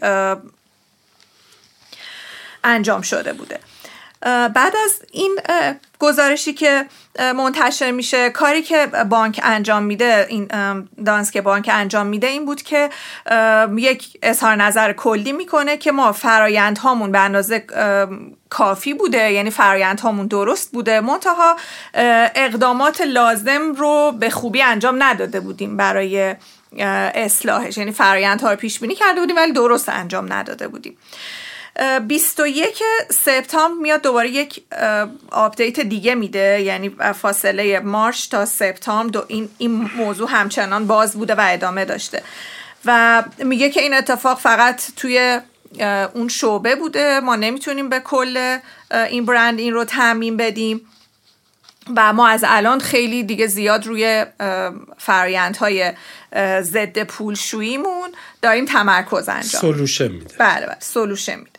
انجام شده بوده. بعد از این گزارشی که منتشر میشه، کاری که بانک انجام میده، این دانسکه بانک انجام میده این بود که یک اظهار نظر کلی میکنه که ما فرایندهامون به اندازه کافی بوده، یعنی فرایندهامون درست بوده، منتها اقدامات لازم رو به خوبی انجام نداده بودیم برای اصلاحش، یعنی فرایندها رو پیش بینی کرده بودیم ولی درست انجام نداده بودیم. بیست و یک سپتامبر میاد دوباره یک آپدیت دیگه میده، یعنی فاصله مارچ تا سپتامبر این این موضوع همچنان باز بوده و ادامه داشته و میگه که این اتفاق فقط توی اون شعبه بوده، ما نمیتونیم به کل این برند این رو تعمیم بدیم و ما از الان خیلی دیگه زیاد روی فرآیندهای ضد پولشوییمون داریم تمرکز انجام سولوشن میده. بله بله سولوشن میده.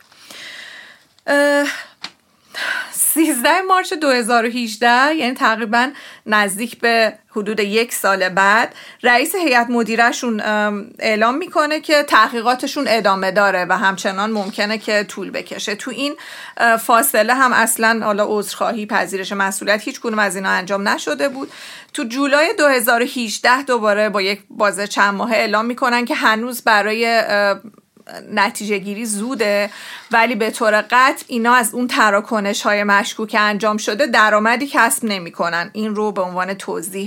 سیزده مارچ دو هزار و هجده، یعنی تقریبا نزدیک به حدود یک سال بعد، رئیس هیئت مدیرهشون اعلام میکنه که تحقیقاتشون ادامه داره و همچنان ممکنه که طول بکشه. تو این فاصله هم اصلا حالا عذرخواهی، پذیرش مسئولیت، هیچ کدوم از اینا انجام نشده بود. تو جولای دو هزار و هجده دوباره با یک بازه چند ماهه اعلام میکنن که هنوز برای نتیجه گیری زوده، ولی به طور قطع اینا از اون تراکنش های مشکوک انجام شده درآمدی کسب نمی کنن. این رو به عنوان توضیح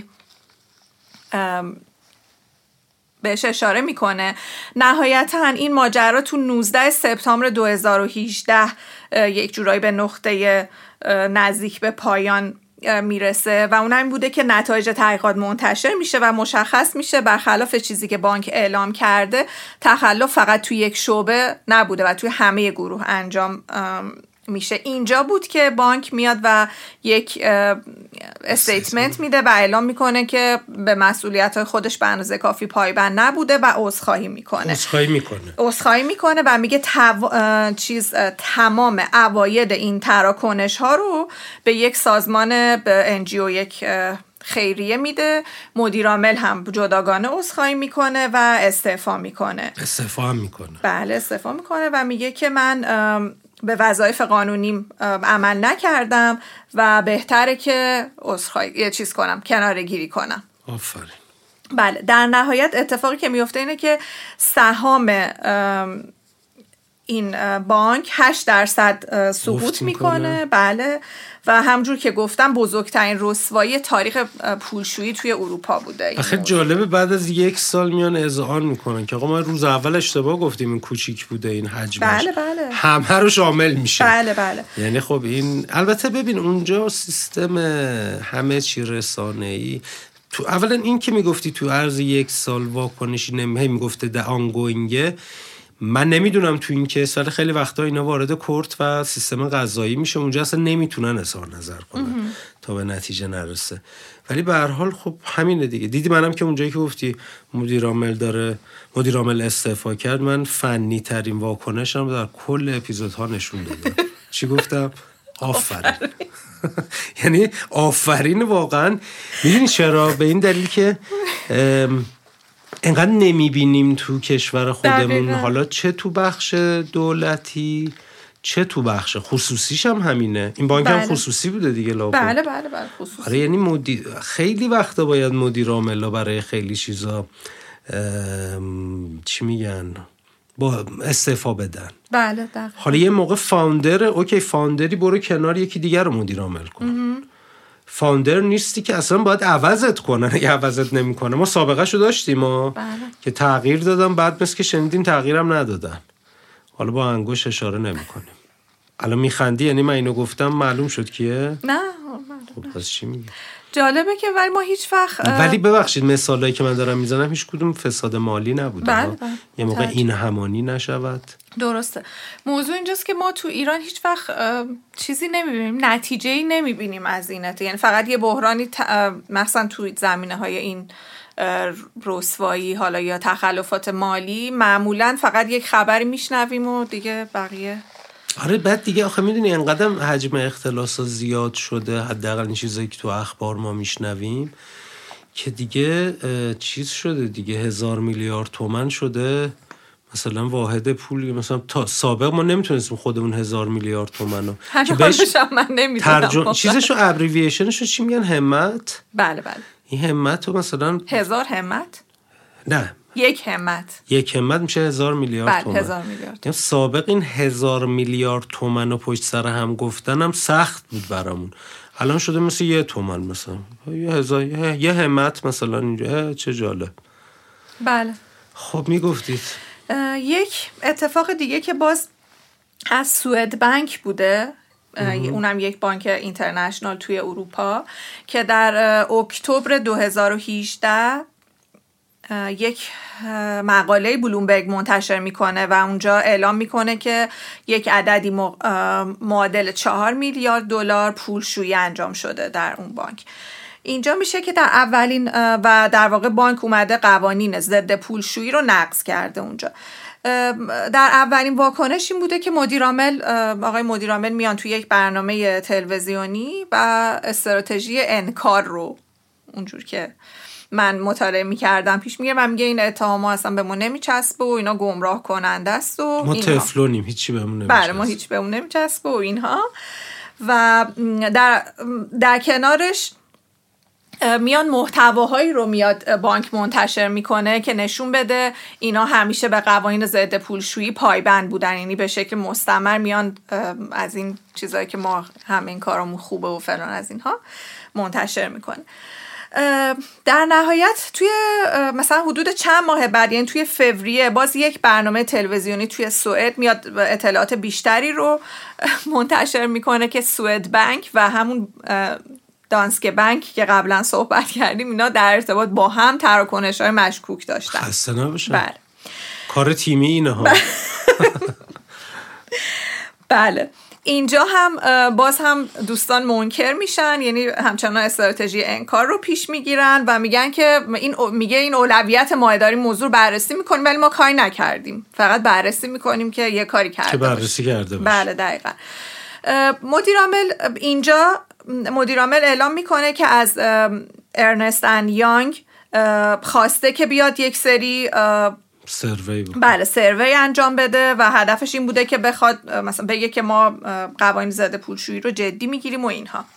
بهش اشاره میکنه. نهایتا این ماجرا تو نوزده سپتامبر دو هزار و هجده یک جورایی به نقطه نزدیک به پایان میرسه و اون هم بوده که نتایج تحقیقات منتشر میشه و مشخص میشه برخلاف چیزی که بانک اعلام کرده، تخلف فقط توی یک شعبه نبوده و توی همه گروه انجام میشه. اینجا بود که بانک میاد و یک استیتمنت میده و اعلام میکنه که به مسئولیت‌های خودش به اندازه کافی پایبند نبوده و عذرخواهی میکنه. عذرخواهی میکنه. عذرخواهی میکنه و میگه تو... چیز تمام عواید این تراکنش ها رو به یک سازمان، به ان جی او، یک خیریه میده. مدیر عامل هم جداگانه عذرخواهی میکنه و استعفا میکنه. استعفا هم میکنه. بله استعفا میکنه و میگه که من به وظایف قانونیم عمل نکردم و بهتره که عذرخواهی یه چیز کنم، کناره گیری کنم. آفرین. بله، در نهایت اتفاقی که میفته اینه که سهام این بانک هشت درصد سقوط میکنه. بله، و همجور که گفتم بزرگترین رسوایی تاریخ پولشویی توی اروپا بوده. خیلی جالبه بعد از یک سال میان اذعان میکنن که آقا ما روز اول اشتباه گفتیم این کوچیک بوده این حجمش. بله بله. همه رو شامل میشه. بله بله. یعنی خب این البته ببین اونجا سیستم همه چی رسانه‌ای، تو اولا این که میگفتی تو عرض یک سال واکنشی نمیه، میگفته ده آنگوینگه، من نمیدونم تو این کیس، ولی خیلی وقتا اینا وارد کورت و سیستم قضایی میشه، اونجا اصلا نمیتونن اظهار نظر کنن تا به نتیجه نرسه. ولی به هر حال خب همینه دیگه. دیدی منم که اونجایی که گفتی مدیر عامل داره مدیر عامل استعفا کرد، من فنی ترین واکنشم در کل اپیزودها نشون دادم. چی گفتم؟ آفرین. یعنی آفرین واقعا. میدونی چرا؟ به این دلیل که انقدر نمیبینیم تو کشور خودمون دقیقا. حالا چه تو بخش دولتی چه تو بخش خصوصیش هم همینه. این بانک بله. هم خصوصی بوده دیگه لابد. بله بله بله خصوصی. آره یعنی مدیر خیلی وقتا باید مدیر عاملا برای خیلی چیزا چی میگن با استعفا بدن. بله دقیقا. حالا یه موقع فاوندر اوکی فاوندری برو کنار یکی دیگر رو مدیر عامل کن. فاوندر نیستی که اصلا باید عوضت کنن. اگه عوضت نمیکنه، ما سابقه شو داشتیم ما بله. که تغییر دادن، بعد بس که شنیدیم تغییرم ندادن. حالا با انگوش اشاره نمیکنیم. الان میخندی، یعنی من اینو گفتم معلوم شد کیه؟ نه خب پس چی میگی؟ جالبه که ولی ما هیچ وقت ولی ببخشید مثالایی که من دارم میزنم هیچ کدوم فساد مالی نبوده. بله بله. یه موقع این همانی نشود. درسته. موضوع اینجاست که ما تو ایران هیچ وقت چیزی نمیبینیم، نتیجه‌ای نمیبینیم از اینه. یعنی فقط یه بحرانی ت... مثلا تو زمینه‌های این رسوایی حالا یا تخلفات مالی معمولا فقط یک خبری میشنویم و دیگه بقیه. آره بعد دیگه آخه میدونی انقدر حجم اختلاسات زیاد شده، حداقل این چیزایی که تو اخبار ما میشنویم که دیگه چیز شده دیگه، هزار میلیارد تومان شده مثلا واحد پول. مثلا تا سابق ما نمیتونستیم خودمون هزار میلیارد تومان رو که بهش من نمیدونم ترجمه چیزشو ابریویشنشو چی میگن، همت. بله بله. این همت رو مثلا هزار همت؟ نه یک همت. یک همت میشه هزار میلیارد بله تومان. هزار میلیارد. یعنی سابق این هزار میلیارد تومان رو پشت سر هم گفتنم سخت بود برامون. الان شده مثل یه تومان، مثلا یه هزار یه همت مثلا اینجا. چه جالب. بله. خب میگفتید یک اتفاق دیگه که باز از سوئد بانک بوده، اونم یک بانک اینترنشنال توی اروپا، که در اکتبر دو هزار و هجده یک مقاله بلومبرگ منتشر میکنه و اونجا اعلام میکنه که یک عددی معادل چهار میلیارد دلار پولشویی انجام شده در اون بانک. اینجا میشه که در اولین و در واقع بانک اومده قوانین ضد پولشویی رو نقض کرده اونجا. در اولین واکنش این بوده که مدیرعامل آقای مدیرعامل میان توی یک برنامه تلویزیونی و استراتژی انکار رو اونجور که من مطالعه میکردم پیش میگه و میگه این اتهام‌ها اصلا به ما نمیچسبه و اینا گمراه کننده است و ما تفلونیم، هیچی بهمون نمیچسبه. بله ما هیچ بهمون نمیچسبه و اینها. و در در کنارش میان محتواهایی رو میاد بانک منتشر میکنه که نشون بده اینا همیشه به قوانین ضد پولشویی پایبند بودن، یعنی به شکل مستمر میان از این چیزایی که ما همین کارامون خوبه و فلان از اینها منتشر میکنه. در نهایت توی مثلا حدود چند ماه بعد، یعنی توی فوریه، باز یک برنامه تلویزیونی توی سوئد میاد اطلاعات بیشتری رو منتشر میکنه که سوئد بانک و همون دانسکه بانک که قبلا صحبت کردیم اینا در ارتباط با هم تراکنش‌های مشکوک داشتن. خسته نباشن. بله. کار تیمی اینه ها. بله. اینجا هم باز هم دوستان منکر میشن، یعنی همچنان استراتژی انکار رو پیش میگیرن و میگن که این میگه این اولویت ما داریم موضوع بررسی میکنیم ولی ما کاری نکردیم، فقط بررسی میکنیم که یه کاری کرده که بررسی کرده باشه. بله دقیقاً. مدیر عامل اینجا مدیر عامل اعلام میکنه که از ارنست اند یانگ خواسته که بیاد یک سری سروی بود. بله سروی انجام بده و هدفش این بوده که بخواد مثلا بگه که ما قوانین ضد پولشویی رو جدی میگیریم و اینها.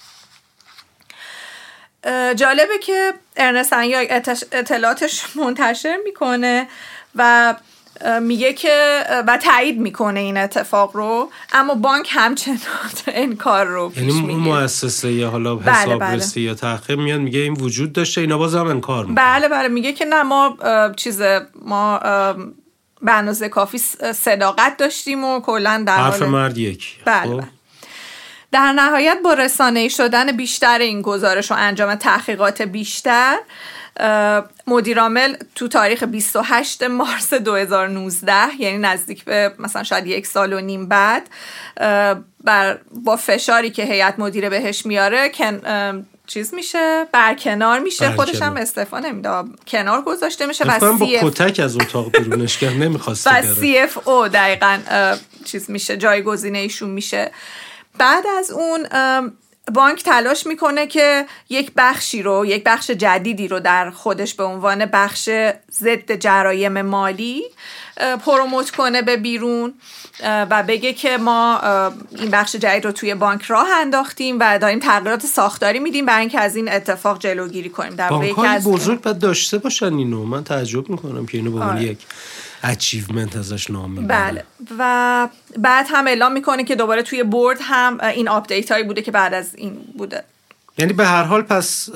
جالبه که ارنست اند یانگ اطلاعاتش منتشر میکنه و میگه که و تایید میکنه این اتفاق رو، اما بانک همچنان انکار رو پیش میگیره. یعنی مؤسسه یا حالا حسابرسی بله بله. یا تحقیق میاد میگه این وجود داشته، اینا باز هم انکار میکنه. بله بله میگه که نه ما چیز ما به اندازه کافی صداقت داشتیم و کلا در حرف مرد یک. بله, بله. در نهایت با رسانه‌ای شدن بیشتر این گزارش و انجام تحقیقات بیشتر مدیرعامل تو تاریخ بیست و هشتم مارس دو هزار و نوزده، یعنی نزدیک به مثلا شاید یک سال و نیم بعد، بر با فشاری که هیئت مدیره بهش میاره کن چیز میشه، برکنار میشه، برکنار. خودش هم استعفا نمیده، کنار گذاشته میشه و با کتک از اتاق بیرونش کرد، نمیخواسته بره و سی اف او دقیقاً چیز میشه، جایگزین ایشون میشه. بعد از اون بانک تلاش میکنه که یک بخشی رو، یک بخش جدیدی رو در خودش به عنوان بخش ضد جرایم مالی پروموت کنه به بیرون و بگه که ما این بخش جدید رو توی بانک راه انداختیم و داریم تغییرات ساختاری میدیم برای اینکه از این اتفاق جلوگیری کنیم. در واقع یکی از بزرگ باید داشته باشن اینو. من تعجب میکنم که اینو به عنوان یک اچیومنت ازش نام میبرن. بله. و بعد هم اعلام میکنه که دوباره توی بورد هم این آپدیت هایی بوده که بعد از این بوده. یعنی به هر حال پس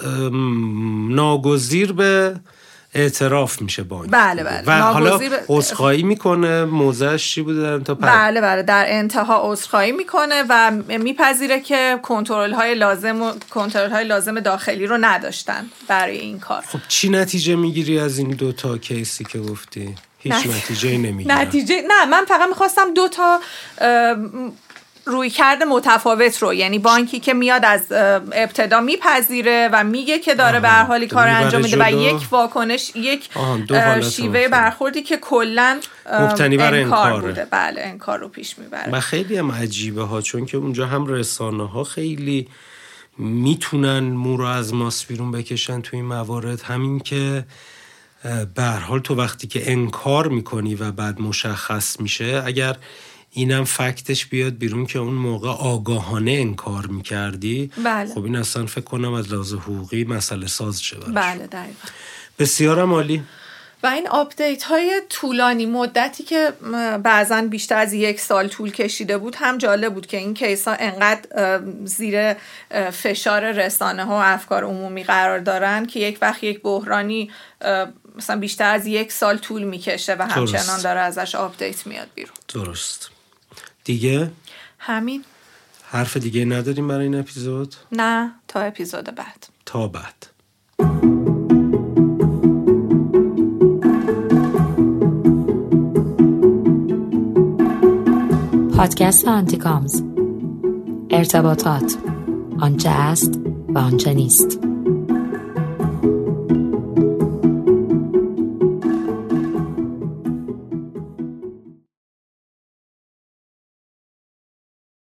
ناگزیر به اعتراف میشه بانک. بله بله. و حالا عذرخواهی میکنه، موضعش چی بوده در انتها؟ بله بله، در انتها عذرخواهی میکنه و میپذیره که کنترل های لازم و کنترل های لازم داخلی رو نداشتن برای این کار. خب چی نتیجه میگیری از این دو تا کیسی که گفتی؟ هیچ نت... نتیجه نمیگیرم. نتیجه نه، من فقط میخواستم دو تا روی کرده متفاوت رو، یعنی بانکی که میاد از ابتدا میپذیره و میگه که داره به هر حالی کار انجام میده و یک واکنش، یک شیوه برخوردی که کلا مبتنی بر انکار بوده. بله، انکار رو پیش میبره. و خیلی هم عجیبه ها، چون که اونجا هم رسانه ها خیلی میتونن مو رو از ماس بیرون بکشن تو این موارد. همین که به هر حال تو وقتی که انکار میکنی و بعد مشخص میشه، اگر اینم فکتش بیاد بیرون که اون موقع آگاهانه انکار میکردی، بله. خب این اصلا فکر کنم از لحاظ حقوقی مسئله ساز شه براش. بله دقیقا. بسیارم عالی. و این آپدیت های طولانی مدتی که بعضاً بیشتر از یک سال طول کشیده بود هم جالب بود که این کیس ها انقدر زیر فشار رسانه ها و افکار عمومی قرار دارن که یک وقت یک بحرانی مثلا بیشتر از یک سال طول میکشه و همچنان داره ازش آپدیت میاد بیرون. درست. دیگه؟ همین. حرف دیگه نداریم برای این اپیزود؟ نه، تا اپیزود بعد. تا بعد. پادکست آنتیکامز، ارتباطات، آنچه است و آنچه نیست.